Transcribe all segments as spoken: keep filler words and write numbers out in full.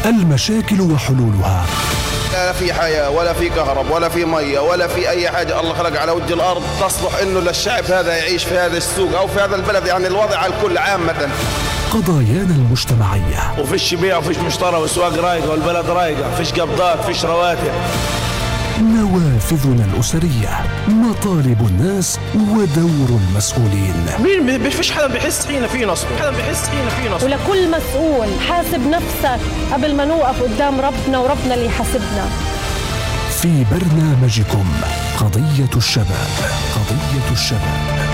المشاكل وحلولها. لا في حياة ولا في كهرب ولا في مية ولا في أي حاجة الله خلق على وجه الأرض تصلح إنه للشعب هذا يعيش في هذا السوق أو في هذا البلد، يعني الوضع على الكل عامة. قضايانا المجتمعية، وفيش بيع وفيش مشترى وسواق رايقة والبلد رايقة، فيش قبضات فيش رواتب. نوافذنا الأسرية، مطالب الناس ودور المسؤولين. مين فيش حدا بيحس حين في نصب، حدا بيحس حين في نصب. ولكل مسؤول حاسب نفسك قبل ما نوقف قدام ربنا وربنا اللي يحاسبنا. في برنامجكم قضية الشباب. قضية الشباب.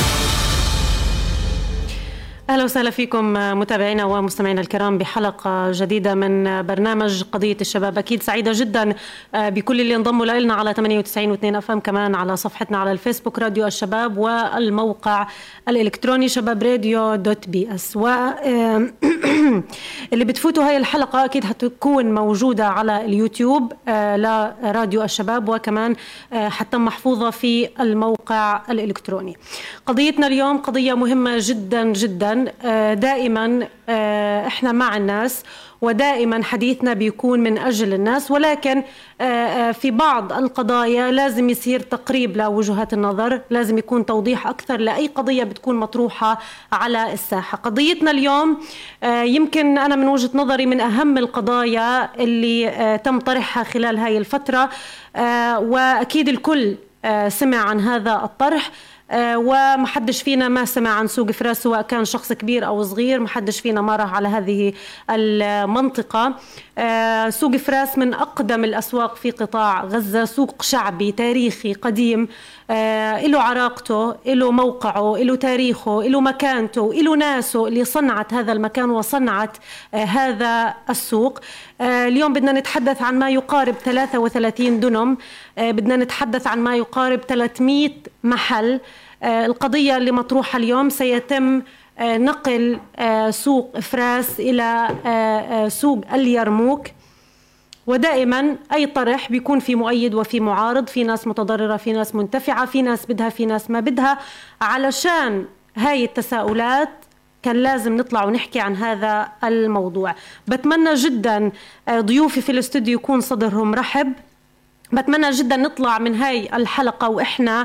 أهلا وسهلا فيكم متابعينا ومستمعينا الكرام بحلقة جديدة من برنامج قضية الشباب. أكيد سعيدة جدا بكل اللي انضموا لنا على ثمانية وتسعين واثنين أف أم، كمان على صفحتنا على الفيسبوك راديو الشباب، والموقع الإلكتروني شباب راديو دوت بي اس. واللي بتفوتوا هاي الحلقة أكيد هتكون موجودة على اليوتيوب لراديو الشباب، وكمان حتى محفوظة في الموقع الإلكتروني. قضيتنا اليوم قضية مهمة جدا جدا. دائما احنا مع الناس ودائما حديثنا بيكون من أجل الناس، ولكن في بعض القضايا لازم يصير تقريب لوجهات النظر، لازم يكون توضيح أكثر لأي قضية بتكون مطروحة على الساحة. قضيتنا اليوم يمكن أنا من وجهة نظري من أهم القضايا اللي تم طرحها خلال هاي الفترة، وأكيد الكل سمع عن هذا الطرح، ومحدش فينا ما سمع عن سوق فراس، سواء كان شخص كبير أو صغير. محدش فينا ما راح على هذه المنطقة. سوق فراس من أقدم الأسواق في قطاع غزة، سوق شعبي تاريخي قديم، له عراقته، له موقعه، له تاريخه، له مكانته، له ناسه اللي صنعت هذا المكان وصنعت هذا السوق. اليوم بدنا نتحدث عن ما يقارب ثلاثة وثلاثين دنم، بدنا نتحدث عن ما يقارب ثلاثمئة محل. القضية اللي مطروحة اليوم سيتم نقل سوق فراس إلى سوق اليرموك، ودائما أي طرح بيكون في مؤيد وفي معارض، في ناس متضررة في ناس منتفعة، في ناس بدها في ناس ما بدها. علشان هاي التساؤلات كان لازم نطلع ونحكي عن هذا الموضوع. بتمنى جدا ضيوفي في الاستوديو يكون صدرهم رحب، بتمنى جدا نطلع من هاي الحلقة وإحنا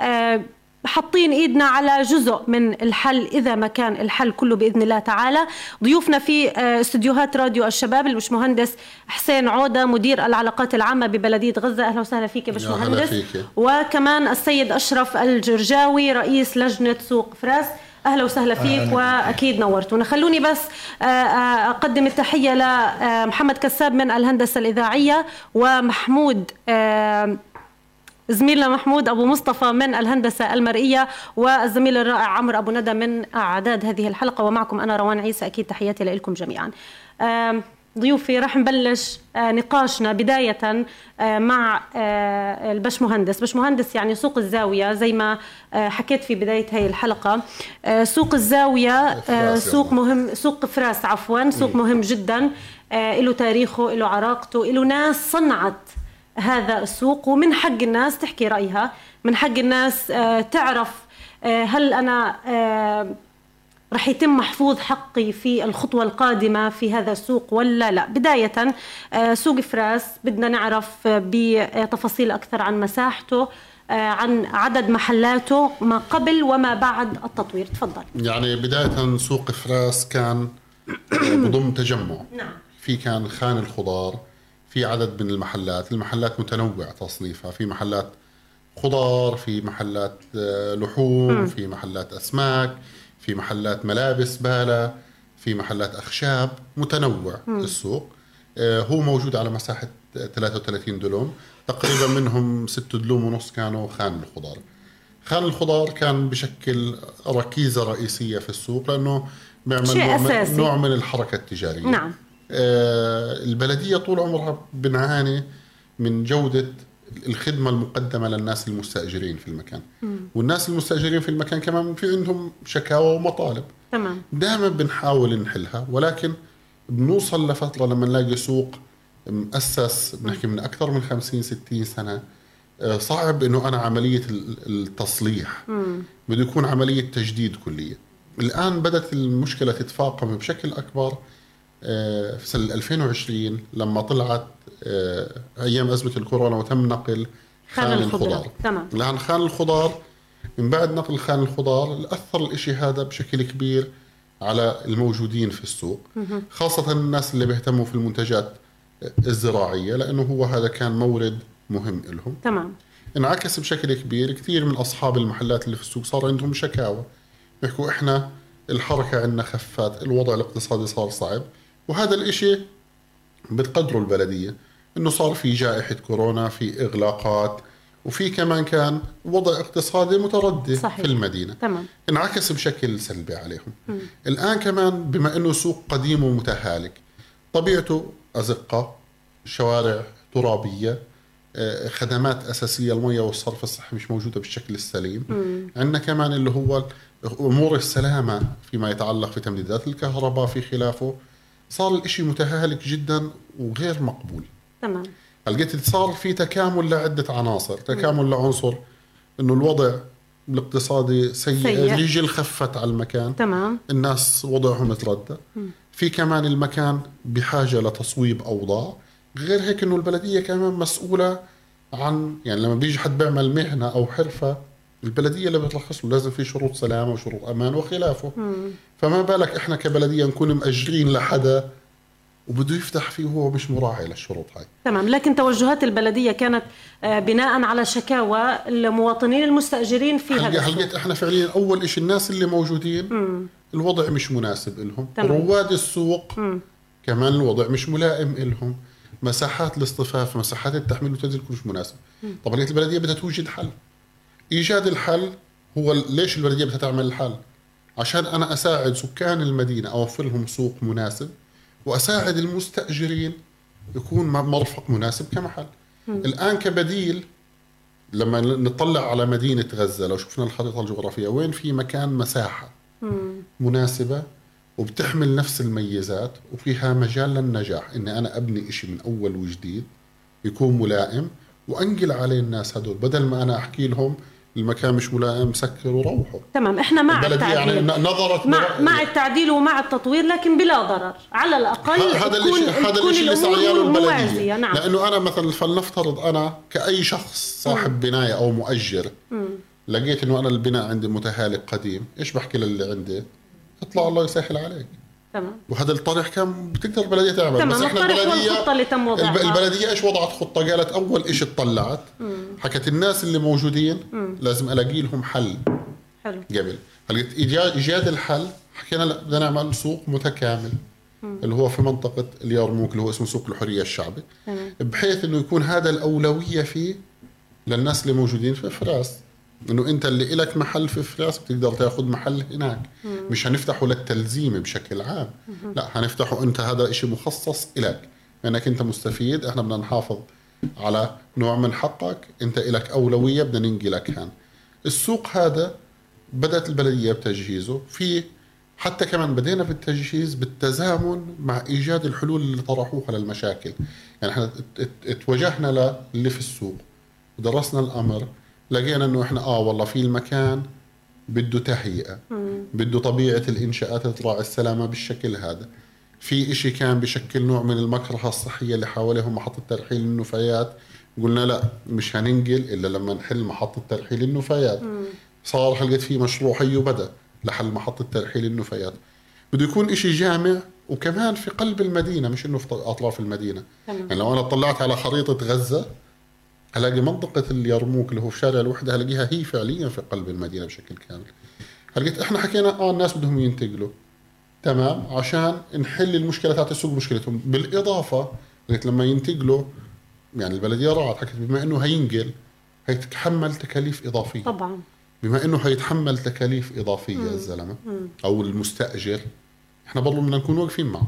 حاطين ايدنا على جزء من الحل اذا ما كان الحل كله باذن الله تعالى. ضيوفنا في استديوهات راديو الشباب البشمهندس حسين عودة، مدير العلاقات العامة ببلدية غزة. اهلا وسهلا فيك يا بشمهندس. وكمان السيد اشرف الجرجاوي، رئيس لجنة سوق فراس. أهلا وسهلا فيك وأكيد نورتونا. خلوني بس أقدم التحية لمحمد كساب من الهندسة الإذاعية، ومحمود زميلنا محمود أبو مصطفى من الهندسة المرئية، والزميل الرائع عمرو أبو ندى من أعداد هذه الحلقة، ومعكم أنا روان عيسى. أكيد تحياتي لكم جميعا. ضيوفي رح نبلش نقاشنا بداية مع البش مهندس. بش مهندس، يعني سوق الزاوية زي ما حكيت في بداية هاي الحلقة، سوق الزاوية سوق مهم، سوق فراس عفوا، سوق مهم جدا، له تاريخه، له عراقته، له ناس صنعت هذا السوق، ومن حق الناس تحكي رأيها، من حق الناس تعرف هل أنا رح يتم محفوظ حقي في الخطوة القادمة في هذا السوق ولا لا. بداية سوق فراس بدنا نعرف بتفاصيل أكثر عن مساحته، عن عدد محلاته ما قبل وما بعد التطوير. تفضل. يعني بداية سوق فراس كان بضم تجمع. نعم. في كان خان الخضار، في عدد من المحلات، المحلات متنوع تصنيفها، في محلات خضار، في محلات لحوم، م. في محلات أسماك، في محلات ملابس بالة، في محلات أخشاب، متنوع. م. السوق هو موجود على مساحة ثلاثة وثلاثين دلوم، تقريبا منهم ست دلوم ونص كانوا خان الخضار. خان الخضار كان بشكل ركيزة رئيسية في السوق، لأنه بيعمل نوع من, نوع من الحركة التجارية. نعم. البلدية طول عمرها بنعاني من جودة الخدمة المقدمة للناس المستأجرين في المكان. م. والناس المستأجرين في المكان كمان في عندهم شكاوى ومطالب. تمام. دائما بنحاول نحلها، ولكن بنوصل لفترة لما نلاقي سوق مؤسس بنحكي من أكثر من خمسين ستين سنة، صعب إنه أنا عملية التصليح، بده يكون عملية تجديد كلية. الآن بدأت المشكلة تتفاقم بشكل أكبر في سنة ألفين وعشرين لما طلعت أيام أزمة الكورونا وتم نقل خان الخضار. تمام. لأن خان الخضار من بعد نقل خان الخضار أثر الإشي هذا بشكل كبير على الموجودين في السوق، خاصة الناس اللي بيهتموا في المنتجات الزراعية، لأنه هو هذا كان مورد مهم لهم. تمام. انعكس بشكل كبير. كثير من أصحاب المحلات اللي في السوق صار عندهم شكاوى، يحكوا إحنا الحركة عندنا خفات، الوضع الاقتصادي صار صعب، وهذا الإشي بتقدروا البلدية إنه صار في جائحة كورونا، في إغلاقات، وفي كمان كان وضع اقتصادي متردي. صحيح. في المدينة. تمام. انعكس بشكل سلبي عليهم. م. الآن كمان بما إنه سوق قديم ومتهالك، طبيعته أزقة، شوارع ترابية، خدمات أساسية المياه والصرف الصحي مش موجودة بالشكل السليم. عندنا كمان اللي هو أمور السلامة فيما يتعلق في تمديدات الكهرباء في خلافه، صار الإشي متهالك جدا وغير مقبول. تمام. لقيت صار في تكامل لعدة عناصر، تكامل لعنصر إنه الوضع الاقتصادي سيء, سيء. الرجل خفت على المكان. تمام. الناس وضعهم تردى. في كمان المكان بحاجة لتصويب أوضاع. غير هيك إنه البلدية كمان مسؤولة عن، يعني لما بيجي حد بيعمل مهنة أو حرفة، البلدية اللي بترخص له لازم في شروط سلامة وشروط أمان وخلافه. مم. فما بالك إحنا كبلدية نكون مأجرين لحدا وبده يفتح فيه وهو مش مراعي للشروط هاي. تمام. لكن توجهات البلدية كانت بناء على شكاوى المواطنين المستأجرين في هذا السوق. هلقيت إحنا فعليا أول إشي الناس اللي موجودين مم. الوضع مش مناسب لهم. رواد السوق مم. كمان الوضع مش ملائم لهم. مساحات الاصطفاف، مساحات التحميل والتنزيل مش مناسب. طبعا البلدية بدها توجد حل. إيجاد الحل هو ليش البلدية بدها تعمل الحل؟ عشان أنا أساعد سكان المدينة أوفر لهم سوق مناسب، وأساعد المستأجرين يكون مرفق مناسب كمحل. م. الآن كبديل لما نطلع على مدينة غزة، لو شفنا الخريطة الجغرافية وين في مكان مساحة م. مناسبة وبتحمل نفس الميزات وفيها مجال للنجاح، إني أنا أبني إشي من أول وجديد يكون ملائم وأنقل عليه الناس هدول، بدل ما أنا أحكي لهم المكان مش ملائم سكروا وروحوا. تمام. احنا مع التعديل، يعني نظرت مع, مع التعديل ومع التطوير، لكن بلا ضرر على الأقل. هذا الشيء هذا الشيء اللي سعياله البلدية. نعم. لأنه أنا مثلا فلنفترض أنا كأي شخص صاحب م. بناية أو مؤجر م. لقيت إنه أنا البناء عندي متهالك قديم، إيش بحكي للي عندي؟ اطلع الله يسهل عليك. تمام. وهذا الطرح كان بتقدر البلدية تعمل. تمام. بس احنا البلدية اللي تم وضعها. البلدية ايش وضعت خطة؟ قالت اول اشي اطلعت حكت الناس اللي موجودين مم. لازم الاقي لهم حل. حلو. قبل قالت ايجاد ايجاد الحل، حكينا لا بدنا نعمل سوق متكامل مم. اللي هو في منطقة اليرموك اللي هو اسمه سوق الحرية الشعبي. مم. بحيث انه يكون هذا الاولوية فيه للناس اللي موجودين في فراس، انه انت اللي إلك محل في فراس بتقدر تاخذ محل هناك. مم. مش هنفتحه للتلزيم بشكل عام. مم. لا هنفتحه انت هذا إشي مخصص إلك، لانك انت مستفيد، احنا بدنا نحافظ على نوع من حقك، انت إلك اولويه، بدنا ننقلك هان. السوق هذا بدات البلديه بتجهيزه، في حتى كمان بدينا بالتجهيز بالتزامن مع ايجاد الحلول اللي طرحوها للمشاكل. يعني احنا اتوجهنا للي في السوق ودرسنا الامر، لقينا انه احنا اه والله في المكان بده تهيئه، بده طبيعه الانشاءات تراعي السلامه بالشكل هذا. في اشي كان بشكل نوع من المكرهه الصحيه اللي حواليهم محطه ترحيل النفايات، قلنا لا مش هننقل الا لما نحل محطه ترحيل النفايات. مم. صار حلقت في مشروع هي بدا لحل محطه ترحيل النفايات. بده يكون اشي جامع وكمان في قلب المدينه، مش انه في اطراف المدينه. مم. يعني لو انا طلعت على خريطه غزه هلاقي منطقة اليرموك اللي هو في شارع الوحدة هلاقيها هي فعليا في قلب المدينة بشكل كامل. هلقيت احنا حكينا اه الناس بدهم ينتقلوا، تمام، عشان نحل المشكلة تاعت السوق مشكلتهم. بالإضافة لقيت لما ينتقلوا يعني البلدية راعت حكت بما انه هينقل هيتحمل تكاليف إضافية. طبعا بما انه هيتحمل تكاليف إضافية مم. الزلمة مم. او المستأجر، احنا برضو بدنا نكون واقفين معه.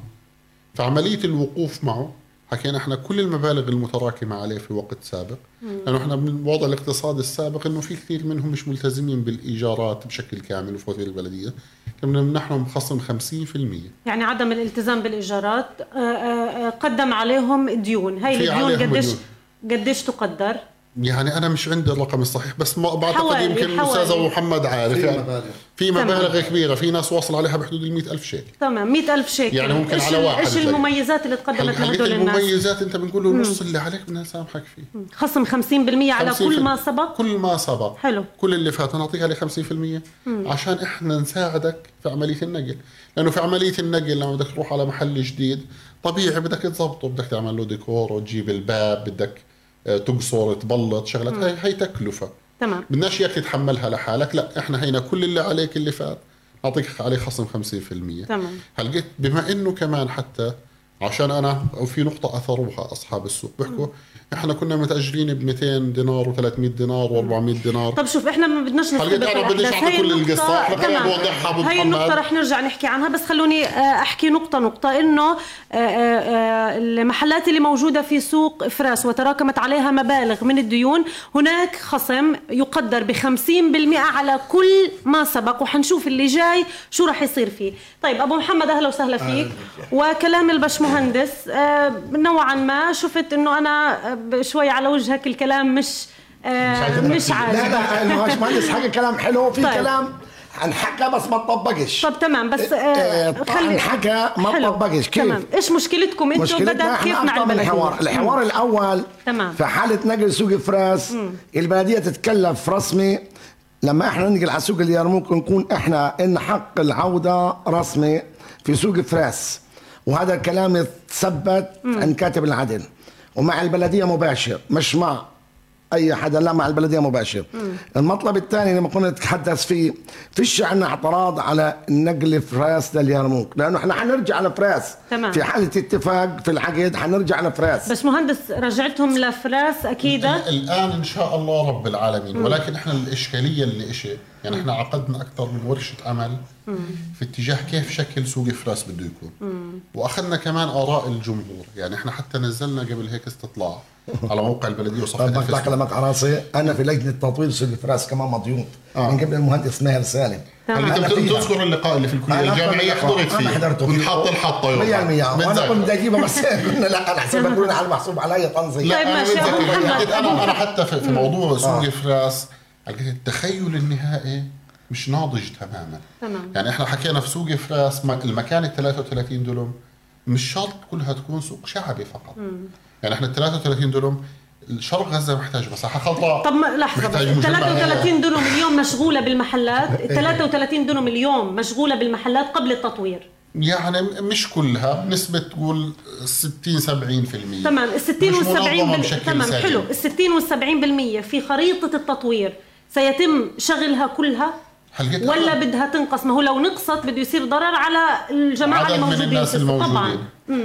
فعملية الوقوف معه حكينا احنا كل المبالغ المتراكمة عليه في وقت سابق، لأنه احنا من الوضع الاقتصادي السابق انه في كثير منهم مش ملتزمين بالإيجارات بشكل كامل وفواتير البلدية، كنا بنمنحهم خصم خمسين بالمئة. يعني عدم الالتزام بالإيجارات قدم عليهم ديون. هاي الديون قديش قديش تقدر؟ يعني انا مش عندي الرقم الصحيح، بس ما بعتقد يمكن الاستاذ ابو محمد عارف. في يعني مبالغ في مبالغ كبيره، في ناس واصل عليها بحدود ال مئة ألف شيكل. تمام، مئة ألف شيكل. يعني ممكن على واحد. ايش المميزات اللي تقدمت لهدول الناس؟ المميزات انت بنقول له النص اللي عليك بدنا نسامحك فيه، خصم خمسين بالمئة على كل ما سبق. كل ما سبق، حلو. كل اللي فات نعطيك عليه خمسين بالمئة عشان احنا نساعدك في عمليه النقل، لانه في عمليه النقل لما بدك تروح على محل جديد طبيعي بدك تظبطه، بدك تعمل له ديكور وتجيب الباب، بدك تقصر تبلط شغلات، هاي هي تكلفه. تمام. بدناش اياك تتحملها لحالك، لا احنا هينا كل اللي عليك اللي فات نعطيك عليه خصم خمسين بالمئة. تمام. هل قلت بما انه كمان حتى عشان انا وفي نقطه اثروها اصحاب السوق بيحكوا احنا كنا متاجرين ب مئتين دينار وثلاثمية دينار وأربعمية دينار. طب شوف احنا ما بدناش نستبق الاحداث، هي كل القصه هي النقطه رح نرجع نحكي عنها، بس خلوني احكي نقطه نقطه انه المحلات اللي موجوده في سوق افراس وتراكمت عليها مبالغ من الديون هناك خصم يقدر ب خمسين بالمئة على كل ما سبق، وحنشوف اللي جاي شو رح يصير فيه. طيب ابو محمد اهلا وسهلا فيك. وكلام البشمهندس نوعا ما شفت انه انا شوي على وجهك الكلام مش آه مش عادي. لا لا انا مهندس حكى كلام حلو، في طيب. كلام انحكى بس ما تطبقش. طب تمام، بس آه خلي انحكى ما تطبقش. كيف؟ تمام. ايش مشكلتكم انتم بدأ كيف مع البلديه؟ الحوار الحوار الاول تمام. في حاله نقل سوق فراس مم. البلديه تتكلف رسمي. لما احنا ننقل على سوق اليرموك نكون احنا ان حق العوده رسمي في سوق فراس، وهذا الكلام يتثبت عند كاتب العدل ومع البلديه مباشر، مش مع اي حدا، لا مع البلديه مباشر. مم. المطلب الثاني لما كنا نتحدث فيه فيش عندنا اعتراض على نقل فراس لليرموك، لانه احنا حنرجع لفراس. تمام. في حاله اتفاق في العقد حنرجع لفراس. بس مهندس رجعتهم لفراس اكيد الان ان شاء الله رب العالمين. مم. ولكن احنا الاشكاليه اللي إشي يعني احنا عقدنا اكثر من ورشه عمل مم. في اتجاه كيف شكل سوق فراس بده يكون. مم. واخذنا كمان اراء الجمهور، يعني احنا حتى نزلنا قبل هيك استطلاع على موقع البلديه وصفحه الفيسبوك. طب كلامك عراسي، انا في لجنه تطوير سوق فراس كمان مضيوف آه. من قبل المهندس ماهر سالم. انت تذكر اللقاء اللي في الكليه الجامعيه حضرت فيه؟ انا حضرته كنت حاط الحطه مية بالمية وانا كنت اجيبها بس قلنا لا انا حسبت على المحسوب علي تنظيم. طيب ماشي انا انا حتى في موضوع سوق فراس التخيل النهائي مش ناضج تماما. تمام. يعني احنا حكينا في سوق فراس المكان ال ثلاثة وثلاثين دولم مش شرط كلها تكون سوق شعبي فقط. مم. يعني احنا ال ثلاثة وثلاثين دولم الشرق غزه محتاج مساحه خضراء. طب لحظه، ثلاثة وثلاثين دولم اليوم مشغوله بالمحلات، ثلاثة وثلاثين دولم اليوم مشغوله بالمحلات قبل التطوير. يعني مش كلها، بنسبه تقول ستين سبعين بالمئة. تمام. ال ستين وال سبعين بالمئة تمام سليم. حلو. ال ستين وال سبعين بالمئة في خريطه التطوير سيتم شغلها كلها ولا بدها تنقص؟ ما هو لو نقصت بده يصير ضرر على الجماعه الموجودين طبعا.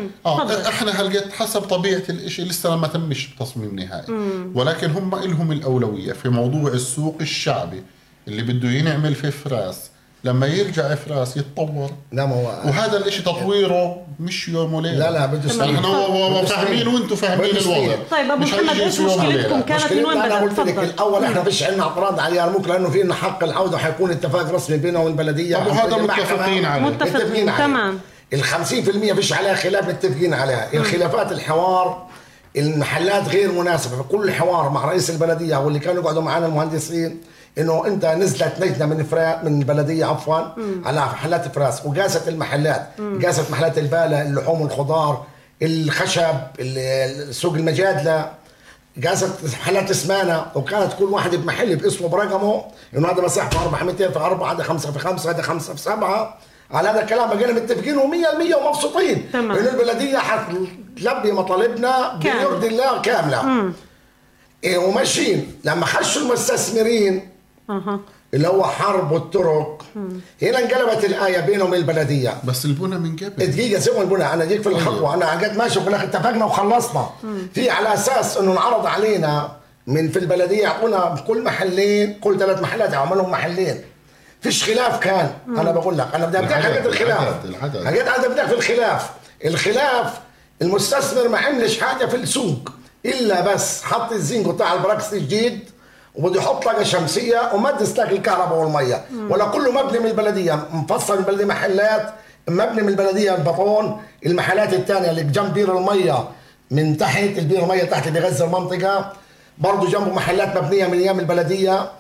اه احنا هلقيت حسب طبيعه الشيء لسه ما تمش تصميم نهائي. مم. ولكن هم لهم الاولويه في موضوع السوق الشعبي اللي بده ينعمل في فراس، لما يرجع فراس يتطور. لا ما هو وهذا الاشي تطويره مش يوم وليله. لا لا بده سنه. احنا فاهمين وانتم فاهمين الوضع. طيب ابو محمد ايش مشكلتكم كانت من وين بدات؟ انا قلت لك الاول احنا فيش عندنا اعتراض على اليرموك لانه في لنا حق العوده وحيكون اتفاق رسمي بينه وبين البلديه. طب وهذا متفقين عليه. متفقين تمام. ال خمسين بالمئة فيش عليها خلاف، متفقين عليها. الخلافات الحوار المحلات غير مناسبه، فكل الحوار مع رئيس البلديه واللي كانوا يقعدوا معنا المهندسين انه انت نزلت لجنه من فرا من البلديه عفوا مم. على محلات فراس وقاست المحلات، مم. قاست محلات الباله، اللحوم والخضار، الخشب، سوق المجادله، قاست محلات اسمانه، وكانت كل واحد بمحل باسمه برقمه انه هذا مساحته أربعمية في أربعة، هذا خمسة في خمسة، هذا خمسة في سبعة. على هذا الكلام بقينا متفقين ومية المية ومبسوطين انه البلديه حتلبي مطالبنا بيرضي الله كامله. مم. إيه وماشيين. لما خشوا المستثمرين أه. اللي هو حرب والطرق، هنا انقلبت الايه بينهم وبين البلديه. بس البنى من قبل دقيقه سووا البنى، انا جيت في الخطوه، انا قاعد ماشي وفي الاخر اتفقنا وخلصنا. مم. في على اساس انه انعرض علينا من في البلديه يعطونا كل محلين، كل ثلاث محلات يعملوا محلين. فيش خلاف كان. مم. انا بقول لك انا بدي ابدا حاجه الخلاف. حاجات انا بدي في الخلاف، الخلاف المستثمر ما عملش حاجه في السوق الا بس حط الزنق بتاع البراكس الجديد وبده يحط لك شمسيه ومد استهلاك الكهرباء والميه، ولا كله مبني من البلديه، مفصل من البلديه محلات، مبني من البلديه البطون، المحلات الثانيه اللي جنب بير الميه من تحت، البير الميه تحت اللي بيغذي المنطقه برضه جنبه محلات مبنيه من ايام البلديه.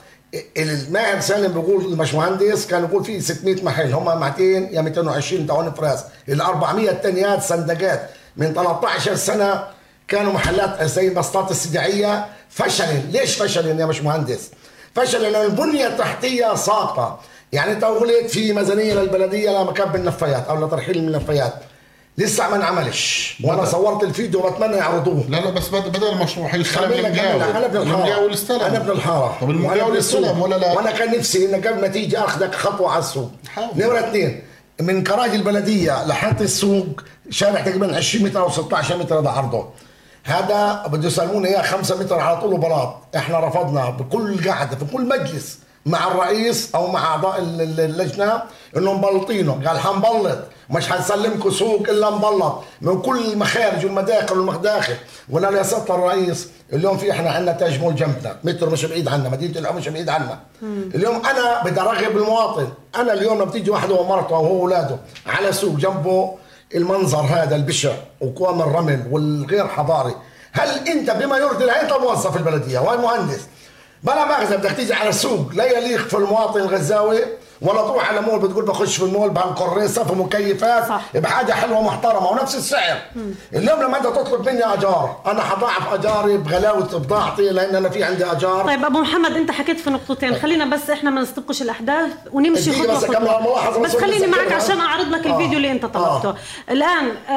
الماهر سالم بيقول الباشمهندس كان يقول في ستمية محل، هم مئتين يا مئتين وعشرين تاون فراس، ال أربعمية التانيات صندوقات من ثلاثة عشر سنه كانوا محلات زي بسطات السجاعيه. فشل. ليش فشل يا باشمهندس؟ فشل لان البنيه التحتيه ساقطه. يعني انت قلت في ميزانيه للبلديه لمكب النفايات او لترحيل النفايات، لسه ما انعملش، وانا صورت الفيديو وبتمنى يعرضوه. لا لا بس بدا المشروع هيستلم المقاول. انا ابن الحاره. المقاول استلم. انا ابن الحاره. طب المقاول استلم ولا لا؟ وانا كان نفسي ان قبل ما تيجي اخذك خطوه على السوق. نمره اثنين، من كراج البلديه لحد السوق شارع تقريبا عشرين متر او ستة عشر متر هذا عرضه. هذا بده يسلمونا اياه خمسة متر على طول بلاط، احنا رفضنا بكل قعده في كل مجلس مع الرئيس او مع اعضاء اللجنه انه مبلطينه، قال حنبلط مش حنسلمكم سوق الا مبلط من كل المخارج والمداخل والمداخل. قلنا له يا سياده الرئيس اليوم في احنا عندنا تاج مول جنبنا، متر مش بعيد عنا، مدينه العم مش بعيد عنا. اليوم انا بدي ارغب المواطن، انا اليوم لما بتيجي واحده ومرته او هو واولاده على سوق جنبه المنظر هذا البشع وكوام الرمل والغير حضاري، هل انت بما يرضي العين انت موظف البلديه وهي مهندس بلا مغزى بدك تيجي على السوق لا يليق في المواطن الغزاوي، ولا تروح على مول بتقول بخش في المول بهالقريصه في مكيفات بحاجه حلوه محترمه ونفس السعر. مم. اليوم لما انت تطلب مني اجار انا حضاعف اجاري بغلاوه بضاعتي لان انا في عندي اجار. طيب ابو محمد انت حكيت في نقطتين، خلينا بس احنا ما نستبقش الاحداث ونمشي خطوه بس خطوه، بس خليني معك عشان اعرض لك آه. الفيديو اللي انت طلبته. آه. الان آآ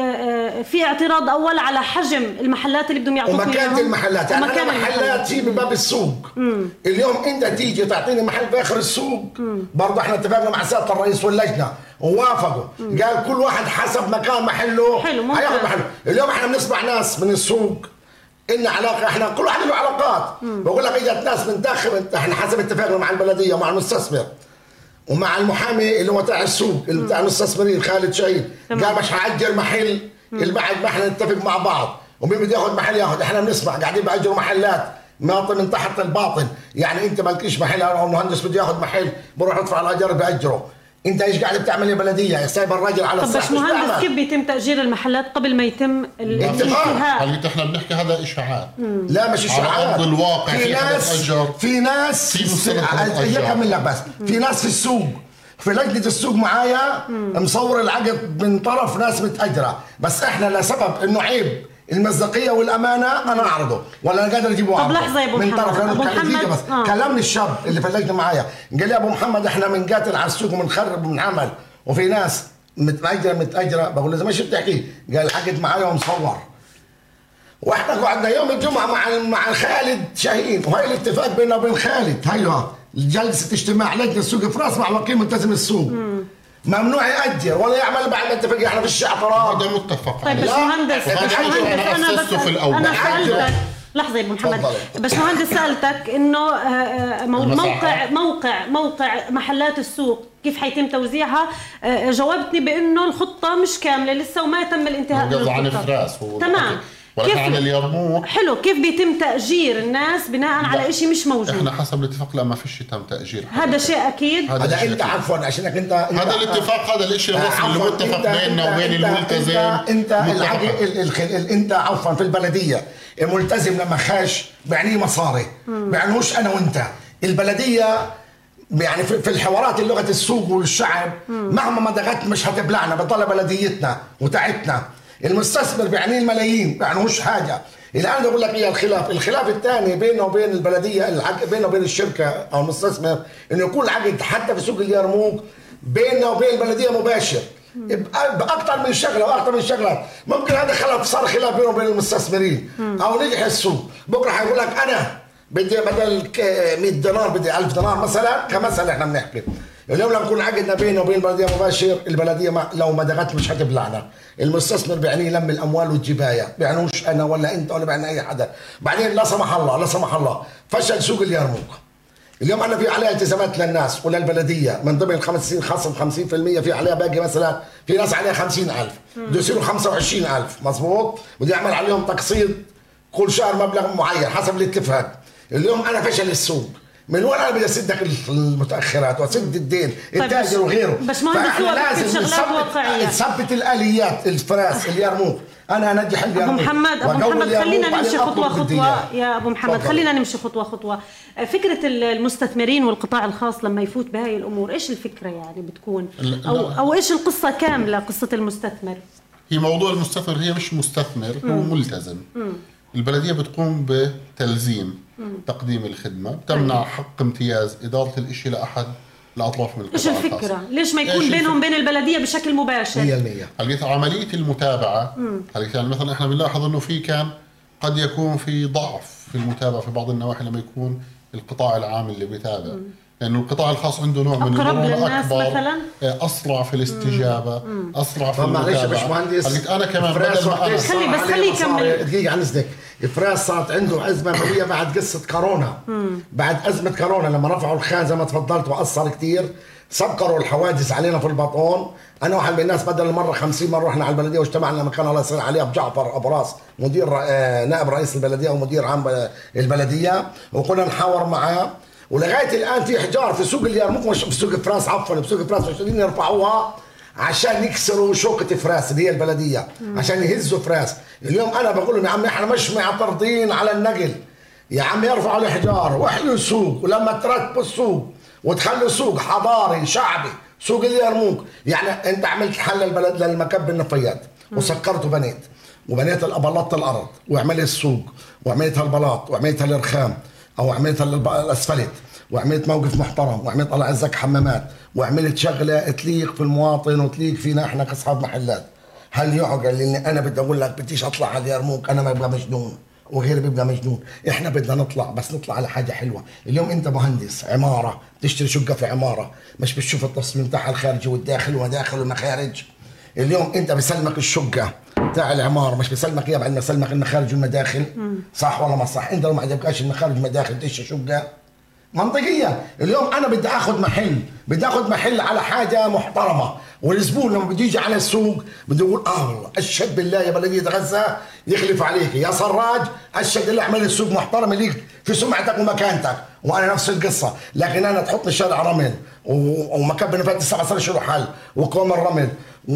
آآ في اعتراض اول على حجم المحلات اللي بدهم يعطوك ومكانه المحلات، يعني انا محلات في بباب السوق. مم. اليوم انت تيجي تعطيني محل باخر السوق، برضه احنا اتفقنا مع سياده الرئيس واللجنه ووافقوا، قال كل واحد حسب مكان محله هياخذ محله. اليوم احنا بنسمع ناس من السوق ان علاقه، احنا كل واحد له علاقات، بقول لك اجت ناس من داخل، احنا حسب اتفاقنا مع البلديه ومع المستثمر ومع المحامي اللي هو تاع السوق اللي بتاع المستثمرين خالد شهيد، قال مش هاجر محل اللي بعد ما احنا نتفق مع بعض ومين بده ياخذ محل ياخذ. احنا بنسمع قاعدين بأجروا محلات ماطن من تحت الباطن، يعني انت مالكيش محل او المهندس بده ياخذ محل بروح يدفع الاجار باجره. انت ايش قاعد بتعمل يا بلديه؟ سايب الراجل على الساحه. طب باشمهندس كيف بيتم تاجير المحلات قبل ما يتم الانتهاء؟ اللي احنا بنحكي هذا اشاعات. لا مش اشاعات، على ارض الواقع في, في ناس أجر. في ناس في اكمل لك بس مم. في ناس في السوق في لجنه السوق معايا مصور العقد من طرف ناس متاجره، بس احنا لسبب انه عيب المصداقيه والامانه انا اعرضه ولا انا قادر اجيبه. طب لحظه يا ابو محمد، من طرف ابو محمد بس آه. كلمني الشاب اللي في اللجنه معايا قال لي ابو محمد احنا بنقاتل على السوق وبنخرب وبنعمل وفي ناس متاجره متاجره. بقول له زي ما شو بتحكي؟ قال العقد معايا ومصور، واحنا قعدنا يوم الجمعه مع مع خالد شاهين وهي الاتفاق بيننا وبين خالد، هيها جلسه اجتماع لجنه السوق فراس مع وكيل ملتزم السوق. مم. ممنوع يأجر ولا يعمل بعد ما اتفق، احنا في الشعب هذا متفق. طيب باشمهندس انا بس في الاول انا سألتك لحظه يا ابو محمد، باشمهندس سالتك انه موقع موقع موقع محلات السوق كيف حيتم توزيعها، جاوبتني بانه الخطه مش كامله لسه وما تم الانتهاء من عن فراس. تمام. كيف عن اليرموك حلو، كيف بيتم تأجير الناس بناء على شيء مش موجود؟ احنا حسب الاتفاق لا ما فيش تم تأجير، هذا شيء اكيد. هذا انت عفوا عشانك انت هذا الاتفاق، هذا الشيء الرسمي اللي متفق بيننا وبين الملتزم. انت انت انت عفوا في البلديه الملتزم لما خاش بيعنيه مصاري، بيعنوش انا وانت. البلديه يعني في الحوارات اللغه السوق والشعب مهما ما ضغطت مش هتبلعنا، بتضل بلديتنا وتاعتنا. المستثمر بيعنيه الملايين بيعنوش حاجه. الان بقول لك ايه الخلاف؟ الخلاف الثاني بينه وبين البلديه، العقد بينه وبين الشركه او المستثمر انه يكون العقد حتى في سوق اليرموك بيننا وبين البلديه مباشر باكثر من شغله واكثر من شغله. ممكن هذا خلاف صار خلاف بينه وبين المستثمرين او نجح السوق، بكره حيقول لك انا بدي بدل مئة دينار بدي ألف دينار مثلا، كمثل احنا بنحكي. اليوم لما نكون عقدنا بينه وبين البلديه مباشر، البلديه ما لو ما دغت مش هتبلعنا. المستثمر بيعنيه لم الاموال والجبايه، بيعنوش انا ولا انت ولا بيعني اي حدا. بعدين لا سمح الله لا سمح الله فشل سوق اليرموك. اليوم انا في عليها التزامات للناس وللبلديه من ضمن الخمس سنين خصم خمسين بالمئة، في عليها باقي مثلا في ناس عليها خمسين ألف بده يصيروا خمسة وعشرين ألف مضبوط، بده يعمل عليهم تقسيط كل شهر مبلغ معين حسب الاتفاق. اليوم انا فشل السوق، من وين انا بدي اسدك المتاخرات واسد الدين التاجر وغيره؟ فاحنا لازم نثبت نثبت الاليات الفراس اليرموك. انا انجح اليرموك. ابو محمد ابو محمد خلينا نمشي خطوه خطوه يا ابو محمد، خلينا نمشي خطوه خطوه. فكره المستثمرين والقطاع الخاص لما يفوت بهاي الامور، ايش الفكره يعني بتكون او او ايش القصه كامله قصه المستثمر؟ هي موضوع المستثمر هي مش مستثمر، هو مم. ملتزم. مم. البلديه بتقوم بتلزيم مم. تقديم الخدمه، بتمنع مم. حق امتياز اداره الاشي لاحد الاطراف من القطاع الخاص. ايش الفكره؟ ليش ما يكون بينهم بين البلديه بشكل مباشر؟ مية بالمية. هلقيت عمليه المتابعه، هلقيت يعني مثلا احنا بنلاحظ انه في كان قد يكون في ضعف في المتابعه في بعض النواحي لما يكون القطاع العام اللي بيتابع، لانه القطاع الخاص عنده نوع من المرونه اكبر مثلاً؟ اسرع في الاستجابه، مم. اسرع في المتابعه. معلش يا باشمهندس، انا كمان بدل ما انا خلي بس خلي يكمل دقيقه عن اذنك. فراس صارت عنده ازمه ماليه بعد قصه كورونا. مم. بعد ازمه كورونا لما رفعوا الخان زي ما تفضلت واثر كثير، سكروا الحوادث علينا في البطون. انا واحد من الناس بدل المره خمسين مره رحنا على البلديه واجتمعنا مكان الله يصير عليه ابو جعفر ابو راس مدير آه نائب رئيس البلديه ومدير عام البلديه، وكنا نحاور معاه. ولغايه الان في احجار في سوق اليرموك، مش في سوق فراس، عفوا في سوق فراس مشغولين يرفعوها عشان يكسروا شوكه فراس اللي هي البلديه، مم. عشان يهزوا فراس. اليوم انا بقول لهم يا عمي احنا مش معترضين على النقل، يا عمي يرفعوا الاحجار واحلوا السوق، ولما ترتبوا السوق وتخلوا سوق حضاري شعبي سوق اليرموك، يعني انت عملت حل البلد للمكب النفايات وسكرت وبنيت وبنيت بلطت الارض وعملت السوق وعملتها البلاط وعملتها الرخام او عملتها الاسفلت وعملت موقف محترم وعملت الله عزك حمامات وعملت شغله تليق في المواطن وتليق فينا احنا كاصحاب محلات. هل يعقل اني انا بدي اقول لك بديش اطلع على اليرموك؟ انا ما ببقى مجنون وغيري بيبقى مجنون. احنا بدنا نطلع بس نطلع على حاجه حلوه. اليوم انت مهندس عماره بتشتري شقه في عماره، مش بتشوف التصميم تاعها الخارجي والداخل ومداخل ومخارج. اليوم انت بسلمك الشقه تاع العمار، مش بسلمك اياها بعد ما سلمك المخارج والمداخل. صح ولا ما صح؟ انت لو ما عجبكش المخارج والمداخل تشتري شقه منطقيا. اليوم انا بدي اخذ محل، بدي اخذ محل على حاجه محترمه، والزبون لما بده يجي على السوق بده يقول اه والله اشهد بالله يا بلديه غزه يخلف عليك يا سراج، اشهد بالله اعمل السوق محترم ليك في سمعتك ومكانتك. وانا نفس القصه، لكن انا تحط لي شارع رمل ومكب نفايات السبع صار له حل وكوم الرمل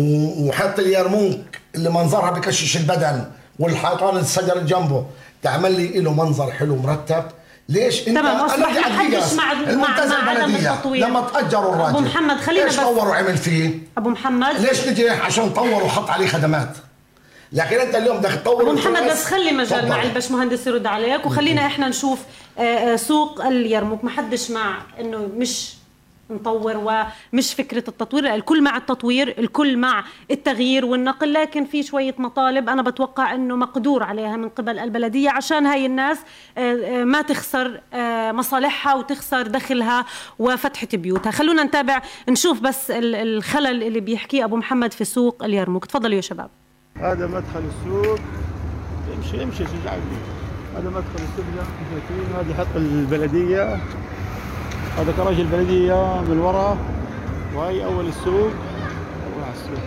وحط اليرموك اللي منظرها بكشش البدن والحيطان الشجر جنبه، تعمل لي له منظر حلو مرتب. ليش انت تمام اصبح محدش مع المنتزه البلديه لما تاجروا الراجل ابو محمد خلينا ليش بس طوروا عمل فيه ابو محمد؟ ليش نجي عشان طور وحط عليه خدمات؟ لكن انت اليوم بدك تطور ابو محمد بس خلي مجال مع الباشمهندس يرد عليك، وخلينا احنا نشوف سوق اليرموك. ما حدش مع انه مش نطور ومش فكرة التطوير، الكل مع التطوير، الكل مع التغيير والنقل، لكن في شوية مطالب أنا بتوقع أنه مقدور عليها من قبل البلدية عشان هاي الناس ما تخسر مصالحها وتخسر دخلها وفتحة بيوتها. خلونا نتابع نشوف بس الخلل اللي بيحكيه أبو محمد في سوق اليرموك. تفضلوا يا شباب. هذا مدخل السوق، امشي امشي شجعك. هذا مدخل السوق ده، هذه حق البلدية، هذا كراج البلدية من ورا، وهي أول السوق. أول على السوق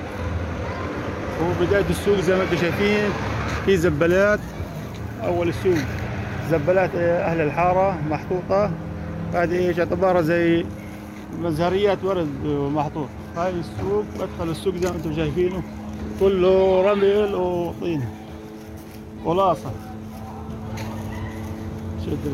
وبداية السوق زي ما أنتم شايفين في زبالات. أول السوق زبالات أهل الحارة محطوطة، هذه إيش اعتبارها زي مزهريات ورد محطوط. هاي السوق مدخل السوق زي ما أنتم شايفينه كله رمل وطين ولاصة. شد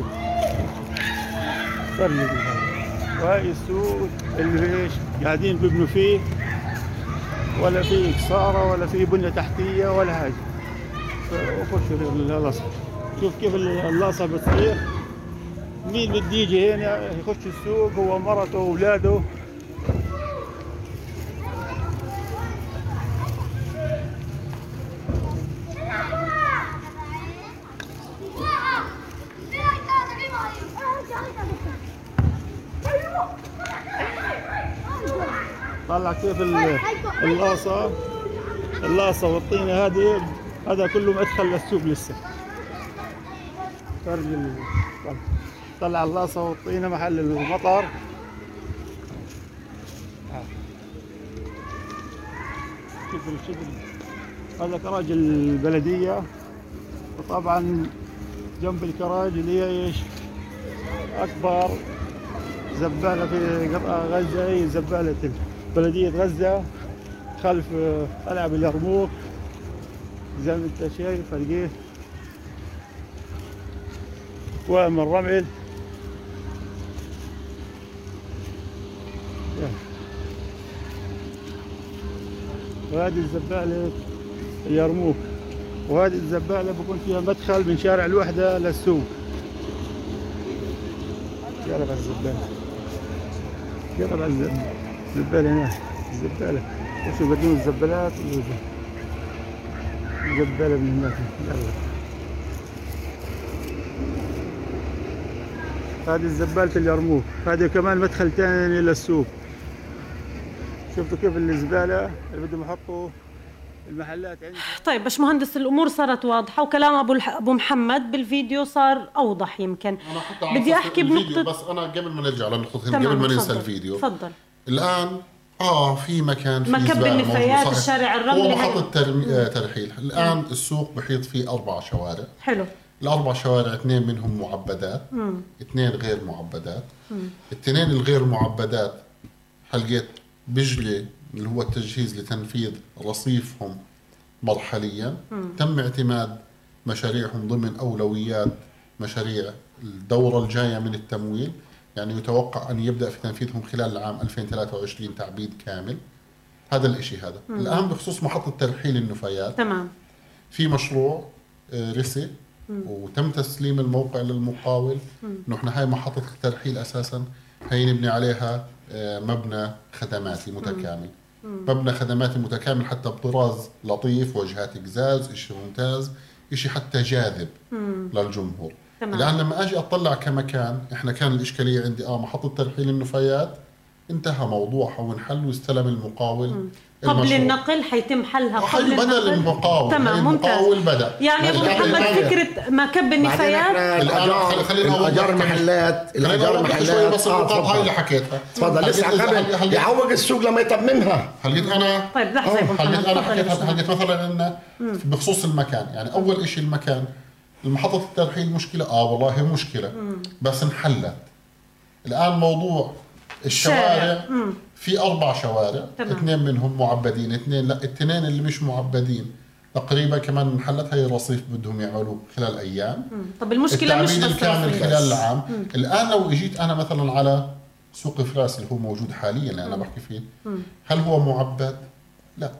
وهاي السوق اللي ايش قاعدين بيبنوا فيه، ولا في كساره ولا في بنيه تحتيه ولا حاجه. وخشوا اللاصه، شوف كيف اللاصه بتصير. مين بده يجي هنا يخش السوق هو مرته واولاده. طلع كيف اللاصه اللاصه والطينه هذه، هذا كله مدخل للسوق لسه. طلع اللاصه والطينه محل المطر. شوفوا الشغل. هذا كراج البلديه، وطبعا جنب الكراج اللي هي ايش أكبر زبالة في قطاع غزة هي زبالة بلدية غزة خلف ألعاب اليرموك. زي ما أنت شايف هلقيه أكوام من الرمل. وهذه الزبالة اليرموك، وهذه الزبالة بكون فيها مدخل من شارع الوحدة للسوق. قرب على الزبالة، قرب على الزبالة هناك الزبالة، وشو يقدموا الزبالات الزبالة من هناك. يلا هذه الزبالة اليرموك، هذه كمان مدخل ثاني للسوق. شفتوا كيف الزبالة اللي بدهم يحطوا المحلات عندي. طيب باشمهندس الامور صارت واضحه وكلام ابو الح... ابو محمد بالفيديو صار اوضح يمكن. انا حتى بدي احكي بنقطه بس انا قبل ما نرجع لنقطه قبل ما ننسى الفيديو. تفضل. الان اه في مكان في مكب النفايات الشارع الرملي هو محطه ترمي... ترحيل. الان مم. السوق بحيط فيه اربع شوارع. حلو. الاربع شوارع اثنين منهم معبدات، مم. اثنين غير معبدات. الاثنين الغير معبدات حلقيت بجلي اللي هو التجهيز لتنفيذ رصيفهم مرحليا. مم. تم اعتماد مشاريعهم ضمن أولويات مشاريع الدورة الجاية من التمويل، يعني يتوقع أن يبدأ في تنفيذهم خلال العام ألفين وثلاثة وعشرين تعبيد كامل. هذا الإشي هذا. مم. الآن بخصوص محطة ترحيل النفايات، تمام، في مشروع رسي وتم تسليم الموقع للمقاول. نحن هاي محطة الترحيل أساسا هي نبني عليها مبنى خدماتي متكامل. مم. مبنى خدماتي متكامل حتى بطراز لطيف، واجهات إقزاز، إشي ممتاز، إشي حتى جاذب مم. للجمهور. تمام. الآن لما أجي أطلع كمكان، إحنا كان الإشكالية عندي آه محطة ترحيل النفايات انتهى موضوعها وانحل واستلم المقاول. مم. قبل النقل حيتم حلها قبل بدل المقاول. تمام ممتاز. المقاول بدأ يعني ابو محمد فكره مكب النفايات الاجار الاجار محلات الاجار محلات بس النقاط هاي اللي حكيتها. تفضل لسه قبل يعوق السوق لما يتممها. خليت انا طيب لحظه خليت انا حكيت حكيت مثلا انه بخصوص المكان، يعني اول شيء المكان المحطه الترحيل مشكله اه والله مشكله مم. بس انحلت. الان موضوع الشوارع في أربع شوارع، تمام. اثنين منهم معبدين، اثنين لا، الاثنين اللي مش معبدين تقريبا كمان انحلت. هي الرصيف بدهم يعملوا خلال أيام. مم. طب المشكلة مش التعبيد الكامل خلال العام. مم. الآن لو اجيت أنا مثلا على سوق فراس اللي هو موجود حاليا اللي أنا بحكي فيه، مم. هل هو معبد؟ لا.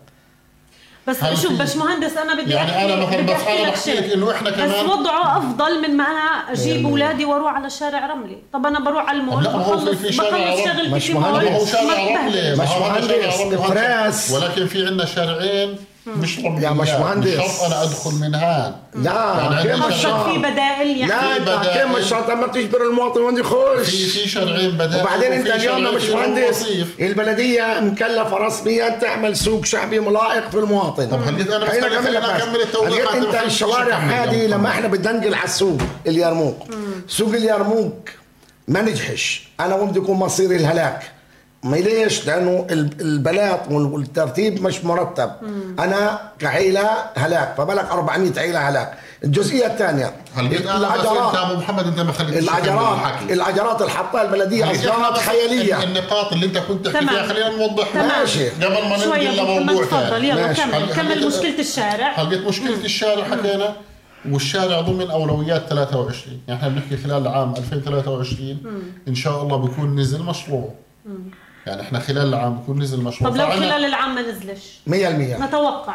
بس شوف باشمهندس انا بدي يعني انا مثلا بس انا بحكي لك انه احنا كمان بس وضعه افضل من ما انا اجيب اولادي واروح على شارع رملي. طب انا بروح على المول بخلص بخلص شغل مش هو شارع رملي مش مهندس فراس، ولكن في عندنا شارعين مش رملي. يا مش مهندس شرط انا ادخل من هان. لا يعني في بدائل يعني لا كيف مش شرط اما تجبر المواطن وين يخش. في في شارعين بدائل. وبعدين انت اليوم مش مهندس البلديه مكلفه رسميا تعمل سوق شعبي ملائق في المواطن. طب هليت انا بس اكمل التوضيحات. انت الشوارع هذه لما احنا بننقل على السوق اليرموك، سوق اليرموك ما نجحش انا وبده يكون مصير الهلاك. ما ليش؟ لانه البلاط والترتيب مش مرتب. مم. انا كعيله هلاك، فبالك أربعمية عيله هلاك. الجزئيه الثانيه العجرات ابو محمد انت ما خليتنيش العجرات العجرات اللي حطها البلديه اشجارات خياليه. النقاط اللي انت كنت تحكي فيها خلينا نوضحها ماشي قبل ما ننتقل لموضوع ثاني. يلا كمل كمل مشكله الشارع. حلقت مشكله مم. الشارع حكينا، والشارع ضمن اولويات ثلاثة وعشرين. يعني احنا بنحكي خلال العام ألفين وثلاثة وعشرين مم. ان شاء الله بيكون نزل مشروع. مم. يعني احنا خلال العام بكون نزل مشروع. طب لو خلال العام ما نزلش مية بالمية نتوقع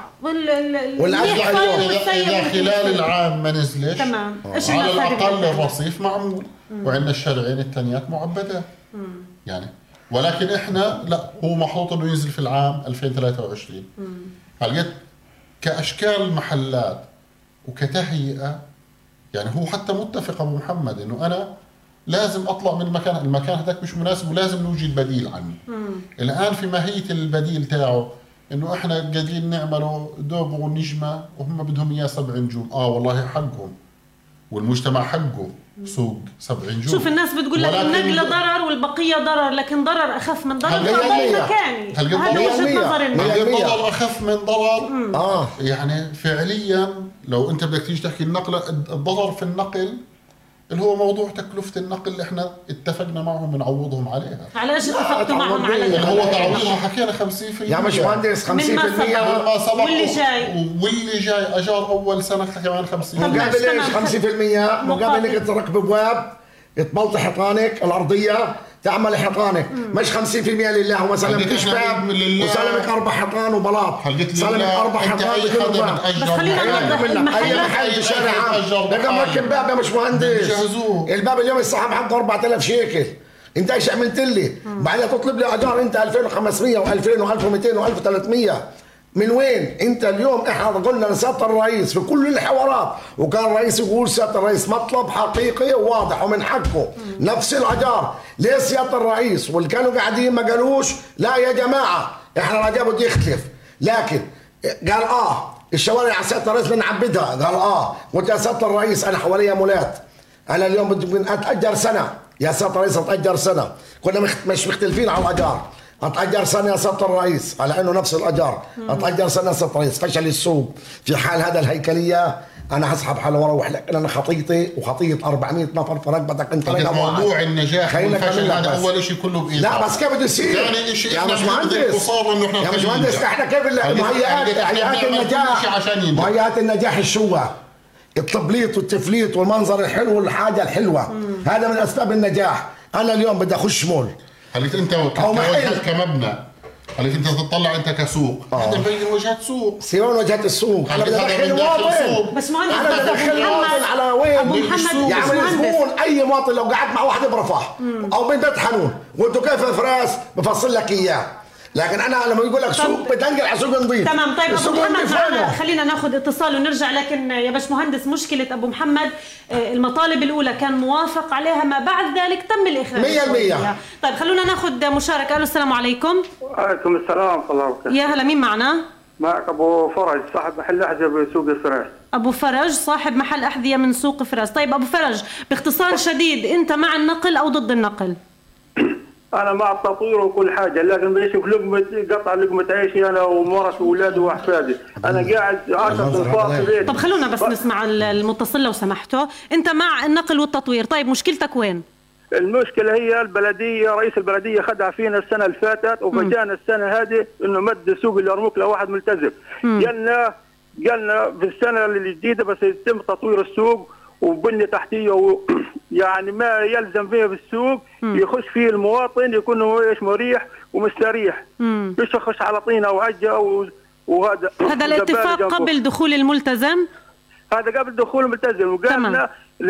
والأجر إذا خلال العام ما نزلش تمام على الأقل الرصيف معمول وعندنا الشارعين الثانيات معبدات. يعني ولكن احنا لا، هو محطوط انه ينزل في العام ألفين وثلاثة وعشرين. هلقيت كأشكال المحلات وكتهيئة، يعني هو حتى متفق ابو محمد انه انا لازم اطلع من المكان، المكان هذاك مش مناسب ولازم نوجد بديل عنه. مم. الان في ماهيه البديل تاعه انه احنا قاعدين نعمله دوب ونجمه وهم بدهم اياه سبع نجوم. اه والله حقهم والمجتمع حقه سوق سبع نجوم. شوف الناس بتقول لك النقله ضرر والبقيه ضرر، لكن ضرر اخف من ضرر. هذا مكاني، هذا وجهه نظر الناس. ضرر اخف من ضرر. مم. اه يعني فعليا لو انت بدك تيجي تحكي النقله، الضرر في النقل اللي هو موضوع تكلفة النقل اللي احنا اتفقنا معهم نعوضهم عليها. على ايش اتفقتوا معهم على اللي هو تعويضهم حكينا خمسين بالمية يا باشمهندس خمسين بالمية واللي جاي واللي جاي اجار اول سنة كمان خمسين بالمية. مقابل ايش خمسين بالمية؟ مقابل انك تركب ابواب، تبلط حيطانك الارضيه، تعمل حيطانك، مش خمسين بالمية لله. ومثلا بديش باب وسلمك اربع حيطان وبلاط، سلمك اربع حيطان بدون باب. بس خلينا نوضح اي محل في الشارع بقى مركب باب يا باشمهندس، الباب اليوم الصاحب حقه أربعة آلاف شيكل، انت ايش عملت لي؟ بعدين تطلب لي اجار انت ألفين وخمسمية وألفين وألف ومئتين وألف وثلاثمية. من وين؟ انت اليوم احنا قلنا لسياده الرئيس في كل الحوارات، وكان الرئيس يقول سياده الرئيس مطلب حقيقي وواضح ومن حقه نفس الاجار. ليه سياده الرئيس واللي كانوا قاعدين ما قالوش لا يا جماعه احنا الرجاء بده يختلف؟ لكن قال اه الشوارع على سياده الرئيس بنعبدها، قال اه قلت يا سياده الرئيس انا حواليا مولات، انا اليوم بدي اتاجر سنه يا سياده الرئيس، اتاجر سنه، كنا مش مختلفين على الاجار، اتأجر سنة يا سيادة الرئيس على انه نفس الاجار، اتأجر سنة يا سيادة الرئيس، فشل السوق في حال هذا الهيكلية انا هسحب حالي ورا واحلق، انا خطيطي وخطية أربعمية نفر في رقبتك انت. موضوع النجاح والفشل هذا اول شيء كله بايدك. لا بس كيف بده يصير؟ ثاني شيء يا باشمهندس يا باشمهندس احنا كيف مهيئات مهيئات النجاح مهيئات النجاح الشوة التبليط والتفليط والمنظر الحلو والحاجة الحلوة، هذا من اسباب النجاح. انا اليوم بدي اخش مول، خليك انت كوجهات كمبنى، خليك انت تطلع انت كسوق، هذا مبين وجهات سوق، سيبون وجهات السوق. انا بدي ادخل مواطن، بس مهندس انا بدي ادخل مواطن على وين؟ ابو محمد يعمل زبون. اي مواطن لو قعدت مع واحد برفح او من بيت حنون وانتوا كيف فراس بفصل لك اياه، لكن انا لما يقول لك سوق بتنقل على سوق نظيف. تمام. طيب ابو محمد خلينا ناخذ اتصال ونرجع. لكن يا باشمهندس مشكله ابو محمد المطالب الاولى كان موافق عليها، ما بعد ذلك تم الاخراج مية بالمية. طيب خلونا ناخذ مشاركه. الو السلام عليكم. وعليكم السلام ورحمه الله وبركاته. يا هلا، مين معنا؟ معك ابو فرج صاحب محل احذيه بسوق فراس. ابو فرج صاحب محل احذيه من سوق فراس. طيب ابو فرج باختصار شديد، انت مع النقل او ضد النقل؟ انا مع التطوير وكل حاجه، لكن بدي اشوف لقمه قطع لقمه عيشي انا ومرتي واولادي واحفادي، انا قاعد عشرة انفار في بيتي. طب خلونا بس نسمع المتصل لو سمحتوا. انت مع النقل والتطوير، طيب مشكلتك وين؟ المشكله هي البلديه، رئيس البلديه خدع فينا السنه اللي فاتت وفاجانا السنه هذه انه مد سوق اليرموك لواحد ملتزم. قالنا قالنا في السنه الجديده بس يتم تطوير السوق وبنية تحتيه و... يعني ما يلزم فيه في السوق يخش فيه المواطن يكون هو ايش مريح ومستريح، مش يخش على طينه وعجه و... وهذا هذا الاتفاق قبل دخول الملتزم؟ هذا قبل دخول الملتزم، وقالنا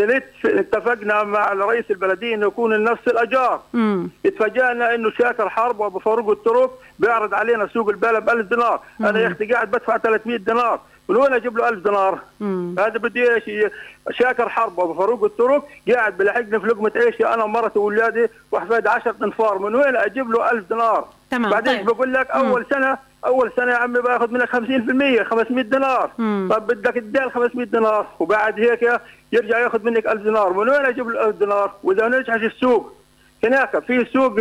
اتفقنا مع رئيس البلديه انه يكون نفس الاجار. اتفاجئنا انه شاكر حرب وابو فاروق الترك بيعرض علينا سوق البلد ب ألف دينار، انا يا اختي قاعد بدفع ثلاثمية دينار، من وين اجيب له ألف دينار؟ هذا بدي ايش؟ شاكر حرب وابو فاروق الترك قاعد بلحقني في لقمه عيشي انا ومرتي واولادي واحفادي عشرة انفار، من وين اجيب له ألف دينار؟ تمام. بعدين طيب. بقول لك اول مم. سنه اول سنه يا عمي باخذ منك خمسين بالمية خمسمية دينار. مم. طب بدك تدير خمسمية دينار وبعد هيك يرجع ياخذ منك ألف دينار، من وين اجيب له ألف دينار؟ واذا نرجع في السوق هناك في سوق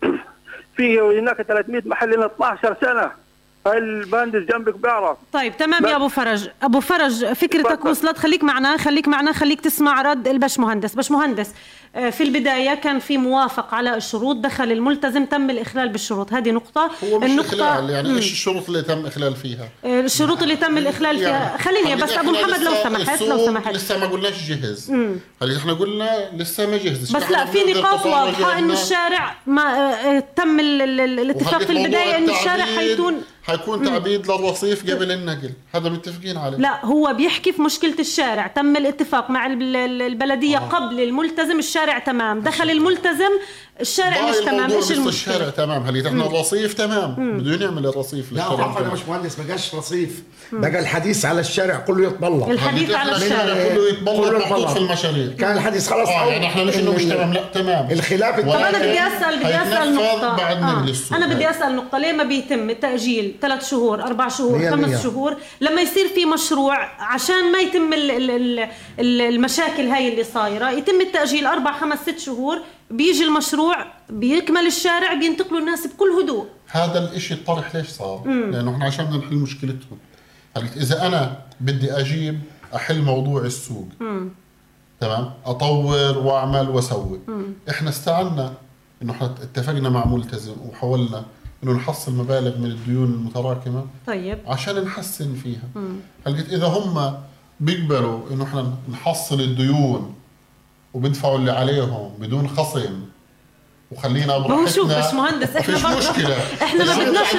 فيه هناك ثلاثمية محل لنا اثني عشر سنه، هاي المهندس جنبك بيعرف. طيب تمام يا ابو فرج. ابو فرج فكرتك وصلت، خليك معنا خليك معنا خليك تسمع رد الباشمهندس. باشمهندس في البدايه كان في موافق على الشروط، دخل الملتزم تم الاخلال بالشروط، هذه نقطه. هو مش النقطه إخلال يعني مم. ايش الشروط اللي تم اخلال فيها؟ الشروط اللي تم الاخلال فيها يعني خليني بس ابو محمد لو سمحت لو سمحت لسه ما قلناش جهز. هل احنا قلنا لسه ما جهزش، بس لا في نقاط واضحه انه الشارع ما تم الاتفاق في البدايه انه الشارع حيكون حيكون تعبيد للرصيف قبل النقل، هذا متفقين عليه. لا هو بيحكي في مشكله الشارع، تم الاتفاق مع البلديه آه. قبل الملتزم الشارع تمام، دخل الملتزم الشارع مش تمام. ايش المشكله؟ الشارع تمام، هل احنا الرصيف تمام بده نعمل الرصيف للشارع. لا عفوا يا باشمهندس ما بقاش رصيف، بقى الحديث على الشارع كله يتبلط، الحديث على الشارع كله يتبلط محطوط في المشاريع. كان الحديث خلاص اه يعني احنا مش انه مش تمام، لا تمام. الخلاف طب انا بدي اسال بدي اسال نقطه بعد آه. انا بدي اسال نقطه، ليه ما بيتم التاجيل ثلاث شهور اربع شهور خمس شهور لما يصير في مشروع عشان ما يتم ال ال ال المشاكل هاي اللي صايره، يتم التاجيل اربع خمس ست شهور، بيجي المشروع بيكمل الشارع بينتقلوا الناس بكل هدوء. هذا الاشي الطرح ليش صار؟ مم. لانه احنا عشان بدنا نحل مشكلتهم. اذا انا بدي اجيب احل موضوع السوق مم. تمام، اطور واعمل واسوي. احنا استعنا انه احنا اتفقنا مع ملتزم وحاولنا انه نحصل مبالغ من الديون المتراكمه طيب عشان نحسن فيها. قلت اذا هم بيقبلوا انه احنا نحصل الديون وبندفعوا اللي عليهم بدون خصم وخلينا براحتنا. هو شوف مش مهندس، احنا مش مشكله احنا ما بدناش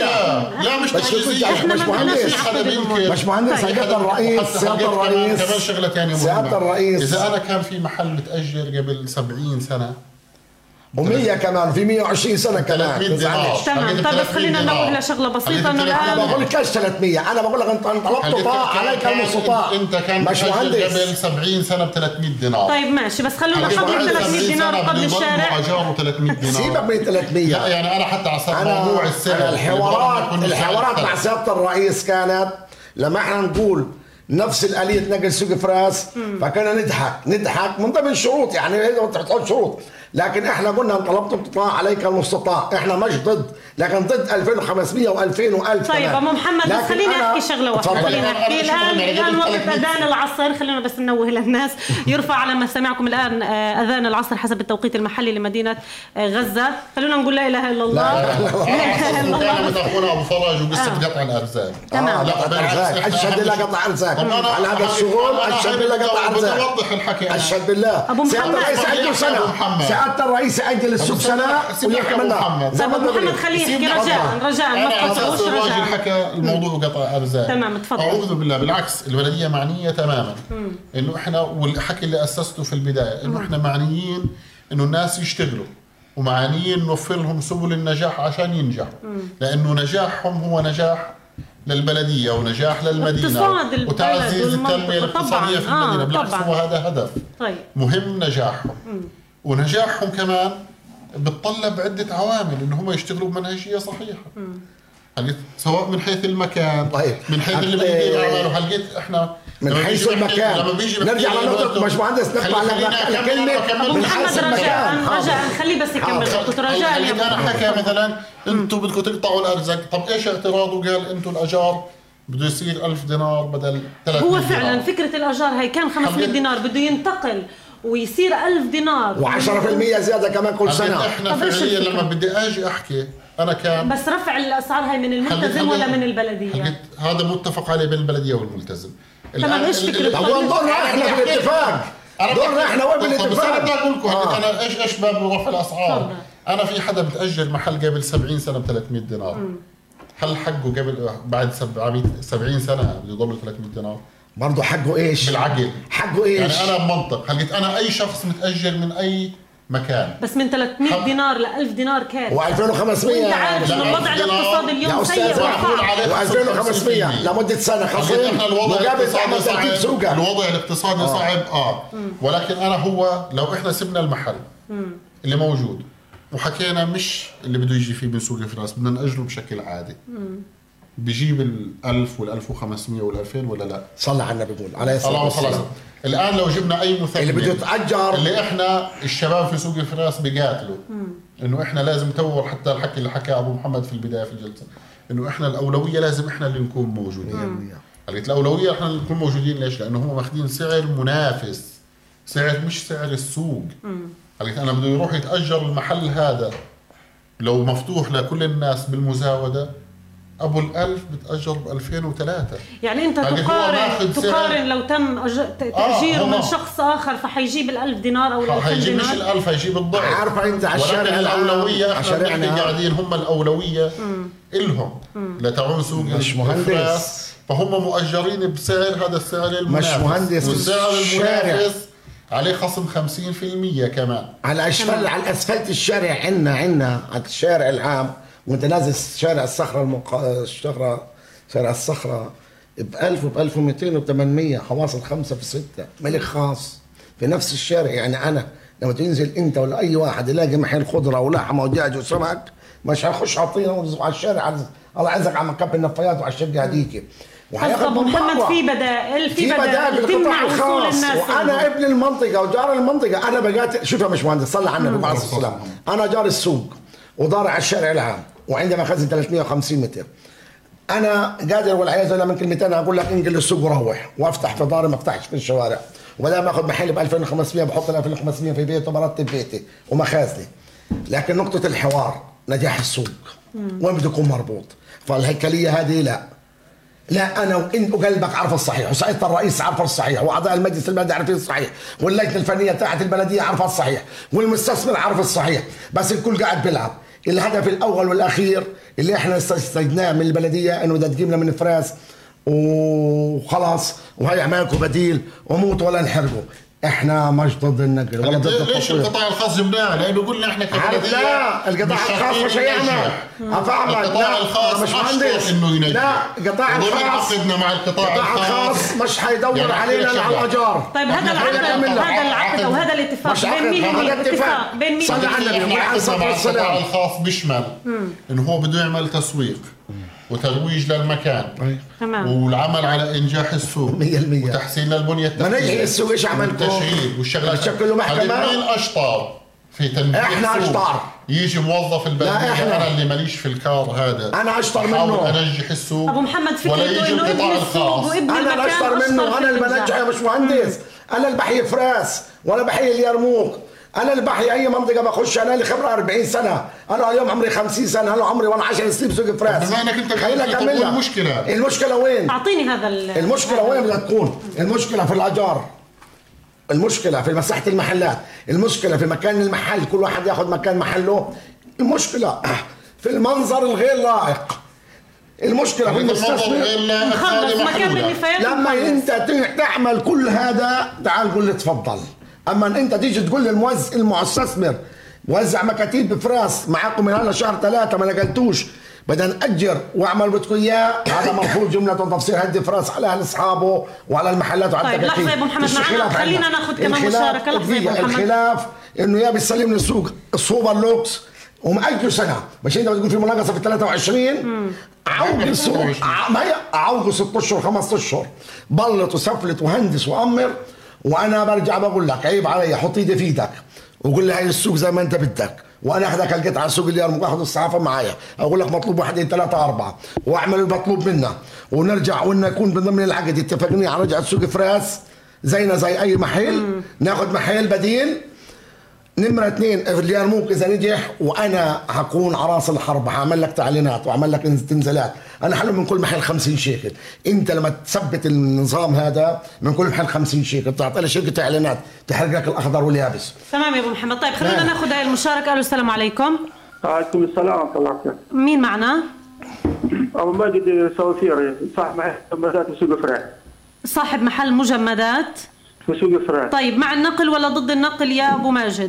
لا مش تعجيزيه، احنا ما بدناش مش مهندس. سيادة الرئيس سيادة الرئيس كمان شغله ثانيه سيادة الرئيس، اذا انا كان في محل متاجر قبل سبعين سنه ومية كمان في مية وعشرين سنة كمان. تمام. طيب بس خلينا ننوه لشغله بسيطه انه الان انا بقول لك ليش ثلاثمية، انا بقول لك انت طلبت طاعه عليك المستطاع. انت كان مش مهندس قبل سبعين سنة ب ثلاثمية دينار. طيب ماشي، بس خلونا قبل ثلاثمية دينار قبل الشارع اجاره ثلاثمية دينار. سيبك من ثلاثمية. لا يعني انا حتى على موضوع السعر الحوارات الحوارات مع سيادة الرئيس كانت لما احنا نقول نفس الآلية نقل سوق فراس فكنا نضحك نضحك من ضمن شروط، يعني هذا بتحط شروط، لكن احنا قلنا ان طلبتم تطاع عليك المستطاع، احنا مش ضد، لكن ضد ألفين وخمسمية وألفين وألف. طيب ابو محمد بس خليني احكي شغله واحده، خلينا نحكي الان الان وقت اذان العصر، خلينا بس ننوه للناس يرفع على مسامعكم الان اذان العصر حسب التوقيت المحلي لمدينه غزه. خلونا نقول لا اله الا الله. لا اله الا الله. اخونا ابو فرج وقصه قطع الارزاق. تمام. اشهد بالله قطع ارزاق على هذا الشغل، اشهد بالله قطع ارزاق. بدي اوضح الحكي. اشهد بالله. ابو محمد الرئيس سنه، سعاده الرئيس اجل السوق سنه ويحملنا. ابو محمد خليه يحكي رجاء رجاء ما تقطعوش. الراجل حكى الموضوع قطع ارزاق. تمام تفضل. اعوذ بالله، بالعكس البلديه معنيه تماما انه احنا، والحكي اللي اسسته في البدايه انه احنا معنيين انه الناس يشتغلوا ومعنيين نوفر لهم سبل النجاح عشان ينجحوا، لانه نجاحهم هو نجاح للبلديه ونجاح للمدينه وتعزيز التنميه الاقتصاديه في المدينه. بالعكس هو هذا هدف طيب. مهم نجاحهم. مم. ونجاحهم كمان بتطلب عده عوامل انه هم يشتغلوا بمنهجيه صحيحه. هلقيت سواء من حيث المكان طيب. من حيث اللي بيدير اعماله. هلقيت احنا من حيث المكان لما بيجي نرجع لنقطة باشمهندس نطلع لكلمة من حيث المكان. رجاء خليه بس يكمل نقطة رجاء. اللي انا حكى مثلا انتم بدكم تقطعوا الارزاق، طب ايش اعتراضه؟ قال انتم الاجار بده يصير ألف دينار بدل ثلاثمية. هو فعلا فكرة الاجار هي كان خمسمية دينار بده ينتقل ويصير ألف دينار وعشرة بالمية زيادة كمان كل سنة. احنا فعليا لما بدي اجي احكي انا كان بس رفع الاسعار هاي من الملتزم ولا من البلديه؟ هذا متفق عليه بين البلديه والملتزم. تمام. ايش فكره؟ دورنا احنا بالاتفاق، دورنا احنا وين بالاتفاق؟ بس انا بدي اقول لكم آه. انا ايش ايش باب رفع الاسعار. انا في حدا بتاجر محل قبل سبعين سنة ب ثلاثمية دينار. م. هل حقه قبل بعد سبعين سنة بده يضل ثلاثمية دينار؟ برضه حقه ايش؟ بالعقل حقه ايش؟ يعني انا بمنطق هلقيت انا اي شخص متاجر من اي مكان بس من ثلاثمية دينار ل ألف دينار كارثه. وألفين وخمسمية وانت عارف انه الوضع الاقتصادي اليوم سيء وصعب. وألفين وخمسمية لمده سنه خاصه مقابل تعمل ترتيب سوقه. الوضع الاقتصادي آه. صعب اه مم. ولكن انا هو لو احنا سبنا المحل مم. اللي موجود وحكينا مش اللي بده يجي فيه من سوق فراس بدنا نأجره بشكل عادي مم. بيجيب الألف والألف وخمسمية والألفين ولا لا؟ صلى على النبي بيقول عليه الصلاة والسلام. الآن لو جبنا أي مثمن اللي بده يتأجر اللي إحنا الشباب في سوق الفراس بيقاتلوا إنه إحنا لازم تطور، حتى الحكي اللي حكاه أبو محمد في البداية في الجلسة إنه إحنا الأولوية لازم إحنا اللي نكون موجودين. قلت الأولوية إحنا اللي نكون موجودين. ليش؟ لأنه هم ماخذين سعر منافس، سعر مش سعر السوق. قلت أنا بده يروح يتأجر المحل هذا لو مفتوح لكل الناس بالمزاودة أبو الألف بتأجر بألفين وثلاثة. يعني أنت تقارن تقارن لو تم تأجيره آه من شخص آخر فحيجيب الألف دينار أو الألفين دينار. حيجيب مش الألف، هيجيب الضعف. عارفة أنت على الشارع الأولوية إحنا قاعدين هم الأولوية إلهم لتعون سوق مش مهندس، فهم مؤجرين بسعر هذا السعر المنافس. مش مهندس، والسعر المنافس عليه خصم خمسين بالمية كمان. على أسفل على أسفلت الشارع عنا عنا على الشارع العام وانت نازل شارع الصخرة المق... الشهرة شارع الصخرة ب ألف وب ألف ومئتين وب ثمانمية حواصل خمسة في ستة ملك خاص في نفس الشارع. يعني أنا لما تنزل أنت ولا أي واحد يلاقي محل خضرة ولحمة ودجاج وسمك مش هيخش عطينا على الشارع الله يعزك على مكب النفايات وعلى الشقة هذيك. وهياخذ محمد في بدائل في بدائل تمنع وصول الناس. وانا ابن المنطقة وجار المنطقة أنا بقاتل. شوف يا باشمهندس صلى على النبي عليه الصلاة والسلام. أنا جار السوق ودار على الشارع العام وعندما خزن ثلاثمية وخمسين متر. انا قادر والعياذ بالله من كلمتين اقول لك انقل السوق وروح وافتح في داري ما افتحش في الشوارع وبدل ما اخذ محل ب ألفين وخمسمية بحط ال ألفين وخمسمية في بيتي وبرتب بيتي ومخازني. لكن نقطه الحوار نجاح السوق وين بده يكون مربوط. فالهيكليه هذه لا لا انا وانت وقلبك عارف الصحيح، وسيادة الرئيس عارف الصحيح، واعضاء المجلس البلدي عارفين الصحيح، واللجنه الفنيه تاعت البلديه عارفه الصحيح، والمستثمر عارف الصحيح، بس الكل قاعد بيلعب. الهدف الاول والاخير اللي احنا استجدناه من البلديه انه بدها تجيبنا من فراس وخلاص وهي عمالكم بديل وموت ولا نحرقوا. احنا مش ضد النقل ولا ضد التطوير. ليش القطاع الخاص جبناه؟ لانه قلنا احنا كبلديه لا القطاع الخاص مش هيعمل. افهمك القطاع الخاص مش مهندس انه ينجح. لا القطاع الخاص عقدنا مع القطاع الخاص مش حيدور يعني علينا على الاجار. طيب هذا العقد هذا العقد او هذا الاتفاق بين مين ومين؟ الاتفاق بين مين ومين؟ احنا عقدنا مع القطاع الخاص بيشمل انه هو بده يعمل تسويق وترويج للمكان تمام والعمل على انجاح السوق مية بالمية وتحسين للبنيه التحتيه. ما نجح السوق ايش عملكم؟ التشغيل والشغلات. تشكلوا محكمه. مين اشطر في تنميه احنا اشطر. يجي موظف البلديه انا اللي ماليش في الكار هذا انا اشطر منه. احاول انجح السوق ابو محمد ولا يجي القطاع الخاص. انا اشطر منه. انا اللي بنجح يا مش مهندس. انا اللي بحيي فراس ولا بحيي اليرموك. انا اللي بحيي اي منطقه بخش. انا اللي خبره أربعين سنه. انا اليوم عمري خمسين سنه. انا عمري وانا عشر سنين بسوق فراس. بما انك انت خلينا اكمل. المشكله المشكله وين؟ اعطيني هذا المشكله وين بدها تكون؟ المشكله في الاجار، المشكله في مساحه المحلات، المشكله في مكان المحل كل واحد ياخذ مكان محله، المشكله في المنظر الغير لائق، المشكله في المستثمر لما انت تعمل كل هذا تعال قول لي تفضل. اما انت تيجي تقول للموزع المستثمر وزع مكاتيب بفراس معاكم من هلا شهر ثلاثه ما نقلتوش بدنا نأجر واعمل بدكم اياه، هذا مرفوض جمله وتفصيل. هدي فراس على اهل اصحابه وعلى المحلات وعلى طيب لحظه يا ابو محمد معنا خلينا ناخذ كمان مشاركه. لحظه يا ابو محمد. الخلاف انه يا بيسلم لي السوق السوبر لوكس ومأجر سنه مش انت بتقول في مناقصه في ثلاثة وعشرين عوق السوق ما هي عوقوا ست اشهر خمس اشهر بلط وسفلت وهندس وامر. وانا برجع بقول لك عيب علي حط ايدي في ايدك وقول لي هاي السوق زي ما انت بدك وانا اخذك القطعه على سوق اليوم واخذ الصحافه معايا اقول لك مطلوب واحد اثنين ثلاثه اربعه واعمل المطلوب منا ونرجع وإنه يكون من ضمن العقد اتفقنا على رجعه سوق فراس زينا زي اي محل. ناخذ محل بديل. نمرة اثنين اليرموك اذا نجح وانا هكون على راس الحرب هعمل لك تعليمات واعمل لك تنزيلات. انا حلو من كل محل خمسين شيكل. انت لما تثبت النظام هذا من كل محل خمسين شيكل بتعطي لي شركه اعلانات تحرق لك الاخضر واليابس. تمام يا ابو محمد. طيب خلينا ناخذ هاي المشاركه. الو السلام عليكم. وعليكم السلام ورحمه الله وبركاته. مين معنا؟ ابو ماجد الصوفيري صاحب محل مجمدات في سوق فراس. صاحب محل مجمدات في سوق فراس. طيب مع النقل ولا ضد النقل يا ابو ماجد؟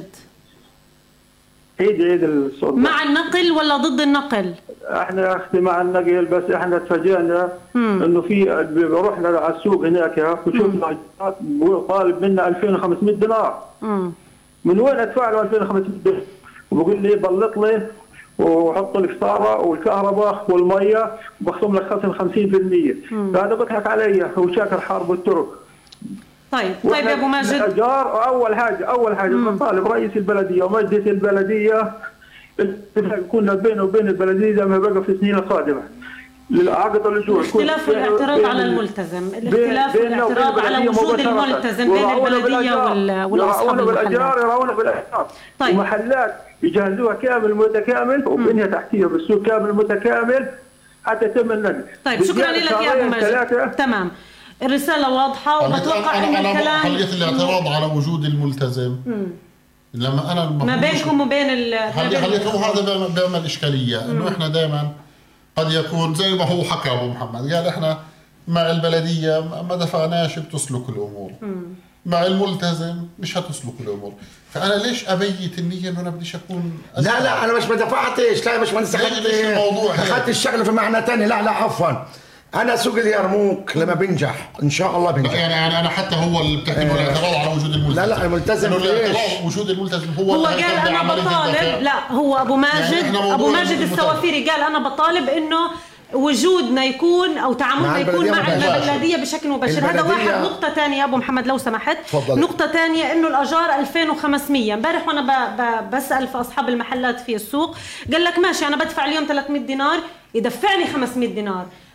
عيد عيد الصوت. مع النقل ولا ضد النقل؟ احنا يا اختي مع النقل بس احنا تفاجئنا انه في رحنا على السوق هناك وشفنا طالب منا ألفين وخمسمية دينار. امم من وين ادفع له ألفين وخمسمية دينار؟ وبقول لي بلط لي وحط الفطاره والكهرباء والميه وبخصم لك خصم خمسين بالمية. فهذا بضحك علي وشاكر حرب الترك. طيب طيب يا ابو ماجد. الاجار اول حاجه اول حاجه بنطالب رئيس البلديه ومجلس البلديه يكون بينه وبين البلديه زي ما بقى في السنين القادمه للعقد اللجوء. الاختلاف والاعتراض على الملتزم، الاختلاف والاعتراض على وجود الملتزم بين البلديه والاصحاب المحلات. يراونه بالاجار. طيب. ومحلات يجهزوها كامل متكامل وبنيه تحتيه بالسوق كامل متكامل حتى يتم النقل. طيب شكرا لك يا ابو ماجد. تمام الرسالة واضحة وبتوقع ان الكلام خليت الاعتراض على وجود الملتزم. مم. لما انا ما بينكم وبين ال خليته هذا بيعمل اشكاليه انه احنا دائما قد يكون زي ما هو حكى ابو محمد قال احنا مع البلديه ما دفعناش بتسلك الامور. مم. مع الملتزم مش هتسلك الامور. فانا ليش ابيت النيه انه انا بديش اكون لا لا انا مش ما دفعتش. لا مش مهندس اخذت الشغله في معنى ثاني. لا لا عفوا انا سوق اليرموك لما بنجح ان شاء الله بنجح. يعني انا حتى هو اللي بتحكي انه الاعتراض على وجود الملتزم. لا لا الملتزم ليش؟ وجود الملتزم هو هو قال انا بطالب. لا هو ابو ماجد يعني ابو ماجد السوافيري قال انا بطالب انه وجودنا يكون او تعاملنا يكون مع البلديه بشكل مباشر. هذا واحد. نقطه ثانيه ابو محمد لو سمحت. فضل. نقطه ثانيه انه الاجار ألفين وخمسمية. امبارح وانا ب... ب... بسال في اصحاب المحلات في السوق قال لك ماشي انا بدفع اليوم ثلاثمية دينار يدفعني خمسمية دينار.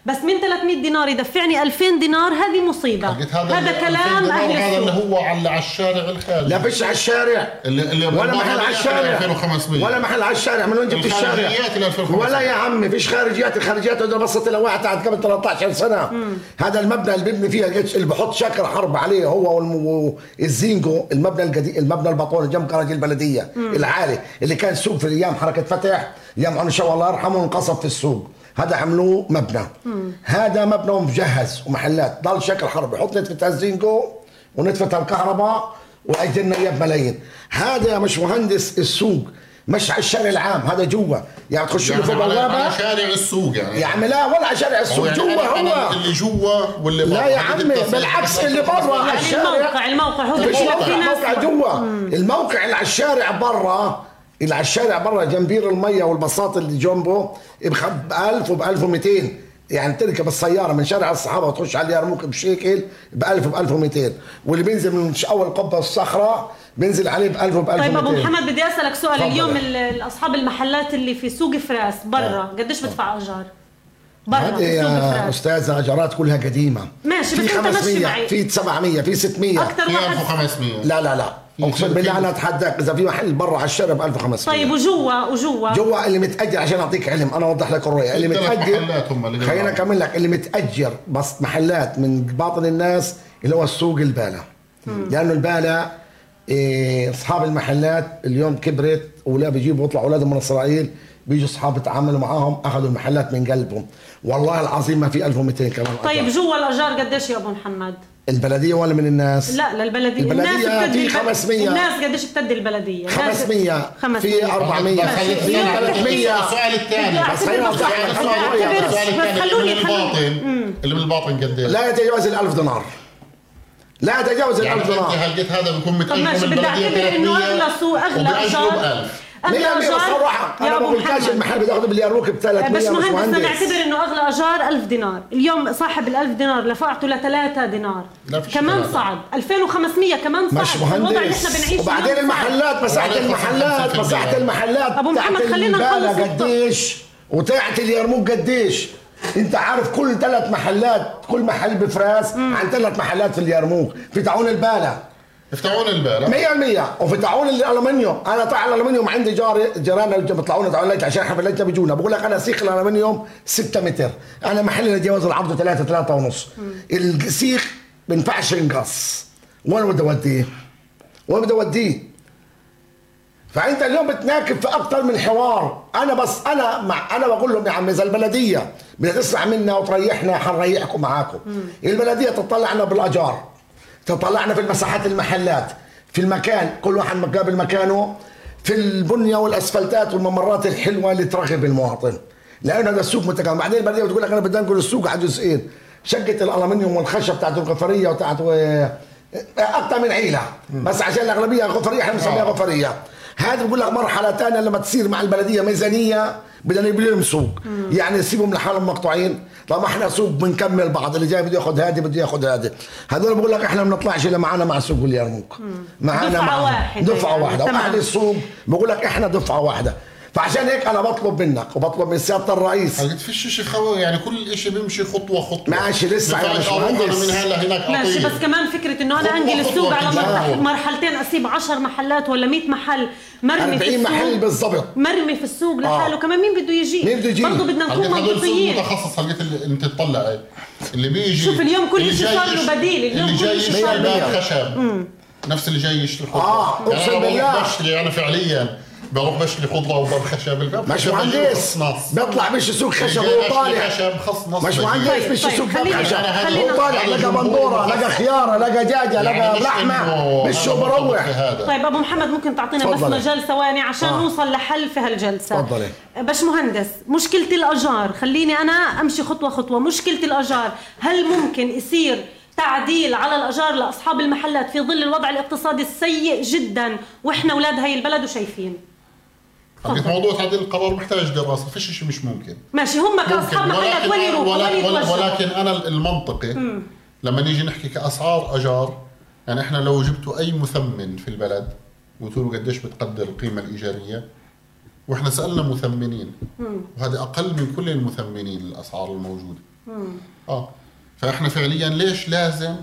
بس من ثلاثمية دينار يدفعني ألفين دينار، هذه مصيبة. هذا, هذا كلام أهل السوق. هذا اللي هو على على الشارع الخارجي. لا فيش على الشارع اللي اللي ولا محل على الشارع ألفين وخمسمية ولا محل على الشارع. من وين جبت الشارع؟ ولا يا عمي فيش خارجيات. الخارجيات هذول بسط لو واحد قعد قبل ثلاثة عشر سنة. مم. هذا المبنى اللي بيبني فيه اللي بحط شكر حرب عليه هو والزينجو، المبنى القديم، المبنى البطولي جنب كراج البلدية. مم. العالي اللي كان سوق في ايام حركة فتح، ايام ان شاء الله يرحمه، انقصف في السوق. هذا عملوه مبنى. مم. هذا مبنى مجهز ومحلات، ضل شكل حرب، يحط نتفة الزينجو ونتفة الكهرباء واجرنا اياه بملايين. هذا مش مهندس السوق، مش على الشارع العام، هذا جوا يعني تخش له في بوابه على شارع السوق يعني يعني لا ولا على شارع السوق، يعني جوا هو اللي جوا واللي لا يا عمي بالعكس اللي برا على الشارع. الموقع الموقع هو مش الموقع جوا، الموقع اللي على الشارع برا، اللي على الشارع برا جنبير المية والبساط اللي جنبه ب ألف وب ألف ومئتين، يعني تركب السياره من شارع الصحابه وتخش على اليرموك بشيكل ب ألف وب ألف ومئتين، واللي بينزل من اول قبه الصخره بينزل عليه ب ألف وب ألف ومئتين. طيب ابو محمد بدي اسالك سؤال، فضل. اليوم اصحاب المحلات اللي في سوق فراس برا قديش بدفع ايجار؟ برا هذه يا استاذه اجارات كلها قديمه. ماشي بس انت ماشي معي في سبعمية في ستمية اكثر في ألف وخمسمية. لا لا لا اقسم بالله انا اتحداك اذا في محل برا على الشارع ب ألف وخمسمية. طيب وجوا وجوا جوا اللي متاجر، عشان اعطيك علم انا اوضح لك الرؤيه، اللي متاجر خلينا اكمل لك، اللي متاجر بس محلات من باطن الناس اللي هو السوق البالة. لانه البالة اصحاب المحلات اليوم كبرت ولا بيجيبوا يطلعوا اولادهم من اسرائيل، بيجوا اصحاب يتعاملوا معاهم اخذوا المحلات من قلبهم، والله العظيم ما في ألف ومئتين كمان. طيب جوا الاجار قديش يا ابو محمد؟ البلديه ولا من الناس؟ لا للبلديه. البلديه في خمسمية. الناس قديش بتدي البلديه؟ خمسمية في أربعمية في ثلاثمية. السؤال الثاني بس خلينا نوضح لك السؤال الثاني اللي من الباطن اللي من الباطن قديش؟ لا يتجاوز الألف دينار. لا يتجاوز الألف دينار. يعني هل هذا بيكون متأجر من البلديه ثلاثمية انه اغلى سوق اغلى ايجار مية مية بصراحة أنا بقول كاش المحل بتاخذ بالياروك ب ثلاثمية. بس مهندس نعتبر إنه أغلى أجار ألف دينار، اليوم صاحب الألف دينار لفعته لثلاثة دينار كمان صعد، ألفين وخمسمية كمان صعد. مش مهندس. وبعدين المحلات مساحة المحلات مساحة المحلات أبو محمد خلينا نخلص قديش وتاعت اليرموك قديش. انت عارف كل ثلاث محلات كل محل بفراس عن ثلاث محلات في اليرموك في تعاون البالة. يفتحون البالة مية بالمية وفتحون الالومنيوم. انا طالع الالومنيوم عندي جاري جيراننا بيطلعون يدعون لي عشان حفل الليله بيجونا، بقول لك انا سيخ الالومنيوم ستة متر، انا محلي نتجاوز العرض ثلاثة ثلاثة ونص. السيخ ما بينفعش ينقص. وين بدي اوديه؟ وين بدي اوديه؟ فانت اليوم بتناكب في اكثر من حوار. انا بس انا مع انا بقول لهم يا عم اذا البلديه بدها تسمع منا وتريحنا حنريحكم معاكم. البلديه تطلعنا بالاجار، تطلعنا في المساحات المحلات، في المكان كل واحد مقابل مكانه، في البنيه والاسفلتات والممرات الحلوه اللي ترغب المواطن، لانه هذا السوق متكامل. بعدين البلديه بتقول لك انا بدي انقل السوق على جزئين، شقه الالومنيوم والخشب تاعت الغفريه وتاعت اكثر من عيله، بس عشان الاغلبيه غفريه احنا بنسميها غفريه. هذا بقول لك مرحله ثانيه لما تصير مع البلديه ميزانيه بدنا نبني لهم سوق، يعني نسيبهم لحالهم مقطوعين. طب احنا سوق بنكمل بعض، اللي جاي بده ياخذ هذه بده ياخذ هذه، هذول بقول لك احنا ما بنطلعش الا معنا مع سوق اليرموك، معنا دفعه مع واحده دفعه يعني. واحده واهل السوق بقول لك احنا دفعه واحده. فعشان هيك انا بطلب منك وبطلب من سياده الرئيس، فيش شيء خوي يعني كل شيء بيمشي خطوه خطوه. ماشي لسه يا باشمهندس من هلا هناك ماشي، بس كمان فكره انه انا انقل السوق على مرحلتين، اسيب عشر محلات ولا مية محل مرمي في السوق، محل بالضبط مرمي في السوق لحاله. آه. كمان مين بده يجي؟ مين بده يجي؟ برضه بدنا نكون منطقيين. متخصص هلقيت انت تطلع اللي بيجي. شوف اليوم كل شيء صار له بديل، اليوم اللي جاي كل شيء صار له خشب نفس اللي جاي يشتري خضره. اه اقسم بالله بشتري انا فعليا بروح بشتري خضره وباب خشب. الباب مش مهندس بيطلع مش سوق خشب وطالع خشب خص مش مهندس مش سوق باب خشب هو طالع لقى بندوره لقى خياره لقى دجاجه لقى لحمه مش بروح. طيب ابو محمد ممكن تعطينا بس مجال ثواني عشان آه. نوصل لحل في هالجلسه؟ تفضلي. باش مهندس مشكله الاجار، خليني انا امشي خطوه خطوه. مشكله الاجار هل ممكن يصير تعديل على الاجار لاصحاب المحلات في ظل الوضع الاقتصادي السيء جدا واحنا اولاد هاي البلد وشايفين؟ حقيقة موضوع تعديل القرار محتاج دراسة، فيش شيء مش ممكن. ماشي هم كأصحاب محلات وين يروحوا وين يتوجهوا؟ ولكن أنا المنطقي مم. لما نيجي نحكي كأسعار أجار، يعني إحنا لو جبتوا أي مثمن في البلد وقلت له قديش بتقدر القيمة الإيجارية، وإحنا سألنا مثمنين مم. وهذا أقل من كل المثمنين الأسعار الموجودة. اه فاحنا فعليا ليش لازم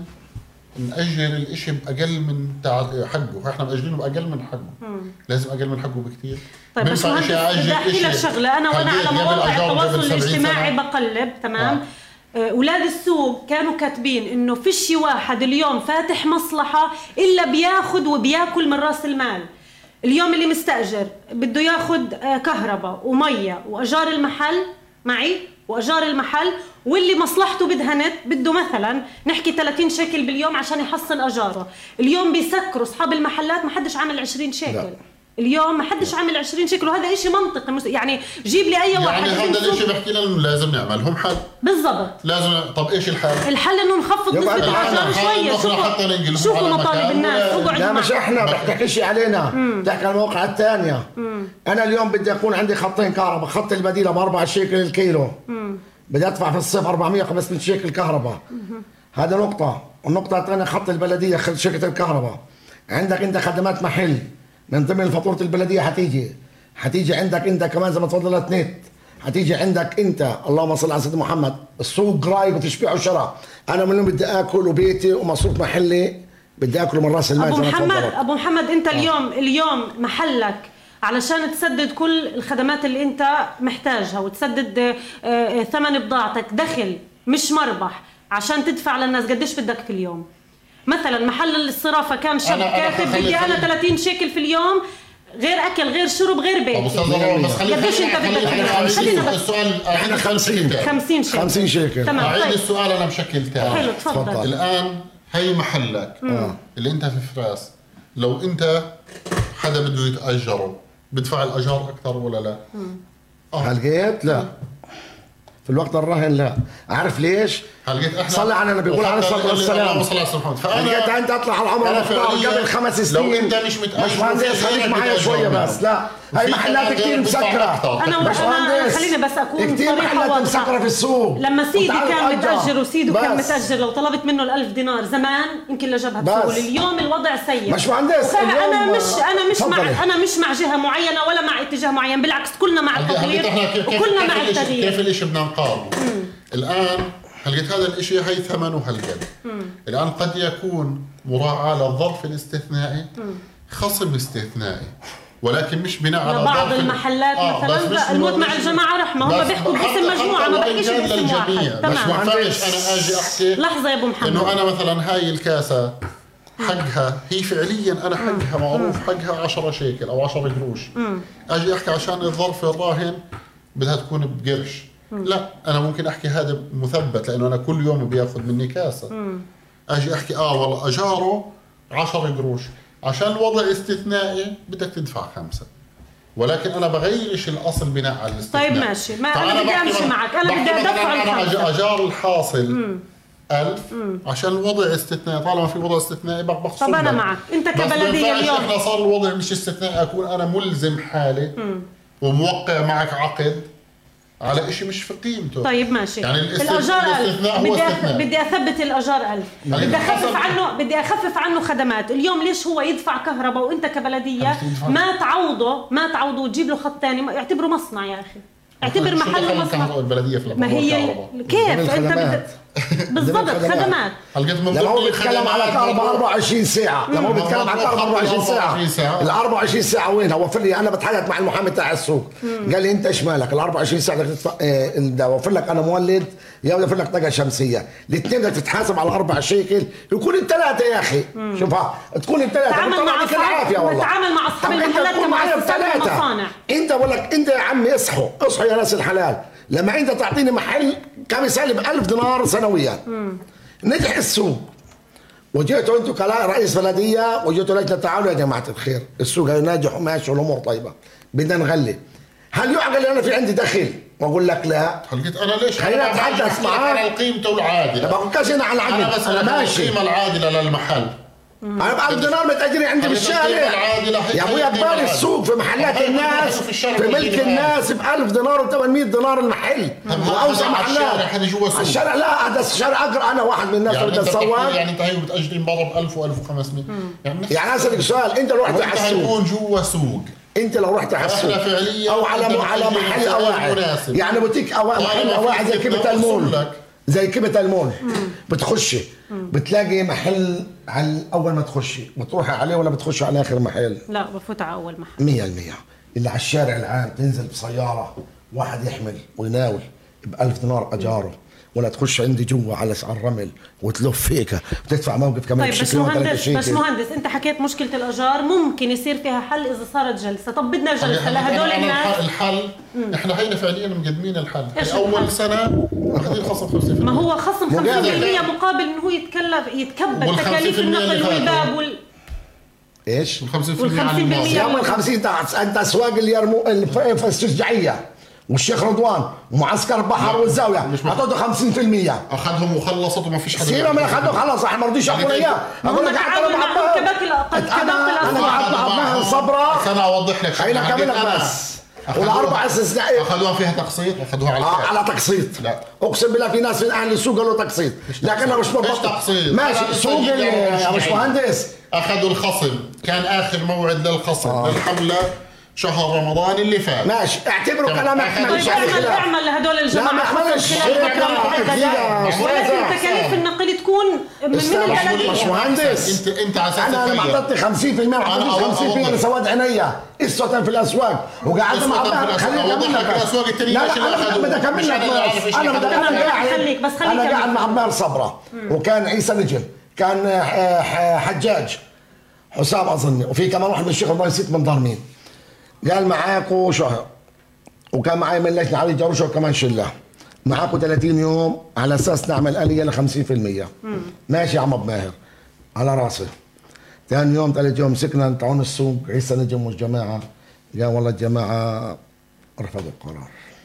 نأجل الاشي بأقل من حقه؟ احنا مأجلينه بأقل من حقه. مم. لازم أقل من حقه بكثير. طيب بس بدي احكي لك شغله، انا وانا على مواقع التواصل الاجتماعي بقلب تمام آه. اولاد السوق كانوا كاتبين انه فيش واحد اليوم فاتح مصلحه الا بياخذ وبياكل من راس المال. اليوم اللي مستاجر بده ياخذ كهرباء وميه واجار المحل معي واجار المحل، واللي مصلحته بدها نت بده مثلا نحكي ثلاثين شيكل باليوم عشان يحصل اجاره. اليوم بيسكروا اصحاب المحلات ما حدش عامل عشرين شيكل. لا. اليوم ما حدش عامل عشرين شيكل، وهذا إشي منطقي. يعني جيب لي اي واحد يعني هذا الشيء بحكي لنا انه لازم نعملهم حل بالضبط. لازم. طب ايش الحل؟ الحل انه نخفض نسبه الاجار شويه. شوفوا شوفوا مطالب الناس. لا مش احنا بحكي شيء علينا، بحكي على المواقع الثانيه. انا اليوم بدي اكون عندي خطين كهرباء، خط البديله ب أربعة شيكل الكيلو، بدي ادفع في الصيف أربعمية وخمسمية شيكل كهرباء. هذا نقطه. النقطه الثانيه خط البلديه، شركه الكهرباء. عندك انت خدمات محل من ضمن فاتوره البلديه حتيجي حتيجي عندك انت كمان زي ما تفضلت نت، حتيجي عندك انت اللهم صل على سيدنا محمد السوق رايق وتشبيع وشراء. انا من بدي اكل وبيتي ومصروف محلي بدي اكله من راس المال. ابو محمد ابو محمد انت اليوم آه. اليوم محلك علشان تسدد كل الخدمات اللي انت محتاجها وتسدد آه ثمن بضاعتك، دخل مش مربح، عشان تدفع للناس قديش بدك في اليوم؟ مثلا محل الصرافه كان شاب كاتب بدي انا ثلاثين شيكل في اليوم، غير اكل غير شرب غير بيت. قديش انت بدك؟ خلينا السؤال احنا خمسين خمسين شيكل خمسين شيكل. تمام. اعيد طيب. السؤال انا بشكل ثاني. حلو تفضل. الان هي محلك مم. اللي انت في فراس، لو انت حدا بده يتاجره بدفع الاجار اكثر ولا لا؟ اه هلقيت لا في الوقت الراهن لا. عارف ليش؟ هلقيت احنا صلي على النبي بيقول عليه الصلاه والسلام. اللهم صل على سيدنا محمد. فانا انت اطلع على العمر قبل خمس سنين. لو انت مش متاجر مش مهندس خليك معايا شويه بس. لا هاي محلات كثير مسكره. انا انا خليني بس اكون صريحه واضحه. مسكره في السوق. لما سيدي كان متاجر وسيده كان متاجر لو طلبت منه الألف دينار زمان يمكن لجبهه تسول. اليوم الوضع سيء. مش مهندس. انا مش انا مش مع انا مش مع جهه معينه ولا مع اتجاه معين، بالعكس كلنا مع التغيير وكلنا مع التغيير. كيف الشيء بدنا نقارنه؟ الان هلقيت هذا الاشي هي ثمنه هالقد. الان قد يكون مراعاة للظرف الاستثنائي، خصم استثنائي، ولكن مش بناء على بعض المحلات آه مثلا الموت مع الجماعه رحمه، هم بيحكوا باسم مجموعه ما بحكيش باسم واحد. بس ما ينفعش انا اجي احكي لحظه يا ابو محمد انه انا مثلا هاي الكاسه حقها هي فعليا انا حقها معروف حقها عشرة شيكل او عشرة قروش، اجي احكي عشان الظرف الراهن بدها تكون بقرش. لا انا ممكن احكي هذا مثبت لانه انا كل يوم بياخذ مني كاسه. مم. اجي احكي اه والله اجاره عشرة قروش، عشان الوضع استثنائي بدك تدفع خمسه، ولكن انا بغيرش الاصل بناء على الاستثناء. طيب ماشي، ما انا بدي امشي معك، انا بدي ادفع الخمسه. انا اجار الحاصل مم. ألف مم. عشان الوضع استثنائي، طالما في وضع استثنائي بخصم. طب انا معك، انت كبلديه اليوم احنا صار الوضع مش استثنائي، اكون انا ملزم حالي مم. وموقع معك عقد على إشي مش في قيمته. طيب ماشي. يعني الأجار ألف، بدي أث... بدي أثبت الأجار ألف، بدي أخفف عنه بدي أخفف عنه خدمات. اليوم ليش هو يدفع كهرباء وأنت كبلدية ما تعوضه ما تعوضه وتجيب له خط ثاني؟ اعتبره مصنع يا أخي، اعتبر محله مصنع. البلدية في ما هي كيف أنت بد... بالضبط خدمات. لما هو بيتكلم على كهرباء أربعة وعشرين ساعة، لما هو بيتكلم على كهرباء أربعة وعشرين ساعة، ال أربعة وعشرين ساعة وينها؟ وفر لي. أنا بتحدث مع المحامي تاع السوق، قال لي أنت إيش مالك؟ ال أربعة وعشرين ساعة بدك تدفع، بدي أوفر لك أنا مولد يا بدي أوفر لك طاقة شمسية، الاثنين بدك تتحاسب على أربعة شيكل، يكون الثلاثة يا أخي، شوفها تكون الثلاثة. تعامل مع أصحاب تعامل مع أصحاب المحلات كمؤسسات المصانع. أنت بقول لك أنت يا عمي اصحوا اصحوا يا ناس الحلال، لما أنت تعطيني محل كمثال ب ألف دينار سنويا، نجح السوق وجيتوا انتم كرئيس بلديه وجيتوا لجنه تعالوا يا جماعه الخير السوق ناجح وماشي والامور طيبه بدنا نغلي، هل يعقل انا في عندي دخل واقول لك لا؟ قلت انا ليش خلينا نتحدث معاك على القيمه العادله. ما بقولكش انا على العدل، انا بس انا ماشي القيمه العادله للمحل. انا ب ألف دينار متاجرين عندي بالشارع يا ابويا، كبار السوق في محلات الناس في ملك الناس ب ألف دينار و ثمانمية دينار المحل واوسع محلات. هذا جوا السوق الشارع لا هذا الشارع اقرا انا واحد من الناس يعني بدي اتصور. يعني انت هي بتاجرين برا ب ألف و ألف وخمسمية يعني يعني اسالك سؤال، انت لو رحت على السوق هيكون جوا سوق، انت لو رحت على السوق او على على محل اواعي يعني بوتيك أوا... محل اواعي زي كلمه المول زي كبة المول. بتخشي بتلاقي محل على اول ما تخشي، بتروحي عليه ولا بتخشي على اخر محل؟ لا بفوت على اول محل. مية بالمية. اللي على الشارع العام تنزل بسياره واحد يحمل ويناول بألف دينار اجاره، ولا تخش عندي جوا على على الرمل وتلف فيك وتدفع موقف كمان. طيب بس مهندس بس مهندس انت حكيت مشكله الاجار ممكن يصير فيها حل اذا صارت جلسه، طب بدنا جلسه لهدول الناس. الحل مم. احنا هينا فعليا مقدمين الحل. اول سنه اخذين خصم خمسين بالمية. ما هو خصم خمسين بالمية مقابل انه هو يتكلف يتكبل تكاليف النقل والباب وال ايش؟ خمسين بالمية يوم ال خمسين انت اسواق اليرمو الشجاعيه والشيخ رضوان ومعسكر بحر والزاويه اعطوه خمسين بالمية. اخذهم وخلصت وما فيش حدا. سيبه من اخذه خلص، احنا ما رضيش يعطونا اياه. اقول لك قعدوا معهم كباقي كباقي انا قعدت مع ماهر صبره. انا اوضح لك خلينا اكمل لك بس. والاربع استثناء اخذوها فيها تقسيط، اخذوها على آه على تقسيط. لا اقسم بالله في ناس من اهل السوق قالوا تقسيط، لكن مش تقسيط. ماشي سوق يا مش مهندس. اخذوا الخصم، كان اخر موعد للخصم آه. للحمله شهر رمضان اللي فات. ماشي اعتبروا كلام احمد. طيب اعمل اعمل لهدول الجماعه. لا ما اعملش. ولكن تكاليف النقل تكون من البلديه. مش مهندس. انت انت على اساس انا معطيتني خمسين بالمية ما خمسين بالمية لسواد عينيا اسوة في الاسواق وقعدت مع بعض. خليني اكمل لك الاسواق الثانيه. لا انا بدي اكمل لك بس انا بدي انا قاعد بس خليك انا قاعد مع ماهر صبره وكان عيسى نجم، كان حجاج حسام اظن، وفي كمان واحد من الشيخ الله نسيت من دار مين. قال معاكو شهر وكان معي من لجنه علي جروشه وكمان شله، معاكو ثلاثين يوم على اساس نعمل اليه ل خمسين بالمية. ماشي يا عم ابو ماهر على راسي. ثاني يوم ثالث يوم مسكنا نطعون السوق عيسى نجم والجماعه، قال والله الجماعه رفضوا القرار.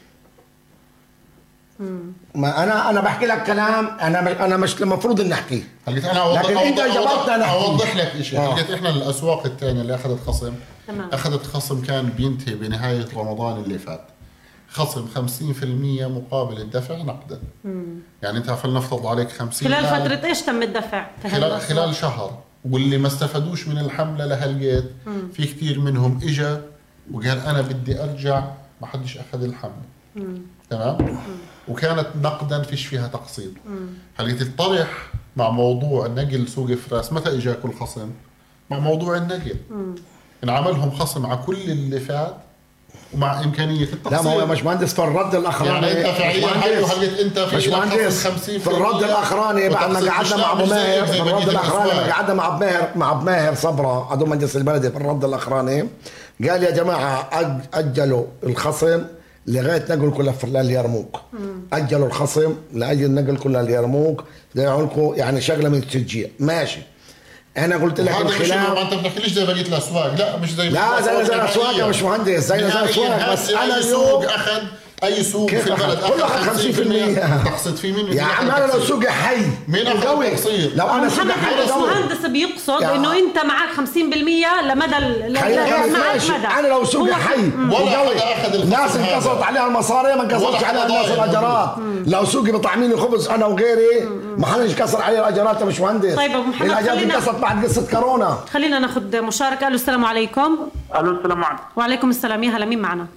ما انا انا بحكي لك كلام انا انا مش المفروض اني احكيه. انا اوضح لك انت جاوبتني انا اوضح لك شيء. آه. احنا الاسواق الثانيه اللي اخذت خصم تمام. اخذت خصم كان بينتهي بنهايه رمضان اللي فات، خصم خمسين بالمية مقابل الدفع نقدا. مم. يعني انت فلنفرض عليك خمسين خلال فتره ايش تم الدفع؟ خلال خلال شهر، واللي ما استفادوش من الحمله لهالقيت في كثير منهم اجى وقال انا بدي ارجع، ما حدش اخذ الحمله. مم. تمام؟ مم. وكانت نقدا فيش فيها تقسيط. هلقيت الطرح مع موضوع نقل سوق فراس، متى اجاكوا الخصم؟ مع موضوع النقل. انعملهم خصم على كل اللي فات ومع امكانيه التقسيط. لا ما هو مش مهندس في الرد الاخراني. يعني انت فعليا هلقيت انت في مش مهندس في الرد الاخراني بعد ما قعدنا مع ابو ماهر في الرد الاخراني ما قعدنا مع ابو ماهر مع ابو ماهر صبره عضو مجلس البلدي في الرد الاخراني، قال يا جماعه اجلوا الخصم لغايه نقل كلها لليرموك. اجلوا الخصم لاجل نقل كلها لليرموك، لكم يعني شغله من التشجيع. ماشي انا قلت لك الخلاف. ما انت ما بتحكيليش زي بقيه الاسواق. لا مش زي لا زي زي الاسواق يا مش مهندس، زي زي الاسواق. بس انا اليوم اخذ اي سوق في البلد كله اخذ خمسين بالمية تقسيط في مين؟ يا عم انا لو سوقي حي مين اخذ تقسيط؟ لو انا سوقي حي المهندس بيقصد انه انت معك خمسين بالمية لمدى ماشي. انا لو سوقي حي الناس انقصت عليها المصاري ما انقصتش عليها الناس الاجارات. لو سوقي بطعميني خبز انا وغيري ما حدش كسر عليه الاجارات يا مش مهندس. طيب ابو محمد الاجارات انقصت بعد قصه كورونا. خلينا ناخذ مشاركه. الو السلام عليكم. الو السلام عليكم. وعليكم السلام. يا هلا مين معنا؟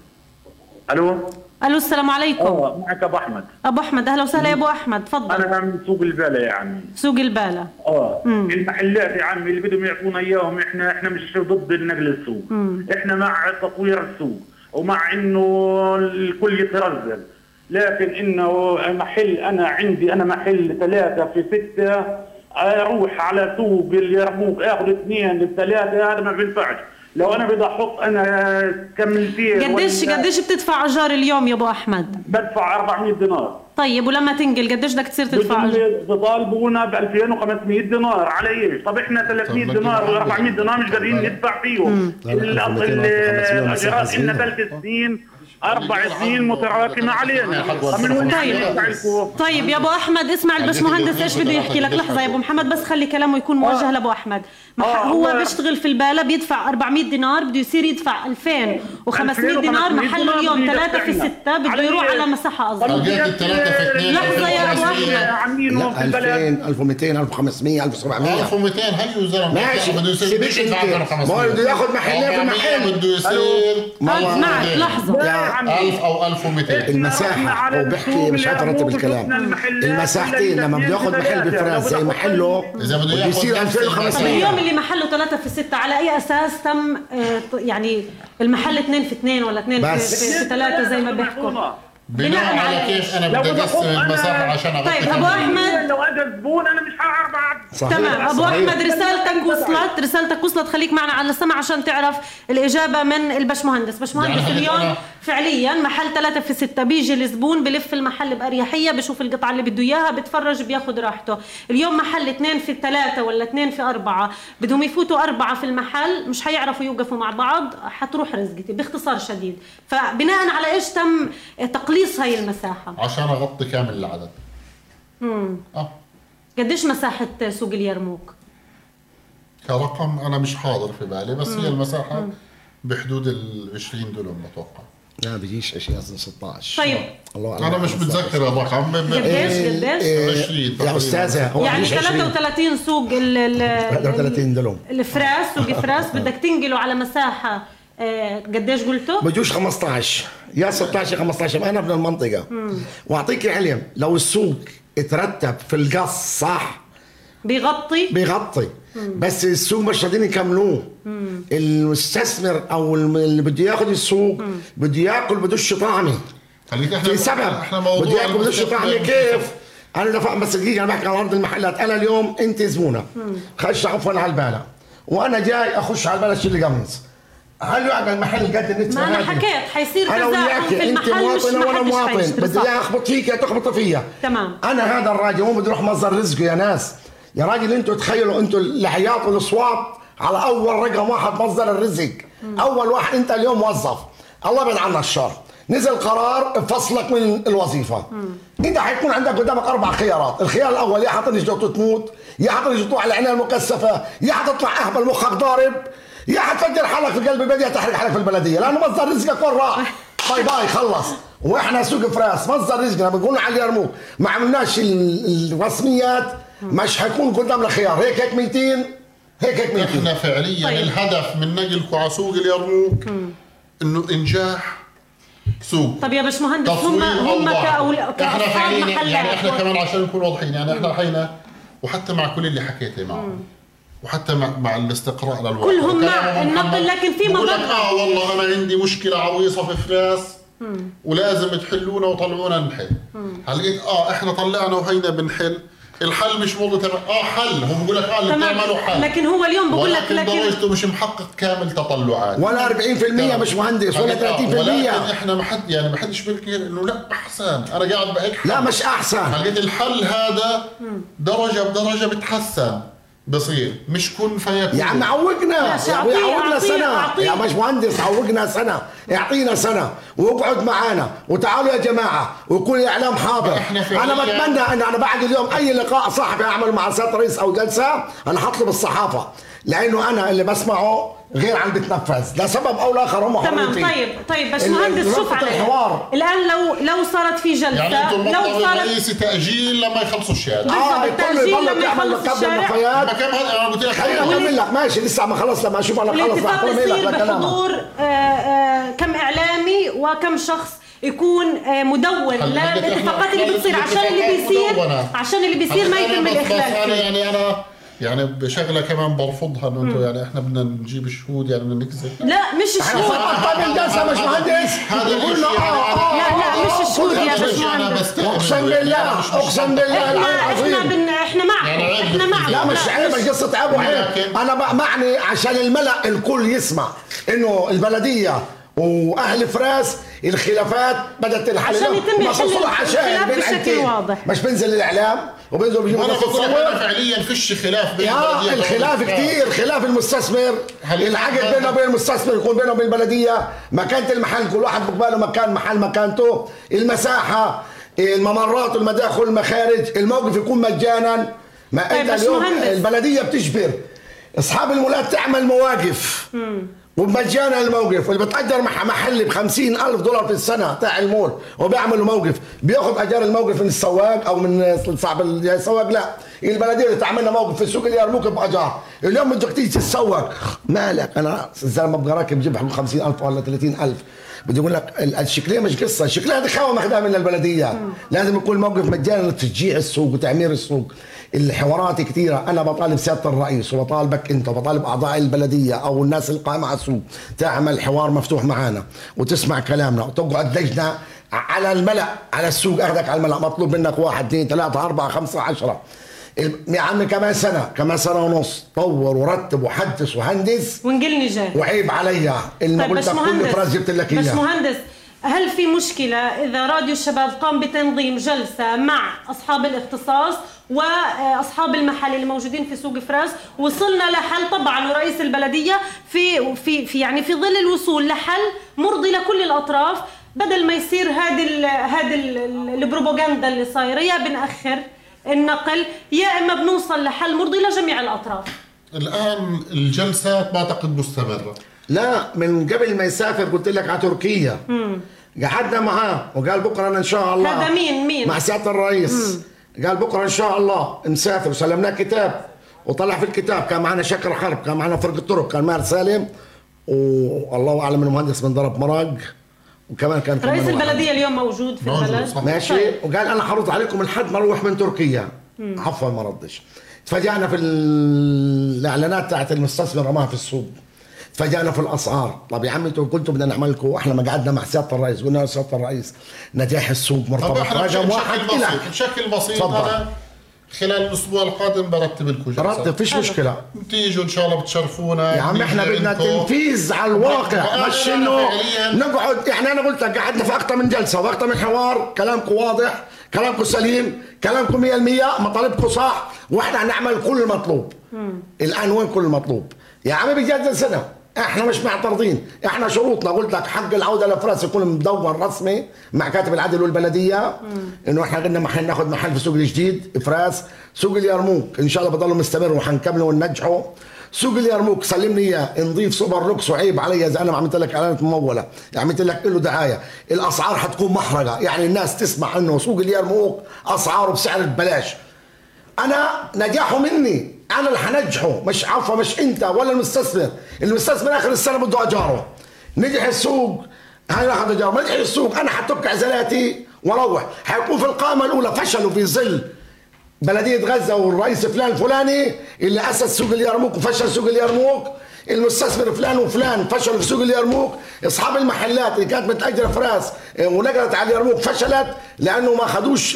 الو الو السلام عليكم. اه معك ابو احمد. ابو احمد اهلا وسهلا يا ابو احمد تفضل. انا من سوق البالة يا عمي. سوق البالة اه مم. المحلات يا عمي اللي بدهم يعطونا اياهم احنا احنا مش ضد النقل السوق. مم. احنا مع تطوير السوق ومع انه الكل يترزل، لكن انه محل انا عندي انا محل ثلاثة في ستة اروح على سوق اليرموك اخذ اثنين بثلاثة هذا ما بينفعش. لو انا بدي احط انا كملتين قديش قديش بتدفع ايجار اليوم يا ابو احمد؟ بدفع أربعمية دينار. طيب ولما تنقل قديش بدك تصير تدفع؟ بيطالبونا ب ألفين وخمسمية دينار على ايش؟ طب احنا ثلاثمية دينار ولا أربعمية دينار مش قادرين ندفع فيهم. الاجارات لنا ثلاث سنين أربع سنين متراكمة علينا. طيب طيب يا أبو أحمد اسمع البشمهندس إيش بده يحكي لك. لحظة يا أبو محمد بس خلي كلامه يكون موجه آه. لأبو أحمد. آه هو بيشتغل في البالة بيدفع أربعمية دينار بده يصير يدفع ألفين وخمسمية دينار محله اليوم ثلاثة في ستة بده يروح على مساحة أصغر. لحظة يا أبو أحمد. ألفين ألف ومئتين ألف وخمسمية ألف وسبعمية ألف ومئتين هيو زلمة ماشي سيبك أنت ما بده ياخذ محلين في محل بده يصير معك لحظة ألف أو ألف ومئتين. المساحة هو بحكي مش هترتب الكلام. المساحتين لما بده ياخذ محل بفراس زي محله بده يصير ألفين وخمسمية. اليوم اللي محله ثلاثة في ستة على أي أساس تم يعني المحل اثنين في اثنين ولا اثنين في, في ثلاثة زي ما بيحكوا؟ بناء على كيف انا بدي اقسم المساحه عشان اغطي. طيب ابو احمد لو اجى زبون انا مش هعرف بعد. تمام ابو احمد رسالتك وصلت رسالتك وصلت خليك معنا على السمع عشان تعرف الاجابه من البشمهندس. بشمهندس يعني اليوم فعليا محل ثلاثة في ستة بيجي الزبون بلف المحل باريحيه بشوف القطعه اللي بده اياها بتفرج بياخذ راحته. اليوم محل اثنين في ثلاثة ولا اثنين في أربعة بدهم يفوتوا أربعة في المحل مش هيعرفوا يوقفوا مع بعض حتروح رزقتي باختصار شديد. فبناء على ايش تم تقليص هاي المساحه؟ عشان اغطي كامل العدد. امم اه قديش مساحه سوق اليرموك؟ كرقم انا مش حاضر في بالي بس مم. هي المساحه مم. بحدود ال عشرين دولار بتوقع. لا بيجيش شيء اصلا ستة عشر. طيب الله انا مش متذكر الرقم. قديش قديش؟ عشرين يا استاذه يعني ثلاثة وثلاثين سوق ال ثلاثة وثلاثين دولار الفراس سوق فراس بدك تنقله على مساحه قديش قلتوا؟ بجوش خمسة عشر يا ستة عشر خمسة عشر. انا من المنطقه واعطيك علم لو السوق اترتب في القص صح بيغطي بيغطي مم. بس السوق مش راضيين يكملوه. المستثمر او اللي بده ياخذ السوق بده ياكل بدوش طعمه في سبب بده ياكل بدوش طعمه. كيف؟ انا دفع بس دقيقه انا بحكي عن ارض المحلات. انا اليوم انت زبونه خش عفوا على البالة وانا جاي اخش على البالة شيل قميص. هل يقعد المحل قد النت؟ ما انا حكيت حيصير تزاحم في المحل مش مواطن وانا مواطن بدي اياه اخبط فيك يا تخبط فيا. تمام. انا هذا الراجل مو بده يروح مصدر رزقه يا ناس. يا راجل انتوا تخيلوا انتوا الحياط والاصوات على اول رقم واحد مصدر الرزق. مم. اول واحد انت اليوم موظف الله يبعد عنا الشر نزل قرار بفصلك من الوظيفه. مم. انت حيكون عندك قدامك اربع خيارات. الخيار الاول يا حتى جدوته تموت يا حتى جدوته على العنايه المكثفه يا حتطلع اهبل مخك ضارب يا حتفجر حالك في قلب البلديه تحرق حالك في البلديه لانه مصدر رزقك وين راح؟ باي باي خلص. واحنا سوق فراس مصدر رزقنا بنقول على اليرموك ما عملناش الرسميات مش حيكون قدامنا خيار هيك هيك ميتين هيك هيك ميتين. احنا فعليا طيب. الهدف من نقلكم على سوق اليرموك انه انجاح سوق. طب يا باشمهندس هم هم كاولاد احنا فعليا يعني احنا كمان عشان نكون واضحين يعني احنا حينا وحتى مع كل اللي حكيته معهم وحتى مع, مع الاستقراء للوضع كلهم مع النقل لكن في مضاد. اه والله انا عندي مشكله عويصه في فراس ولازم تحلونا وطلعونا نحل. هلقيت اه احنا طلعنا وهينا بنحل الحل مش موضوع تبع اه حل هو بقول لك اه اللي بتعملوا حل لكن هو اليوم بقول لك لكن درجته مش محقق كامل تطلعات ولا أربعين بالمئة مش مهندس ولا ثلاثين بالمئة. ولكن احنا ما حد يعني ما حدش بيحكي انه لا احسن انا قاعد بهيك لا مش احسن. لقيت الحل هذا درجه بدرجه بتحسن بصير مش كن فيكون. يا عم عوقنا يا ابوي عوقنا سنه يا مش مهندس عوقنا سنه اعطينا سنه واقعد معانا وتعالوا يا جماعه ويكون الاعلام حاضر. انا بتمنى ان انا بعد اليوم اي لقاء صحفي اعمل مع سياده الرئيس او جلسه انا هطلب الصحافه لانه انا اللي بسمعه غير عم بتنفذ لسبب او لاخر هم تمام. طيب طيب بس مهندس شوف علي الان لو لو صارت في جلسه يعني لو صارت رئيس تاجيل لما يخلصوا الشارع اه التاجيل لما يخلصوا الشارع ما كان هذا انا قلت لك خليني اكمل لك ماشي لسه ما خلص لما اشوف انا خلص اكمل لك بحضور كم اعلامي وكم شخص يكون مدون للاتفاقات اللي بتصير عشان اللي بيصير عشان اللي بيصير ما يتم الاخلال. يعني انا يعني بشغله كمان برفضها انه انتم يعني احنا بدنا نجيب الشهود يعني بدنا نكذب. لا مش الشهود طيب الجلسه مش مهندس يقول له لا لا مش الشهود يا باشمهندس اقسم بالله اقسم بالله احنا بن احنا معك احنا معك لا مش عيب مش قصه عيب وعيب انا معني عشان الملأ الكل يسمع انه البلديه واهل فراس الخلافات بدات تنحل عشان يتم الخلاف بشكل واضح مش بنزل الاعلام وبنزل بيجيبوا انا بقول لك فعليا فيش خلاف بين البلديه الخلاف كثير خلاف المستثمر العقد بينه وبين المستثمر يكون بينه وبين البلديه مكانه المحل كل واحد بقباله مكان محل مكانته المساحه الممرات المداخل المخارج الموقف يكون مجانا ما انت اليوم البلديه بتجبر اصحاب المولات تعمل مواقف ومجانا الموقف، واللي بتأجر محل ب خمسين ألف دولار في السنة تاع المول وبيعملوا موقف بياخذ أجار الموقف من السواق أو من صاحب السواق. لا، البلدية اللي تعملنا موقف في السوق اليرموك بأجار. اليوم بدك تيجي تتسوق مالك؟ أنا الزلمة ببقى راكب بجيب حقه خمسين ألف ولا ثلاثين ألف. بدي أقول لك الشكلية مش قصة، الشكلية هذه خاوة ماخذها من البلدية. لازم يكون موقف مجانا لتشجيع السوق وتعمير السوق. الحوارات كثيرة، أنا بطالب سيادة الرئيس وبطالبك أنت وبطالب أعضاء البلدية أو الناس القائمة على السوق تعمل حوار مفتوح معنا وتسمع كلامنا وتقعد لجنة على الملأ على السوق. أخذك على الملأ، مطلوب منك واحد اثنين ثلاثة أربعة خمسة عشرة يا عمي، كمان سنة كمان سنة ونص طور ورتب وحدث وهندس ونقلني جاي. وعيب عليا اللي طيب قلت كل فراس جبت لك إياه. بس مهندس، هل في مشكلة إذا راديو الشباب قام بتنظيم جلسة مع أصحاب الاختصاص وأصحاب المحل اللي موجودين في سوق فراس، وصلنا لحل طبعا ورئيس البلدية في في في يعني في ظل الوصول لحل مرضي لكل الأطراف، بدل ما يصير هذه هذه البروباغندا اللي صايرة، يا بنأخر النقل يا إما بنوصل لحل مرضي لجميع الأطراف. الآن الجلسات بعتقد مستمرة. لا، من قبل ما يسافر قلت لك على تركيا. مم. قعدنا معاه وقال بكره أنا ان شاء الله. هذا مين مين؟ مع سيادة الرئيس. مم. قال بكره ان شاء الله نسافر، وسلمناه كتاب وطلع في الكتاب كان معنا شكر حرب، كان معنا فرق الطرق، كان مار سالم، والله اعلم المهندس من ضرب مراق، وكمان كان رئيس البلديه اليوم موجود في البلد. ماشي. طيب. وقال انا حرض عليكم لحد ما اروح من تركيا. مم. عفوا ما ردش. تفاجئنا في الاعلانات تاعت المستثمر رماها في السوق، تفاجئنا في الاسعار. طب يا عمي انتوا قلتوا بدنا نعمل لكم، احنا ما قعدنا مع سياده الرئيس قلنا له سياده الرئيس نجاح السوق مرتبط رقم واحد بسيط بشكل بسيط. انا خلال الاسبوع القادم برتب لكم جلسه. برتب فيش مشكله، بتيجوا ان شاء الله بتشرفونا يا عم. احنا بدنا تنفيذ على الواقع، مش انه نقعد. يعني انا قلت لك قعدنا في اكثر من جلسه واكثر من حوار، كلامكم واضح، كلامكم سليم، كلامكم مية بالمية، مطالبكم صح، واحنا هنعمل كل المطلوب. مم. الان وين كل المطلوب؟ يا عمي بجد سنه احنا مش معترضين، احنا شروطنا قلت لك حق العوده لفراس يكون مدون رسمي مع كاتب العدل والبلديه، انه احنا قلنا محل ناخذ محل في سوق الجديد فراس. سوق اليرموك ان شاء الله بضل مستمر وحنكمله وننجحه. سوق اليرموك سلمني اياه نضيف سوبر لوكس، وعيب علي اذا انا ما عملت لك اعلانات مموله، عملت لك له دعايه. الاسعار حتكون محرقه، يعني الناس تسمع انه سوق اليرموك اسعاره بسعر ببلاش. انا نجاحه مني، انا اللي حنجحه، مش عفوا مش انت ولا المستثمر. المستثمر اخر السنه بده اجاره. نجح السوق هاي ناخذ اجاره، ما نجح السوق انا حتك عزلاتي واروح. حيكون في القائمه الاولى فشلوا في ظل بلديه غزه والرئيس فلان الفلاني اللي اسس سوق اليرموك وفشل سوق اليرموك، المستثمر فلان وفلان فشلوا في سوق اليرموك، اصحاب المحلات اللي كانت متاجره فراس ونقلت على اليرموك فشلت لانه ما اخذوش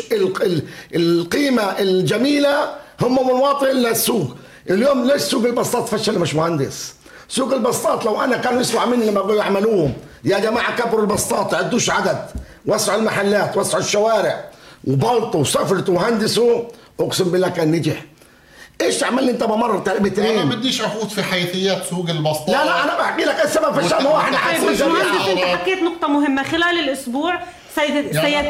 القيمه الجميله، هم مواطن للسوق. اليوم ليش سوق البسطات فشل؟ مش مهندس. سوق البسطات لو انا كانوا يسمعوا مني لما بقوا يعملوهم، يا جماعه كبروا البسطات، عدوش عدد، وسعوا المحلات، وسعوا الشوارع، وبلطوا وصفرتوا وهندسوا، اقسم بالله كان نجح. ايش تعمل لي انت بمر مترين؟ انا بديش افوت في حيثيات سوق البسطات. لا لا انا بحكي لك السبب في الشام. هو احنا حاسين جميعا. انت حكيت نقطه مهمه، خلال الاسبوع سيتم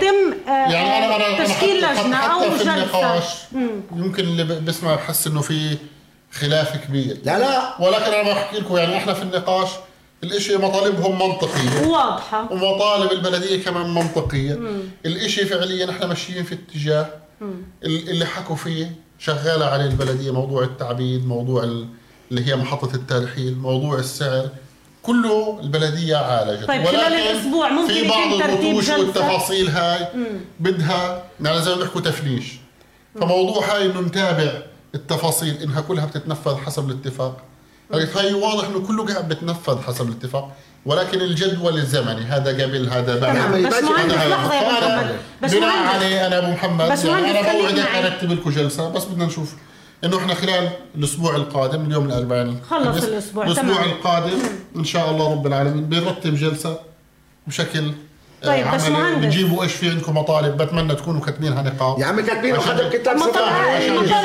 يعني أنا تشكيل لجنه او جلسه. يمكن اللي بسمع بحس انه في خلاف كبير. لا لا ولكن انا بحكي لكم يعني احنا في النقاش الاشي مطالبهم منطقيه واضحه، ومطالب البلديه كمان منطقيه. مم. الاشي فعليا احنا ماشيين في اتجاه اللي حكوا فيه شغاله عليه البلديه، موضوع التعبيد، موضوع اللي هي محطه الترحيل، موضوع السعر، كله البلديه عالجت. طيب خلال الاسبوع ممكن في بعض الرتوش والتفاصيل هاي مم. بدها يعني زي ما بيحكوا تفنيش. فموضوع هاي انه نتابع التفاصيل انها كلها بتتنفذ حسب الاتفاق. هاي واضح انه كله قاعد بتنفذ حسب الاتفاق، ولكن الجدول الزمني هذا قبل هذا بعد. بس مهندس بس بناء عليه انا ابو محمد يعني انا بوعدك ارتب لكم جلسه، بس بدنا نشوف انه احنا خلال الاسبوع القادم اليوم الاربعاء خلص الاسبوع الاسبوع تمام. القادم ان شاء الله رب العالمين بنرتب جلسه بشكل طيب. بس مهندس بتجيبوا ايش في عندكم مطالب، بتمنى تكونوا كاتبينها نقاط. يا عمي كاتبين وخدوا كتاب صفحه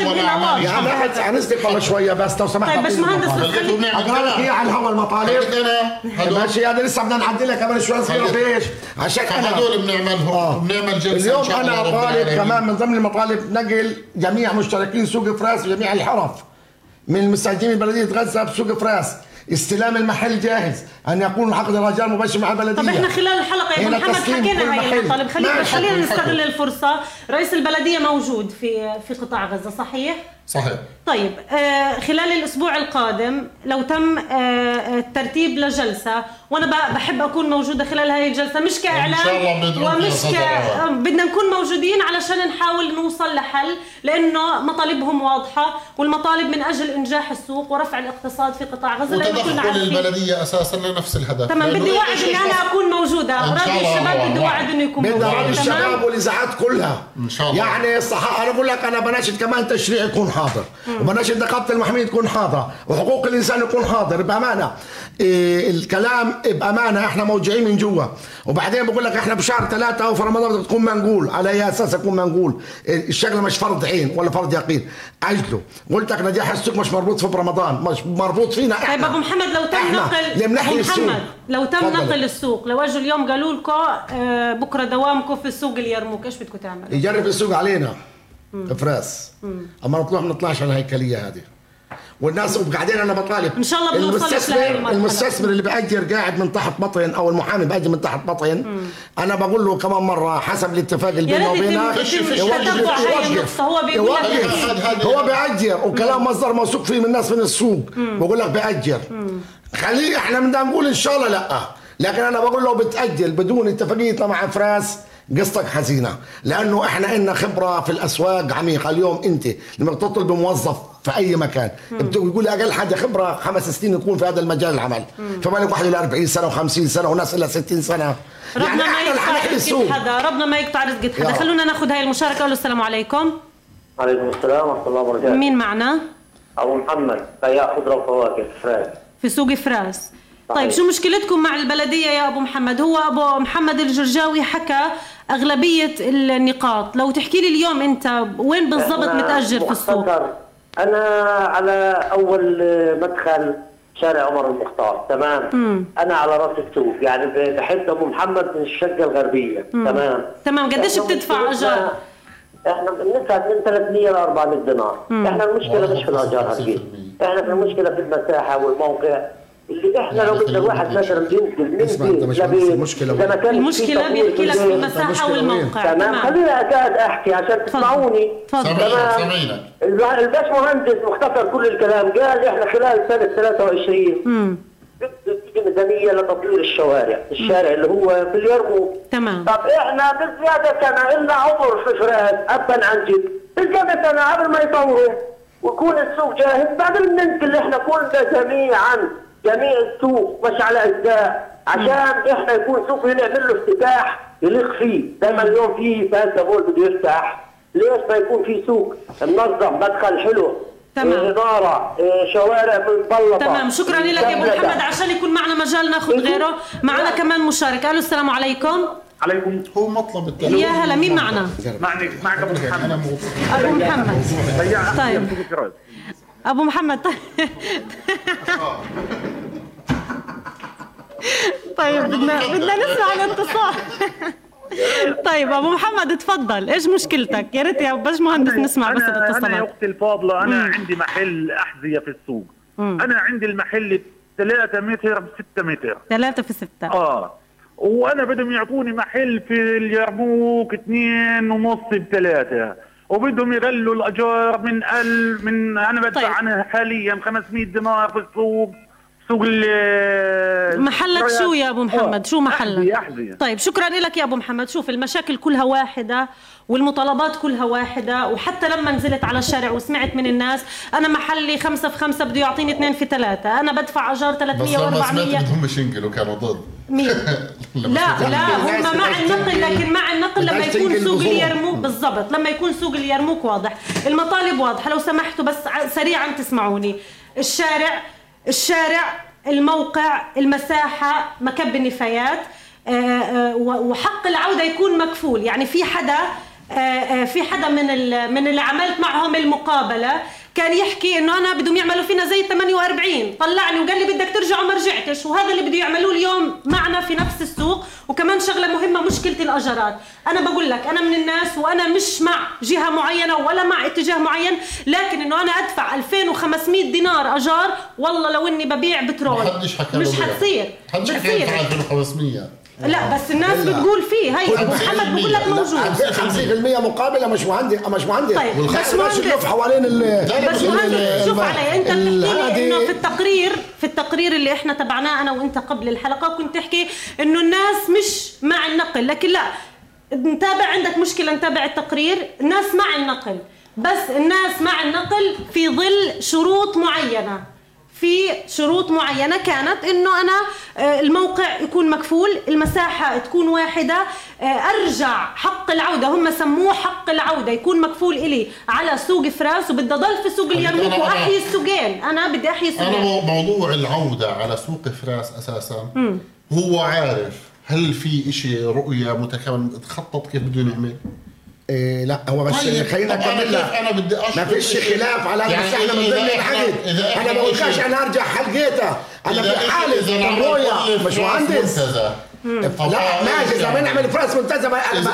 يا عمي هنصدق والله شويه بس لو سمحت. طيب بس مهندس اقرا لك هي على الهواء المطالب. انا ماشي هذا لسه بدنا نعدلها كمان شوي صغيره فيش عشان انا هدول بنعملهم آه. بنعمل جلسه اليوم. انا طالب كمان من ضمن المطالب نقل جميع مشتركين سوق فراس وجميع الحرف من المستخدمين بلديه غزه بسوق فراس استلام المحل جاهز، ان يكون عقد الرجال مباشر مع البلديه. طب احنا خلال الحلقه يا ابو محمد حكينا هاي المطالب، خلينا خلينا نستغل الفرصه. رئيس البلديه موجود في في قطاع غزه صحيح؟ صحيح. طيب آه خلال الاسبوع القادم لو تم آه الترتيب لجلسه، وانا بحب اكون موجوده خلال هذه الجلسه مش كاعلان ومش ك آه بدنا نكون موجودين علشان نحاول نوصل لحل، لانه مطالبهم واضحه، والمطالب من اجل انجاح السوق ورفع الاقتصاد في قطاع غزه. وتدخل البلديه اساسا لنفس الهدف. تمام. بدي وعد اني انا اكون موجوده، راضي الشباب بدي وعد انه يكون موجود. بدي الشباب والاذاعات كلها ان شاء الله. يعني الصحافه انا بقول لك انا بناشد كمان تشريع يكون حاضر، وبناشد نقابه المحامين تكون حاضره، وحقوق الانسان يكون حاضر بامانه. إيه الكلام بامانه احنا موجعين من جوا. وبعدين بقول لك احنا بشهر ثلاثه وفي رمضان بدك تكون منقول، على اي اساس اكون منقول؟ إيه الشغله مش فرض عين ولا فرض يقين، عجله. قلت لك نجاح السوق مش مربوط في رمضان، مش مربوط فينا احنا. طيب ابو محمد لو تم نقل ابو محمد لو تم فضل. نقل السوق، لو اجوا اليوم قالوا لكم آه بكره دوامكم في السوق اليرموك، ايش بدكم تعملوا؟ يجرب السوق علينا افراس، اما نطلع ما نطلعش على الهيكليه هذه. والناس وبعدين انا بطالب ان شاء الله المستثمر المستثمر اللي بأجر قاعد من تحت بطن او المحامي بأجر من تحت بطن، انا بقول له كمان مره حسب الاتفاق اللي بيننا وبينه يوقف هو بيقول لك هو بأجر، وكلام مصدر موثوق فيه من الناس من السوق، بقول لك بأجر. خليه احنا بدنا نقول ان شاء الله لا، لكن انا بقول له بتأجل بدون اتفاقيتنا مع فراس قصتك حزينه، لانه احنا عندنا خبره في الاسواق عميقه. اليوم انت لما تطلب موظف في اي مكان بتقول لي اقل حاجه خبره خمس سنين تكون في هذا المجال العمل، فما لك واحد له أربعين سنه و50 سنه وناس لها ستين سنه. ربنا يعني ما يقطع رزق حدا، ربنا ما يقطع رزق حدا. خلونا ناخذ هاي المشاركه. له السلام عليكم. وعليكم السلام ورحمه الله وبركاته. مين معنا؟ ابو محمد بياع خضره وفواكه فراس في سوق فراس. طيب شو مشكلتكم مع البلديه يا ابو محمد؟ هو ابو محمد الجرجاوي حكى اغلبيه النقاط، لو تحكي لي اليوم انت وين بالضبط متاجر في السوق؟ انا على اول مدخل شارع عمر المختار، تمام؟ مم. انا على راس السوق، يعني بحب ابو محمد من الشقه الغربيه. مم. تمام تمام. قديش بتدفع ايجار؟ احنا بندفع من ثلاثمية ل أربعمية دينار. مم. احنا المشكله مش في الايجار هذه، احنا في المشكله في المساحه والموقع اللي احنا لو بدنا واحد مثلا بينزل اسمع انت مش المشكله المشكله بيحكي لك في المساحه والموقع. تمام. خليني اكاد احكي عشان تسمعوني. تمام. الباش مهندس مختصر كل الكلام قال احنا خلال سنه ثلاثة وعشرين بدنا ميزانيه لتطوير الشوارع، الشارع اللي هو في اليرموك. تمام. طب احنا بزياده سنه لنا عمر في فراس ابا عن جد، بزياده سنه قبل ما يطوروا ويكون السوق جاهز، بعدين بننقل احنا كلنا جميعا جميع السوق مش على اجزاء، عشان احنا يكون سوق نعمل له افتتاح يليق فيه. دائما اليوم في فاز دبول بده يفتح، ليش ما يكون في سوق منظم مدخل حلو؟ تمام. إدارة، شوارع مبلطة. تمام. شكرا لك يا ابو محمد. عشان يكون معنا مجال ناخذ غيره، معنا كمان مشارك. الو السلام عليكم. عليكم. هو مطلب التلوث. يا هلا مين معنا؟ معني معك ابو محمد. ابو محمد. طيب ابو محمد. طيب بدنا بدنا نسمع الاتصال. طيب ابو محمد تفضل، ايش مشكلتك؟ يا ريت يا باش مهندس نسمع بس الاتصالات. انا يا اختي الفاضله انا مم. عندي محل احذيه في السوق. مم. انا عندي المحل ثلاثة متر بستة متر. ثلاثة في ستة. اه وانا بدهم يعطوني محل في اليرموك اثنين ونص بثلاثة، وبدهم يغلوا الاجار من ال من انا بدفع طيب. عنها حاليا خمسمية دينار في السوق. سوق محلك شو يا ابو محمد؟ شو محلك؟ أحذية أحذية. طيب شكرا لك يا ابو محمد. شوف المشاكل كلها واحده والمطالبات كلها واحده، وحتى لما نزلت على الشارع وسمعت من الناس انا محلي خمسة في خمسة بده يعطيني اثنين في ثلاثة، انا بدفع اجار ثلاثمية وأربعمية. بس لما سمعت بدهم مش ينقلوا كانوا ضد. مين؟ لا لا هم مع النقل، لكن مع النقل لما يكون سوق اليرموك بالضبط، لما يكون سوق اليرموك واضح، المطالب واضحه. لو سمحتوا بس سريعا تسمعوني. الشارع الشارع الموقع المساحة مكب النفايات، وحق العودة يكون مكفول. يعني في حدا في حدا من من اللي عملت معهم المقابلة كان يحكي انه انا بدهم يعملوا فينا زي ثمانية وأربعين، طلعني وقال لي بدك ترجع وما رجعتش، وهذا اللي بده يعملوه اليوم معنا في نفس السوق. وكمان شغله مهمه مشكله الاجارات، انا بقول لك انا من الناس وانا مش مع جهه معينه ولا مع اتجاه معين، لكن انه انا ادفع ألفين وخمسمية دينار اجار والله لو اني ببيع بترول مش حتصير. حدش حكى ألفين وخمسمية. لا بس الناس بتقول فيه، هي ابو محمد بقول لك موجود خمسين بالمية مقابله مش مهندس مش مهندس. طيب بس مهندس حوالين ال بس مهندس شوف علي، انت بتحكي لي انه في التقرير في التقرير اللي احنا تبعناه انا وانت قبل الحلقه كنت تحكي انه الناس مش مع النقل، لكن لا نتابع، عندك مشكله نتابع التقرير، الناس مع النقل بس الناس مع النقل في ظل شروط معينه، في شروط معينة كانت انه انا الموقع يكون مكفول، المساحة تكون واحدة، ارجع حق العودة، هم سموه حق العودة، يكون مكفول الي على سوق فراس، وبدي اضل في سوق اليرموك واحيي السوقين، انا بدي احيي السوقين. انا موضوع العودة على سوق فراس اساسا م. هو عارف هل في اشي رؤية متكاملة تخطط كيف بده نعمل؟ إيه لا هو بس طيب خلينا نكمل لك، انا بدي ما فيش خلاف على هذا، يعني بس احنا من ضمن العقد، انا ما بقولكش انا ارجع حلقيتها، انا في حاله الرؤيه مش مهندس. لا ماشي اذا بنعمل فراس منتزه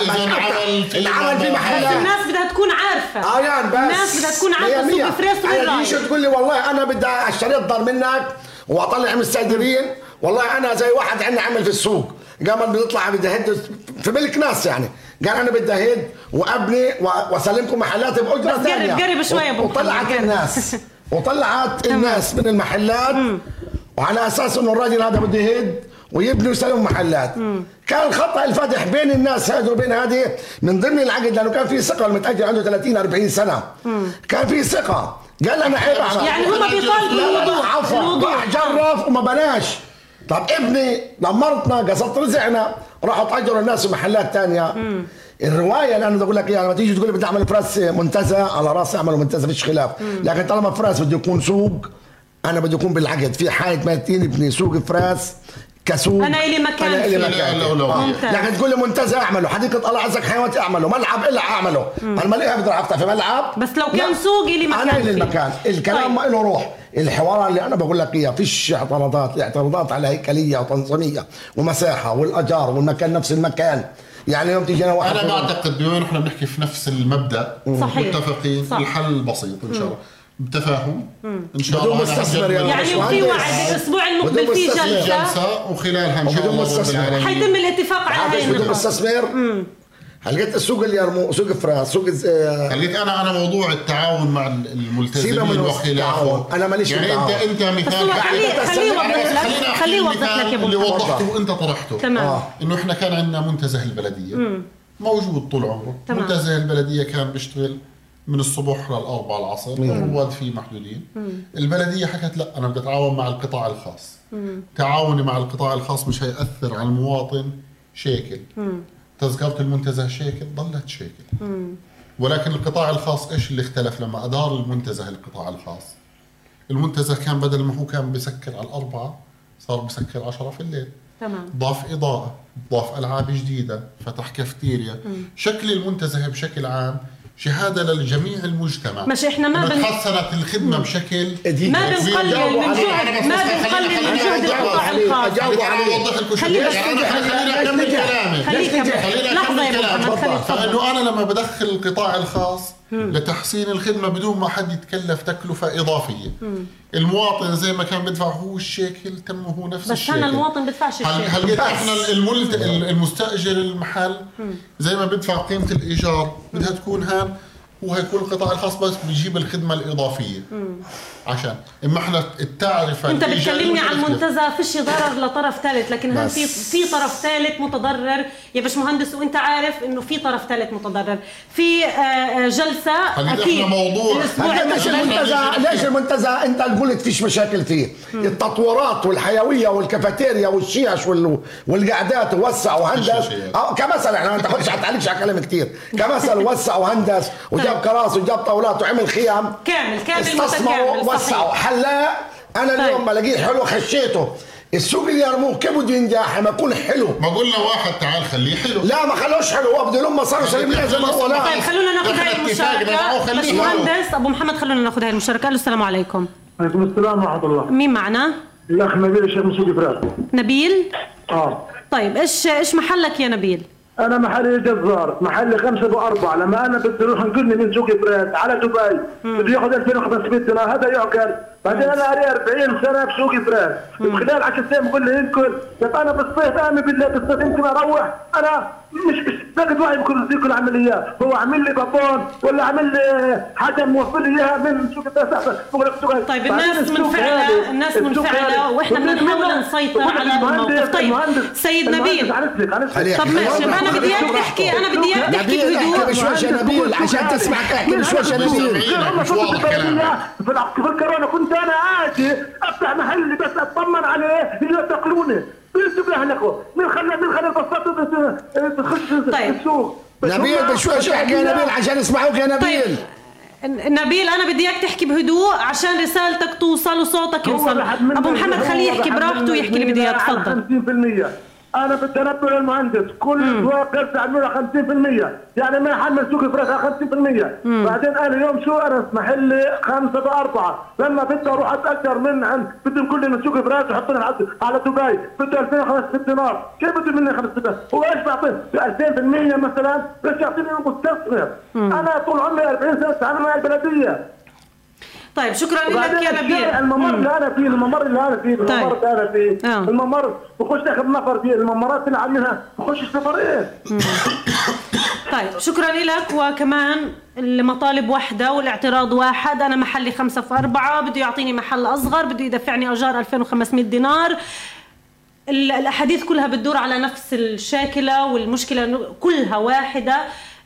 العمل في محلات الناس بدها تكون عارفه، اه يعني بس الناس بدها تكون عارفه سوق فراس وين رايح. تيجي تقول لي والله انا بدي اشتري الضر منك واطلع من الصيدليين، والله انا زي واحد عندنا عمل في السوق قام بنطلع بدي اهد في ملك ناس، يعني قال انا بدي اهد وابني واسلمكم محلات باجره ثانيه، بس قرب شويه ابو وطلعت الناس وطلعت الناس من المحلات وعلى اساس انه الراجل هذا بده يهد ويبني ويسلم محلات. مم. كان الخطا الفادح بين الناس هذه وبين هذه من ضمن العقد، لانه كان في ثقه، المتاجر عنده ثلاثين أربعين سنه. مم. كان في ثقه، قال انا عيب اعمل، يعني هم بيطالبوا الوضوح، عفوا راح جرب وما بلاش. طب ابني دمرتنا قصدت رزعنا، راحوا تاجروا الناس في محلات ثانيه. الروايه اللي انا بدي اقول لك اياها، لما تيجي تقول لي بدي اعمل فراس منتزه على راسي اعمل منتزه فيش خلاف، مم. لكن طالما فراس بده يكون سوق، انا بدي يكون بالعقد في حاله ما تبني سوق فراس كسوق، انا الي مكان، انا الي مكان. لكن تقول لي منتزه اعمله، حديقه الله عزك حيوانات اعمله، ملعب الا اعمله، انا ما لقيها بقدر افتح في ملعب، بس لو كان سوق الي مكان، انا الي المكان. الكلام ما له روح. الحوار اللي انا بقول لك اياه فيش اعتراضات، اعتراضات على هيكليه وتنظيميه ومساحه والاجار والمكان نفس المكان. يعني يوم تيجي انا واحد انا بعتقد بما انه احنا بنحكي في نفس المبدا صحيح. متفقين، صح. الحل بسيط ان شاء الله، بتفاهم ان شاء الله. مستثمر يعني في وعد الاسبوع المقبل في جلسه جلسه وخلالها ان شاء الله حيتم الاتفاق على هاي بدون مستثمر. هلقيت السوق اليرمو سوق فراس سوق خليك انا انا موضوع التعاون مع الملتزمين وخلافه، انا ماليش يعني انت انت مثال خليه يوضح لك خليه يوضح لك يا ابو اللي وضحته وانت طرحته تمام. انه احنا كان عندنا منتزه البلديه مم. موجود طول عمره. تمام. منتزه البلديه كان بيشتغل من الصبح للأربعة العصر، الرواد فيه محدودين. مم. البلديه حكت لا انا بدي اتعاون مع القطاع الخاص. مم. تعاوني مع القطاع الخاص مش هيأثر على المواطن شيكل. مم. تذكرة المنتزه شيكل ضلت شيكل. مم. ولكن القطاع الخاص ايش اللي اختلف لما ادار المنتزه القطاع الخاص؟ المنتزه كان بدل ما هو كان بسكر على الأربعة صار بسكر عشرة في الليل. تمام. ضاف إضاءة، ضاف ألعاب جديدة، فتح كافتيريا. مم. شكل المنتزه بشكل عام شهاده للجميع المجتمع، مش احنا ما بن... تحسنت الخدمه بشكل ما بنقلل من جهد ما بنقلل من جهد القطاع الخاص. اجاوب عليه، اوضح لكم شيء، خليني اكمل كلامي، خليني اكمل كلامي. فانه انا لما بدخل القطاع الخاص لتحسين الخدمه بدون ما حد يتكلف تكلفه اضافيه، المواطن زي ما كان بدفع هو الشيكل تم هو نفس بس الشيكل، بس كان المواطن بدفعش الشيكل. هل قد احنا الملت... المستاجر المحل زي ما بدفع قيمه الايجار بدها تكون هان، وهيكون القطاع الخاص بس بيجيب الخدمه الاضافيه. مم. عشان اما احنا التعرفه انت بتكلمني عن منتزه فيش ضرر لطرف ثالث، لكن هل في في طرف ثالث متضرر يا باشمهندس؟ وانت عارف انه في طرف ثالث متضرر في جلسه اكيد. موضوع ليش المنتزه ليش المنتزه انت قلت فيش مشاكل فيه؟ مم. التطويرات والحيويه والكافيتيريا والشيش والقعدات ووسع وهندس كمثل، احنا ما تاخذش عليك على كلام كثير، كمثل وسع وهندس وجاب كراسي وجاب طاولات وعمل خيام كامل كامل استثمروا وسعوا حلاق. انا اليوم ما لقيت حلو خشيته السوق اللي يرموه كيف بده ينجح لما يكون حلو؟ ما قلنا واحد تعال خليه حلو. لا ما خلوش حلو، هو بده لما صار سليم زي ما هو. لا طيب خلونا ناخذ هاي المشاركه. بس مهندس ابو محمد خلونا ناخذ هاي المشاركه. السلام عليكم. وعليكم السلام ورحمه الله. مين معنا؟ الاخ نبيل الشيخ من سوق فراس. نبيل؟ اه طيب ايش ايش محلك يا نبيل؟ انا محلي جزار، محلي خمسة بأربعة. لما انا بدي اروح نقلني من سوق فراس على دبي بده ياخذ ألفين وخمسمية دينار، هذا يعقل؟ بعدين انا اري أربعين سنه بسوق فراس، خلال عشر سنين بقول لي ينكل، طيب انا بالصيف امي بالله بالصيف يمكن اروح انا مش مش باخذ واحد بكل ذيك العمليات، هو عامل لي بابون ولا عامل لي حاجه موفر لي اياها من سوق فراس احسن. طيب الناس منفعله، الناس منفعله واحنا بنحاول نسيطر على الموقف. طيب سيد نبيل، طب ماشي انا بدي اياك تحكي، انا بدي اياك تحكي بهدوء. احكي بشويش يا نبيل عشان تسمعك، احكي بشويش يا نبيل. في الكورونا كنت انا اجي افتح محل بس اطمن عليه يجوا ياكلوني. انتبه لكم مين خلى مين خلى البساطه تخش طيب. السوق؟ نبيل بشويش احكي يا نبيل عشان يسمعوك يا نبيل. طيب. نبيل انا بدي اياك تحكي بهدوء عشان رسالتك توصل وصوتك يوصل. ابو محمد خليه يحكي براحته ويحكي اللي بده اياه. تفضل. خمسين بالمية انا بدي انبه للمهندس كل اسواق يرجع منها خمسين بالمية، يعني ما يحمل سوق فراخ خمسين بالمية. بعدين انا اليوم شو انا محلي خمسة بأربعة، لما بدي اروح اتاجر من عند بدهم كل من سوق فراخ يحطوني على دبي بده ألفين وخمسمية دينار، كيف بده مني خمسمية؟ هو ايش بعطيه؟ ألفين بالمية مثلا بس يعطيني مستثمر. انا طول عمري أربعين سنه اتعامل مع البلديه. طيب شكرا لك يا نبيل. الممر اللي انا فيه الممر اللي انا فيه الممر اللي انا فيه آه. الممر بخش اخذ نفر فيه، الممرات اللي عاملينها بخش نفرين. طيب شكرا لك. وكمان المطالب واحدة والاعتراض واحد. أنا محلي خمسة في أربعة، بده يعطيني محل أصغر، بده يدفعني أجار ألفين وخمسمية دينار. الأحاديث كلها بتدور على نفس الشاكلة والمشكلة كلها واحدة،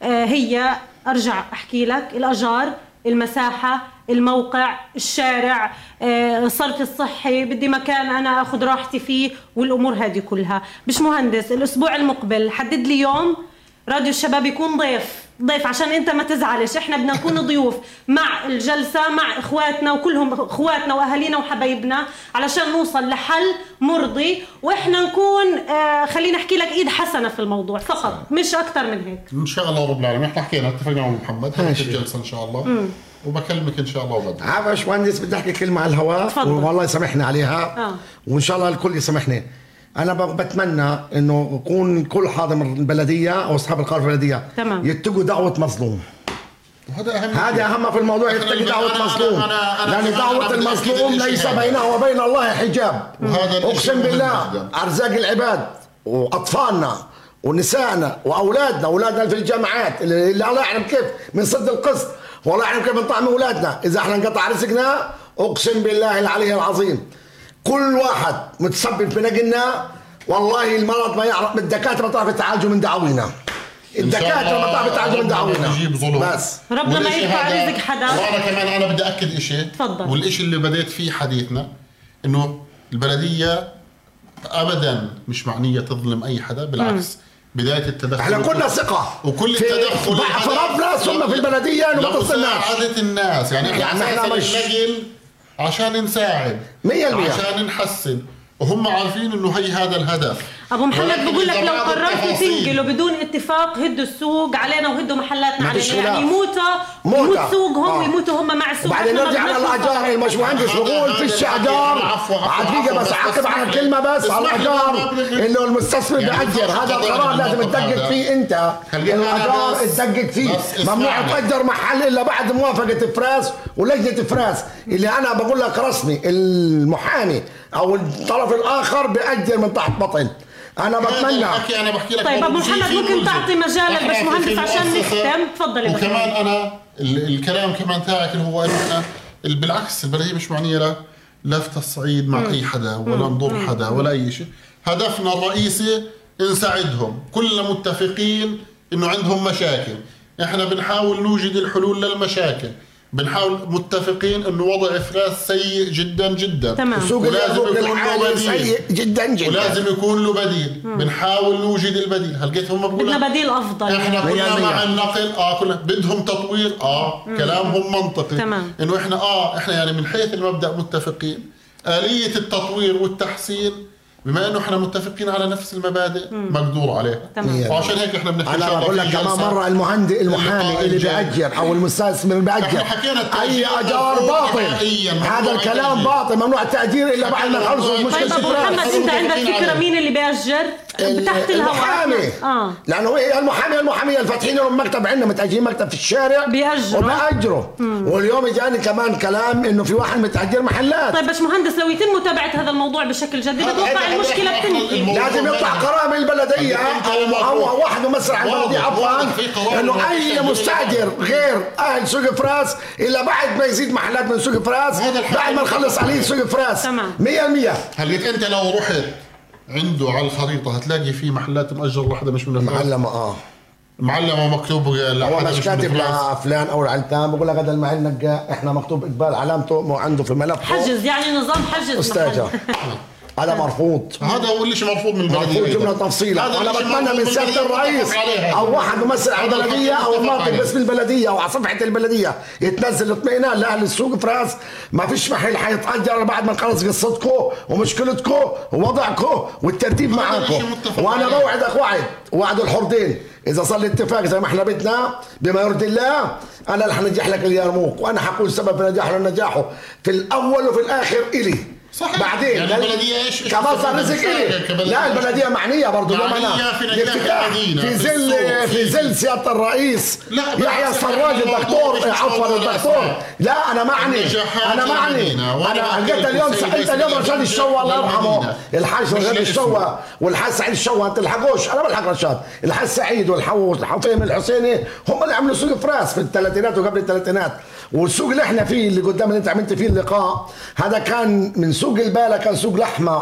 هي أرجع أحكي لك الأجار، المساحة، الموقع، الشارع، الصرف الصحي، بدي مكان أنا أخذ راحتي فيه والأمور هذه كلها. مش مهندس الأسبوع المقبل حدد لي يوم راديو الشباب يكون ضيف ضيف عشان انت ما تزعلش، احنا بدنا نكون ضيوف مع الجلسة مع اخواتنا وكلهم اخواتنا واهالينا وحبايبنا علشان نوصل لحل مرضي، واحنا نكون آه خلينا احكي لك ايد حسنة في الموضوع فقط مش اكثر من هيك. ان شاء الله رب العالمين. احنا حكينا اتفقنا مع محمد هذه الجلسة ان شاء الله. مم. وبكلمك ان شاء الله وبدأ. عارف يا باشمهندس بدي احكي كلمة على الهواء والله يسامحنا عليها. آه. وان شاء الله الكل يسامحني. أنا بتمنى إنه يكون كل حاضر البلدية أو أصحاب القرار البلدية تمام. يتقوا دعوة مظلوم. وهذا أهم هذا أهم في الموضوع، يتقي دعوة مظلوم، لأن دعوة المظلوم ليس بينه وبين الله حجاب. أقسم بالله أرزاق العباد وأطفالنا ونسائنا وأولادنا أولادنا في الجامعات اللي الله يعلم كيف من صد القسط والله يعلم كيف من طعم أولادنا، إذا إحنا انقطع رزقنا أقسم بالله العلي العظيم كل واحد متسبب في نقلنا والله المرض ما يعرف، الدكاتره ما تعرف تعالجوا من دعوينا، الدكاتره ما تعرف تعالجوا من دعوينا بس ربنا ما يدفع رزق حدا. وانا كمان انا بدي اكد شيء تفضل. والشيء اللي بديت فيه حديثنا انه البلديه ابدا مش معنيه تظلم اي حدا، بالعكس م. بدايه التدخل احنا كنا ثقه وكل التدخل في ربنا ثم في البلديه انه ما تصلناش مساعده الناس، يعني احنا يعني احنا مش النقل عشان نساعد مية بالمية عشان نحسن وهم عارفين انه هي هذا الهدف. ابو محمد بقول لك لو قررتوا تنقلوا بدون اتفاق هدوا السوق علينا وهدوا محلاتنا علينا، يعني يموتوا يموت سوقهم آه. ويموتوا هم مع السوق. وبعدين نرجع على الاجار. المهندس بقول فيش اجار عديقه بس عقب على الكلمه بس على الاجار انه المستثمر بيأجر، هذا القرار لازم تدقق فيه انت، الاجار تدقق فيه، ممنوع تأجر محل الا بعد موافقه فراس ولجنه فراس اللي انا بقول لك رسمي المحامي او الطرف الاخر بيأجر من تحت بطن. انا بتمنى انا بحكي لك طيب ابو محمد ممكن تعطي مجال للباشمهندس عشان نختم؟ تفضل يا وكمان انا الكلام كمان تاعك اللي هو انه بالعكس البلديه مش معنيه لا لفت الصعيد مع م. اي حدا ولا نضر حدا ولا اي شيء، هدفنا الرئيسي نساعدهم، كلنا متفقين انه عندهم مشاكل، احنا بنحاول نوجد الحلول للمشاكل، بنحاول متفقين انه وضع فراس سيء جدا جدا تمام. ولازم يكون له بديل سيء جدا جدا ولازم يكون له بديل. مم. بنحاول نوجد البديل. هلقيت هم بقولوا بدنا بديل افضل، احنا كلنا مع النقل اه كلنا بدهم تطوير اه مم. كلامهم منطقي تمام. انه احنا اه احنا يعني من حيث المبدا متفقين، آلية التطوير والتحسين بما انه احنا متفقين على نفس المبادئ مقدور عليها. تمام. وعشان هيك احنا بنحكي. انا بقول لك كمان مره المهندس المحامي اللي بيأجر او المستثمر اللي بيأجر اي اجار باطل، هذا الكلام باطل، ممنوع التأجير الا بعد ما يخلصوا المشكله. طيب ابو محمد انت عندك فكره مين اللي بيأجر؟ تحت الهواء المحامي. اه لانه هي المحامي المحاميه الفاتحين لهم مكتب عندنا متأجرين مكتب في الشارع بيأجروا وبيأجروا. واليوم اجاني كمان كلام انه في واحد متأجر محلات. طيب باش مهندس لو يتم متابعه هذا الموضوع بشكل جدي بتوقع المشكله بتنتهي. لازم يطلع قرار من البلديه او واحد ممثل عن البلديه عفوا انه اي مستاجر غير اهل سوق فراس الا بعد ما يزيد محلات من سوق فراس بعد ما نخلص عليه سوق فراس مية بالمية. هلقيت انت لو رحت عنده على الخريطه هتلاقي في محلات مؤجر لحدا مش من الفراس. معلمه اه معلمه مكتوب هو مش كاتب لفلان او العلتان، بقول لك هذا المحل نقى احنا مكتوب اقبال علامته عنده في ملف حجز، يعني نظام حجز استاجر. هذا مرفوض، هذا هو اللي مرفوض من البلديه، مرفوض جمله تفصيله. انا بتمنى من سياده الرئيس او واحد ممثل على البلديه او ناطق باسم البلديه او على صفحه البلديه يتنزل اطمئنان لاهل السوق فراس. ما فيش محل حيتاجر بعد ما نخلص قصتكم ومشكلتكم ووضعكم والترتيب معاكم. وانا بوعدك وعد وعد الحردين، اذا صار الاتفاق زي ما احنا بدنا بما يرضي الله انا رح ننجح لك اليرموك، وانا حكون سبب في نجاحه ونجاحه في الاول وفي الاخر الي. صحيح. بعدين يعني البلديه ايش كمان صار رزق إلي. لا البلديه معنيه برضه معنيه في نجاح المدينه في ظل في ظل سياده الرئيس يحيى السراج الدكتور عفوا الدكتور. لا انا معني انا معني انا لقيت اليوم انت اليوم رشاد الشوا الله يرحمه الحاج رشاد الشوا والحاج سعيد الشوا انت تلحقوش انا بلحق رشاد الحاج سعيد والحفيم الحسيني هم اللي عملوا سوق فراس في الثلاثينات وقبل الثلاثينات. والسوق اللي احنا فيه اللي قدام اللي انت عملت فيه اللقاء هذا كان من سوق البالة، كان سوق لحمه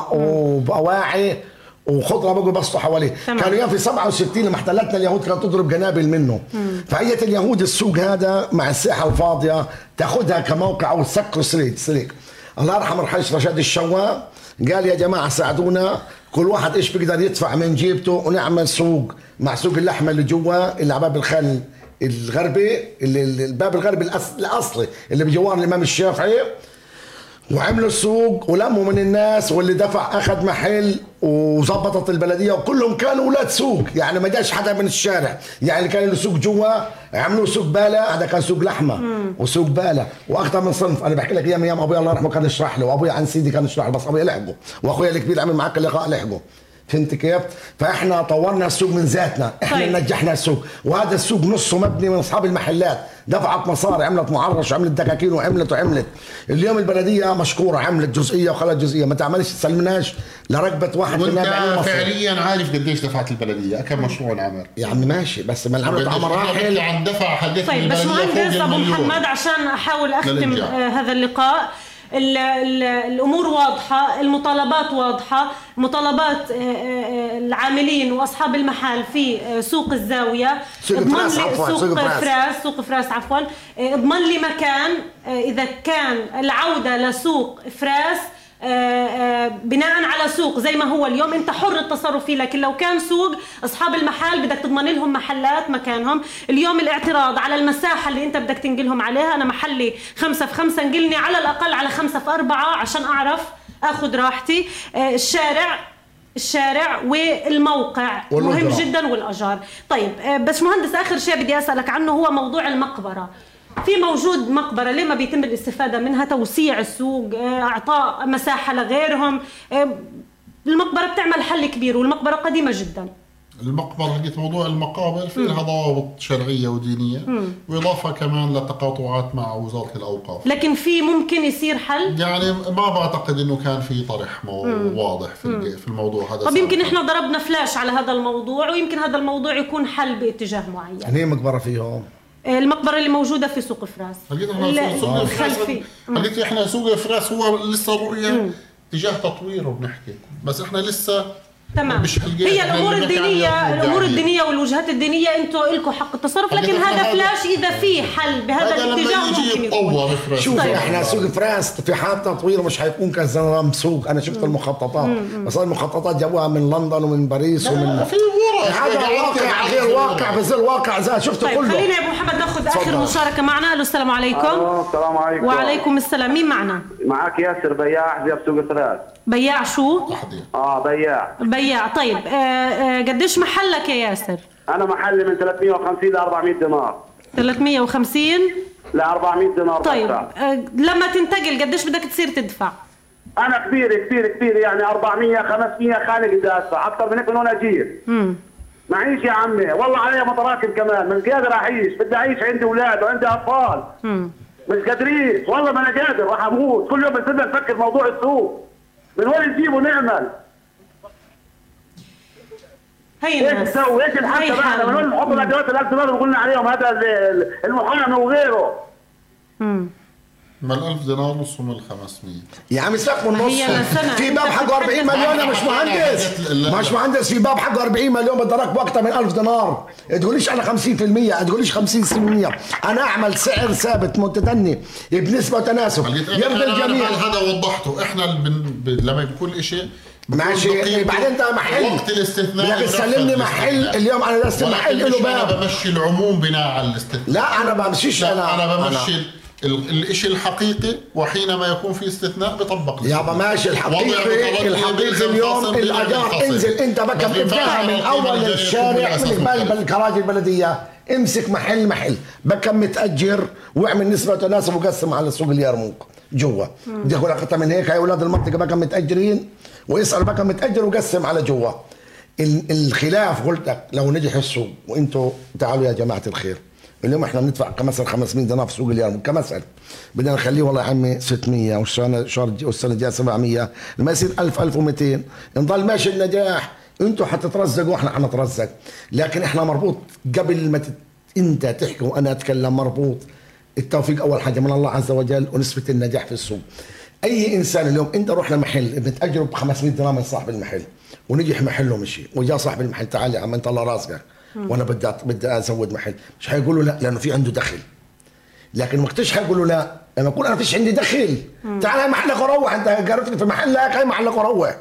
وبواعي وخضره بقوا بسطوا حواليه. كانوا ايام في سبعة وستين لما احتلتنا اليهود كانت تضرب جنابل منه. فهيئه اليهود السوق هذا مع الساحه الفاضيه تاخذها كموقع او تسكر سليك سليك. الله يرحم الحاج رشاد الشوا قال يا جماعه ساعدونا كل واحد ايش بيقدر يدفع من جيبته ونعمل سوق مع سوق اللحمه اللي جوا اللي على باب الخل الغربي اللي الباب الغربي الاصلي اللي بجوار الامام الشافعي. وعملوا السوق ولموا من الناس واللي دفع اخذ محل وظبطت البلديه وكلهم كانوا اولاد سوق، يعني ما جاش حدا من الشارع. يعني اللي كان له سوق جوا عملوا سوق باله، هذا كان سوق لحمه وسوق باله واكثر من صنف. انا بحكي لك ايام ايام ابويا الله يرحمه كان يشرح له وابويا عن سيدي كان يشرح له بس ابويا لحقه واخويا الكبير عمل معك اللقاء لحقه. فهمت كيف؟ فاحنا طورنا السوق من ذاتنا، احنا طيب. نجحنا السوق، وهذا السوق نصه مبني من اصحاب المحلات، دفعت مصاري عملت معرش وعملت دكاكين وعملت وعملت. اليوم البلديه مشكوره عملت جزئيه وخلت جزئيه، ما تعملش تسلمناش لرغبه واحد في الناس. فعليا عارف قديش دفعت البلديه كم مشروع العمل؟ يا عم ماشي بس ما العمل على مراحل عن دفع حديث. طيب باشمهندس ابو محمد عشان احاول اختم هذا اللقاء، ال ال الامور واضحه، المطالبات واضحه، مطالبات العاملين واصحاب المحال في سوق الزاويه. سوق فراس عفوا سوق فراس سوق فراس عفوا اضمن لي مكان اذا كان العوده لسوق فراس بناء على سوق زي ما هو اليوم انت حر التصرف فيه، لكن لو كان سوق اصحاب المحل بدك تضمن لهم محلات مكانهم. اليوم الاعتراض على المساحه اللي انت بدك تنقلهم عليها، انا محلي خمسة في خمسة انقلني على الاقل على خمسة في أربعة عشان اعرف اخذ راحتي. الشارع الشارع والموقع مهم جدا والاجار. طيب بس مهندس اخر شيء بدي اسالك عنه هو موضوع المقبره. في موجود مقبرة ليه ما بيتم الاستفادة منها؟ توسيع السوق، اعطاء مساحة لغيرهم. المقبرة بتعمل حل كبير والمقبرة قديمة جدا. المقبرة حقت موضوع المقابر في لها ضوابط شرعية ودينية، مم. وإضافة كمان لتقاطعات مع وزارة الأوقاف. لكن في ممكن يصير حل؟ يعني ما بعتقد إنه كان في طرح واضح في في الموضوع هذا. طب يمكن إحنا ضربنا فلاش على هذا الموضوع ويمكن هذا الموضوع يكون حل باتجاه معين. يعني هي مقبرة فيهم؟ المقبرة اللي موجودة في سوق فراس. حقيقة احنا سوق فراس حقيقة احنا سوق فراس هو لسه رؤية تجاه تطويره بنحكي، بس احنا لسه تمام. هي الامور الدينيه الامور الدينيه والوجهات الدينيه انتم لكم حق التصرف، لكن هذا فلاش اذا في حل بهذا الاتجاه ممكن يكون. شوف طيب. احنا سوق فراس في حال تطوير مش حيكون كنظام سوق. انا شفت المخططات بس المخططات جابوها من لندن ومن باريس ومن في الورش هذا واقع غير واقع بس الواقع زي شفته طيب كله. خلينا يا ابو محمد ناخذ اخر مشاركه معنا. الو السلام عليكم. السلام عليكم. وعليكم السلام. مين معنا؟ معك ياسر بياع في سوق فراس. بياع شو؟ اه بياع. بياع. طيب آه آه قديش محلك يا ياسر؟ انا محلي من ثلاثمية وخمسين ل أربعمية دينار. ثلاثمية وخمسين ل أربعمية دينار. طيب آه لما تنتقل قديش بدك تصير تدفع؟ انا كبير كثير كثير يعني أربعمية خمسمية خانق بدي ادفع اكثر من هيك من وين اجيب. امم معيش يا عمي والله علي متراكم كمان من قادر اعيش. بدي اعيش عندي اولاد وعندي اطفال. امم مش قادرين والله ما انا قادر راح اموت. كل يوم بصير نفكر موضوع السوق من وين نجيبه نعمل؟ هي ايش نسوي؟ ايش الحل تبعنا؟ من وين نحط الادوات الألف دولار اللي قلنا عليهم هذا المحامي وغيره؟ امم ما الألف دينار نص من الخمسمية يا عم سيبك من نص. في باب حقه أربعين مليون يا مش مهندس. مش مهندس في باب حقه أربعين مليون بدراك بوقتها من ألف دينار. تقوليش أنا خمسين بالمية تقوليش خمسين بالمية. أنا أعمل سعر ثابت متدني بنسبة وتناسب يرضي الجميع. هذا وضحته. إحنا لما بيكون شيء ماشي بعدين انت محل وقت الاستثناء بدك تسلمني محل اليوم. انا لازم محل له باب. انا بمشي العموم بناء على الاستثناء. لا انا بمشيش. انا انا بمشي الشيء الحقيقي وحينما يكون في استثناء بطبق يابا ماشي الحقيقي. الحقيقي اليوم الاجار انزل انت بكم ابداها من اول الشارع من قبل الكراج البلديه. امسك محل محل بكم متاجر واعمل نسبه تناسب وقسم على سوق اليرموك جوا. بدي اقول اكثر من هيك. هاي اولاد المنطقه بكم متاجرين ويسأل بكم متأجر وقسم على جوا. الخلاف قلت لك لو نجح السوق وانتم تعالوا يا جماعه الخير اليوم احنا بندفع كمثل خمسمية دينار في سوق اليوم كمثل بدنا نخليه والله يا عمي ستمية والسنه والسنه الجايه سبعمية لما يصير ألف ألف ومئتين نضل ماشي النجاح. انتم حتترزقوا واحنا حنترزق لكن احنا مربوط قبل ما تت... انت تحكي وانا اتكلم مربوط. التوفيق اول حاجه من الله عز وجل ونسبه النجاح في السوق. اي انسان اليوم انت روح لمحل بتاجره ب خمسمية دينار من صاحب المحل ونجح محله مشي وجاء صاحب المحل تعال يا عم انت الله راسك وانا بدي بدي ازود محل مش حيقولوا لا لانه في عنده دخل. لكن ما كنتش حيقولوا لا لما اكون انا فيش عندي دخل تعال هاي محلك وروح انت قررت في محلك هاي محلك وروح.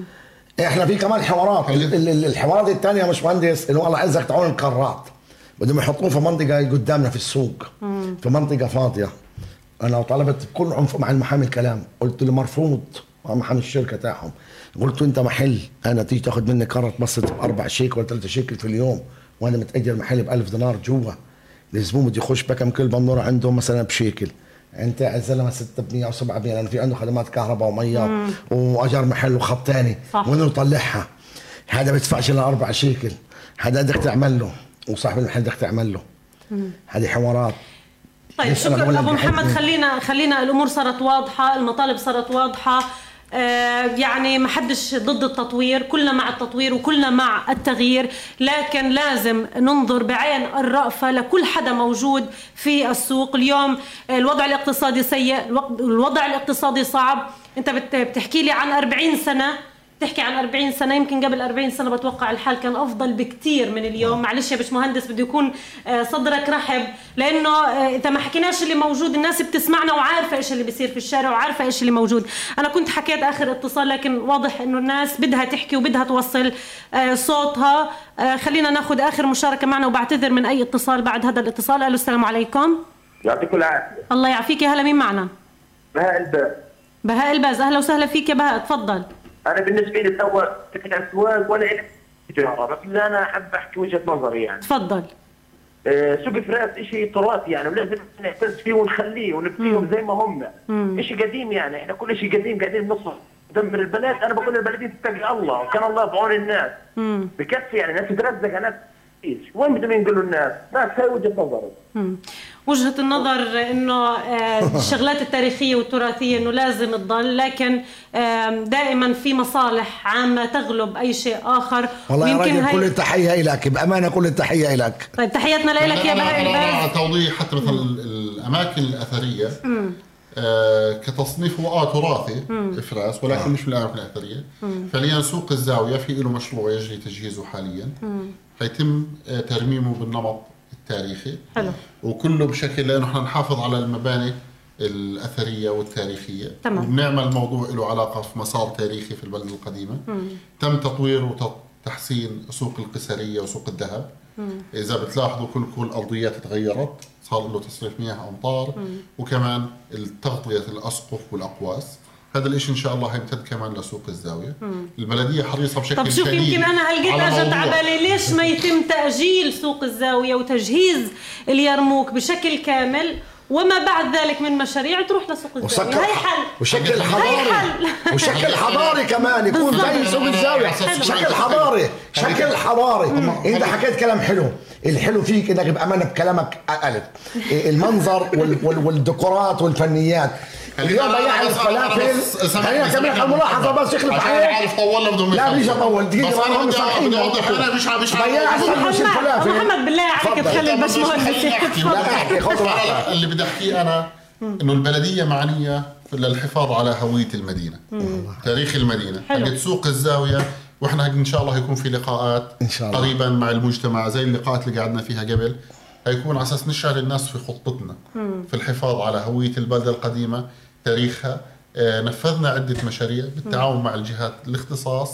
احنا في كمان حوارات. الحوارات الثانيه مش مهندس اللي هو الله عزك تعاون القارات بدهم يحطوه في منطقه قدامنا في السوق في منطقه فاضيه. انا طلبت بكل عنف مع المحامي الكلام قلت له مرفوض مع محامي الشركه تاعهم. قلت له انت محل انا تيجي تاخذ مني كره بسط باربع شيكل ولا ثلاثه شيكل في اليوم وانا متاجر محل ب ألف دينار جوا. الزبون بده يخش بكم كل بنوره عندهم مثلا بشيكل انت يا زلمه ستمية او سبعمية لانه في عنده خدمات كهرباء وميه واجار محل وخط ثاني وين يطلعها. هذا ما بدفعش الا اربع شيكل. هذا بدك تعمل له وصاحب المحل بدك تعمل له. هذه حوارات. طيب شكرا ابو محمد. خلينا خلينا الامور صارت واضحه المطالب صارت واضحه. آه يعني ما حدش ضد التطوير كلنا مع التطوير وكلنا مع التغيير لكن لازم ننظر بعين الرأفة لكل حدا موجود في السوق. اليوم الوضع الاقتصادي سيء الوضع الاقتصادي صعب. انت بتحكي لي عن أربعين سنة تحكي عن أربعين سنة يمكن قبل أربعين سنة بتوقع الحال كان أفضل بكتير من اليوم. معلش يا باشمهندس بده يكون صدرك رحب لأنه إذا ما حكيناش اللي موجود الناس بتسمعنا وعارفة إيش اللي بيصير في الشارع وعارفة إيش اللي موجود. أنا كنت حكيت آخر اتصال لكن واضح إنه الناس بدها تحكي وبدها توصل صوتها. خلينا ناخذ آخر مشاركة معنا وبعتذر من أي اتصال بعد هذا الاتصال. ألو السلام عليكم. يعطيكم العافية. الله يعافيك. يا هلا مين معنا؟ بهاء الباز. بهاء الباز أهلا وسهلا فيك يا بهاء تفضل. أنا بالنسبة لي توا فكرة أسواق ولا إلي تجارة بس أنا أحب أحكي وجهة نظري يعني. تفضل. آه سوق فراس شيء تراثي يعني ولازم نعتز فيه ونخليه ونبقيهم زي ما هم. شيء قديم يعني إحنا كل شيء قديم قاعدين نصر ندمر البلد. أنا بقول البلدية تتقي الله وكان الله بعون الناس. مم. بكفي يعني الناس تترزق ناس وين بدهم ينقلوا الناس؟ بس هاي وجهة نظري. وجهة النظر انه الشغلات التاريخية والتراثية انه لازم تضل لكن دائما في مصالح عامة تغلب اي شيء اخر. والله يا راجل كل التحية لك بأمانة كل التحية لك. طيب تحياتنا لك يا بهاء الباز. توضيح حتى مثلا الأماكن الأثرية آه كتصنيف هو اه تراثي افراس ولكن آه. مش من الاماكن الاثريه. فعليا سوق الزاويه في له مشروع يجري تجهيزه حاليا، حيتم آه ترميمه بالنمط التاريخي. حلو. وكله بشكل لانه احنا نحافظ على المباني الاثريه والتاريخيه. تمام. وبنعمل موضوع له علاقه في مسار تاريخي في البلده القديمه. مم. تم تطوير وتحسين سوق القيصريه وسوق الذهب. مم. اذا بتلاحظوا كل كل الارضيات تغيرت، صار له تصريف مياه امطار. مم. وكمان تغطيه الاسقف والاقواس. هذا الشيء ان شاء الله هيمتد كمان لسوق الزاويه. مم. البلديه حريصه بشكل شديد. طب شوف يمكن انا هلقيت اجت على بالي ليش ما يتم تاجيل سوق الزاويه وتجهيز اليرموك بشكل كامل وما بعد ذلك من مشاريع تروح لسوق الزاويه. هاي حل وشكل حضاري وشكل حضاري كمان يكون زي سوق الزاويه. شكل حضاري شكل حضاري. انت حكيت كلام حلو. الحلو فيك انك بامانه بكلامك قلت المنظر والديكورات والفنيات. اليوم بياع الفلافل خلينا كمان الملاحظه بس يخلف عليك. عارف طولنا بدهم لا بديش اطول دقيقه انا صالحين انا مش مش بياع الفلافل. محمد بالله عليك تخلي الباشمهندس لا احكي خذ راحتك. اللي بدي احكيه انا انه البلديه معنيه للحفاظ على هويه المدينه، تاريخ المدينه. حقت سوق الزاويه واحنا ان شاء الله هيكون في لقاءات إن شاء الله. قريبا مع المجتمع زي اللقاءات اللي قعدنا فيها قبل، هيكون على اساس نشعر الناس في خطتنا مم. في الحفاظ على هويه البلده القديمه، تاريخها. آه نفذنا عده مشاريع بالتعاون مم. مع الجهات الاختصاص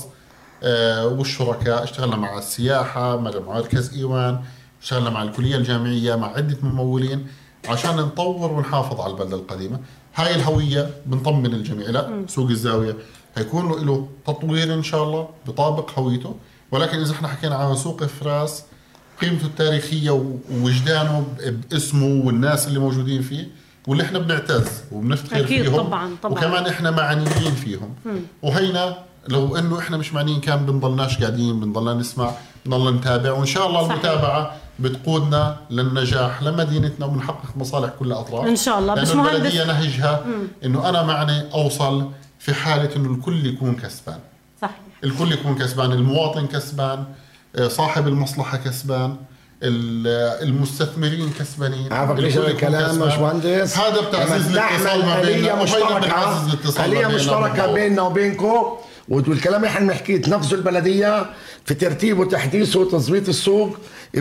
آه والشركاء. اشتغلنا مع السياحه، مع مركز ايوان، اشتغلنا مع الكليه الجامعيه، مع عده ممولين عشان نطور ونحافظ على البلده القديمه. هاي الهويه بنطمن الجميع. لا مم. سوق الزاويه هيكون له له تطوير ان شاء الله بطابق هويته، ولكن اذا احنا حكينا عن سوق افراس قيمته التاريخية ووجدانه باسمه والناس اللي موجودين فيه واللي احنا بنعتز وبنفتخر فيهم طبعاً طبعاً. وكمان احنا معنيين فيهم. مم. وهينا لو انه احنا مش معنيين كان بنضلناش قاعدين، بنضلنا نسمع، بنضلنا نتابع، وان شاء الله صحيح. المتابعة بتقودنا للنجاح لمدينتنا وبنحقق مصالح كل الاطراف ان شاء الله. لانه البلدية نهجها مم. انه انا معني اوصل في حالة انه الكل يكون كسبان. صحيح. الكل يكون كسبان، المواطن كسبان، صاحب المصلحة كسبان، المستثمرين كسبانين. عارفك ليش الكلام مش مهندس؟ هذا بتعزيز الاتصال ما بيننا وهيدا بنعزز الاتصال ما بيننا. مشتركة بيننا وبينكم، والكلام اللي احنا بنحكيه تنفذوا البلدية في ترتيب وتحديث وتظبيط السوق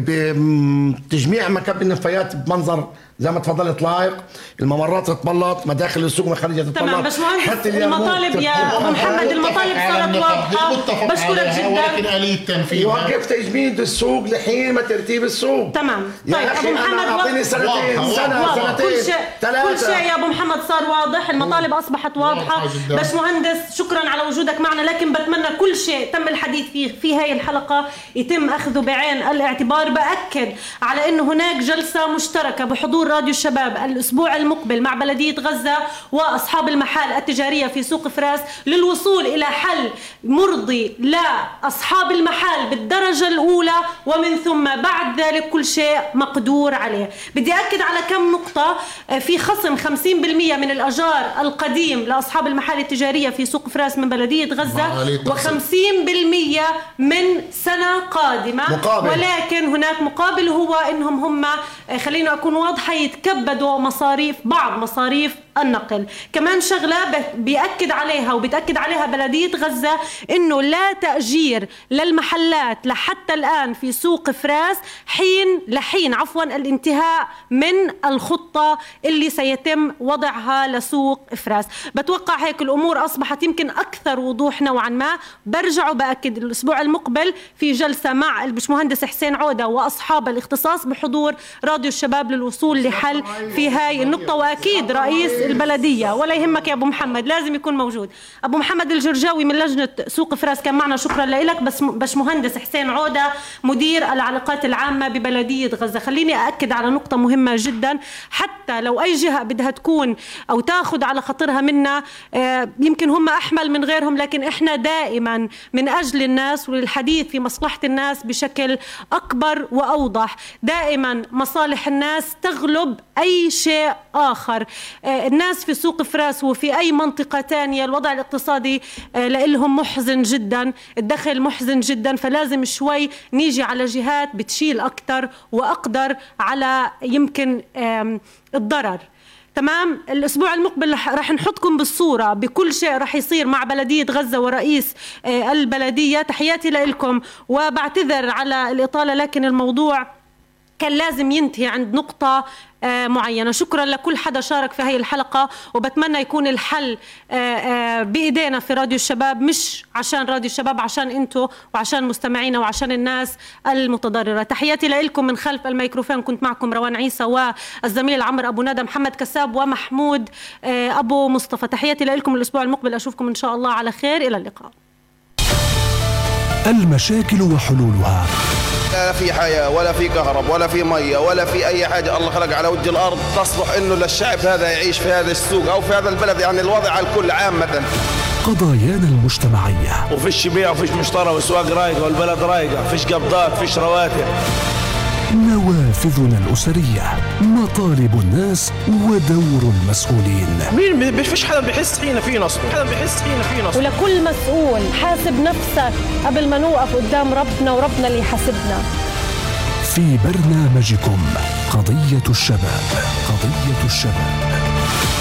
بتجميع مكب النفايات بمنظر زي ما تفضلت لايق، الممرات تتبلط، مداخل السوق ومخارجها تتبلط. تمام باشمهندس المطالب يا ابو محمد المطالب صارت واضحه بشكرك جدا. ولكن آلية التنفيذ يوقف تجميد السوق لحين ما ترتيب السوق. تمام. طيب ابو محمد اعطيني سنتين سنه سنتين كل شيء ثلاثه كل شيء يا ابو محمد صار واضح، المطالب اصبحت واضحه. باشمهندس شكرا على وجودك معنا، لكن بتمنى كل شيء تم الحديث فيه في هاي الحلقه يتم اخذه بعين الاعتبار. باكد على انه هناك جلسه مشتركه بحضور راديو الشباب الأسبوع المقبل مع بلدية غزة وأصحاب المحال التجارية في سوق فراس للوصول إلى حل مرضي لأصحاب المحال بالدرجة الأولى، ومن ثم بعد ذلك كل شيء مقدور عليه. بدي أكد على كم نقطة. في خصم خمسين بالمئة من الأجار القديم لأصحاب المحال التجارية في سوق فراس من بلدية غزة، وخمسين بالمئة من سنة قادمة مقابل. ولكن هناك مقابل هو إنهم هم خلينا أكون واضحة يتكبدوا مصاريف بعض مصاريف النقل. كمان شغلة بيأكد عليها وبتأكد عليها بلدية غزة إنه لا تأجير للمحلات لحتى الآن في سوق فراس حين لحين عفوا الانتهاء من الخطة اللي سيتم وضعها لسوق فراس. بتوقع هيك الأمور أصبحت يمكن أكثر وضوح نوعا ما. برجع وبأكد الأسبوع المقبل في جلسة مع البشمهندس حسين عودة وأصحاب الاختصاص بحضور راديو الشباب للوصول لحل في هاي النقطة، وأكيد رئيس البلدية ولا يهمك يا أبو محمد لازم يكون موجود. أبو محمد الجرجاوي من لجنة سوق فراس كان معنا، شكرا لك. بس باشمهندس حسين عودة مدير العلاقات العامة ببلدية غزة. خليني أأكد على نقطة مهمة جدا، حتى لو أي جهة بدها تكون أو تاخذ على خاطرها منا يمكن هم أحمل من غيرهم، لكن إحنا دائما من أجل الناس وللحديث في مصلحة الناس بشكل أكبر وأوضح. دائما مصالح الناس تغلب أي شيء آخر. الناس في سوق فراس وفي أي منطقة تانية الوضع الاقتصادي لهم محزن جدا، الدخل محزن جدا، فلازم شوي نيجي على جهات بتشيل أكتر وأقدر على يمكن الضرر. تمام. الأسبوع المقبل رح نحطكم بالصورة بكل شيء رح يصير مع بلدية غزة ورئيس البلدية. تحياتي لكم وبعتذر على الإطالة، لكن الموضوع كان لازم ينتهي عند نقطة معينة. شكرا لكل حدا شارك في هاي الحلقة، وبتمنى يكون الحل بإيدينا في راديو الشباب، مش عشان راديو الشباب، عشان انتو وعشان مستمعينا وعشان الناس المتضررة. تحياتي لكم من خلف الميكروفون، كنت معكم روان عيسى والزميل عمرو أبو ندى، محمد كساب ومحمود أبو مصطفى. تحياتي لكم. الأسبوع المقبل أشوفكم إن شاء الله على خير. إلى اللقاء. المشاكل وحلولها. لا في حياة ولا في كهرب ولا في مية ولا في أي حاجة الله خلق على وجه الأرض تصلح إنه للشعب هذا يعيش في هذا السوق أو في هذا البلد، يعني الوضع على الكل عامة. قضايانا المجتمعية. وفيش بيع وفيش مشترى والسواق رايقة والبلد رايقة، فيش قبضات فيش رواتب. نوافذنا الأسرية، مطالب الناس ودور المسؤولين. مين فيش حدا بيحس حين في نصب، حدا بيحس حين في نصب. ولكل مسؤول حاسب نفسك قبل ما نوقف قدام ربنا وربنا اللي يحاسبنا. في برنامجكم قضية الشباب. قضية الشباب.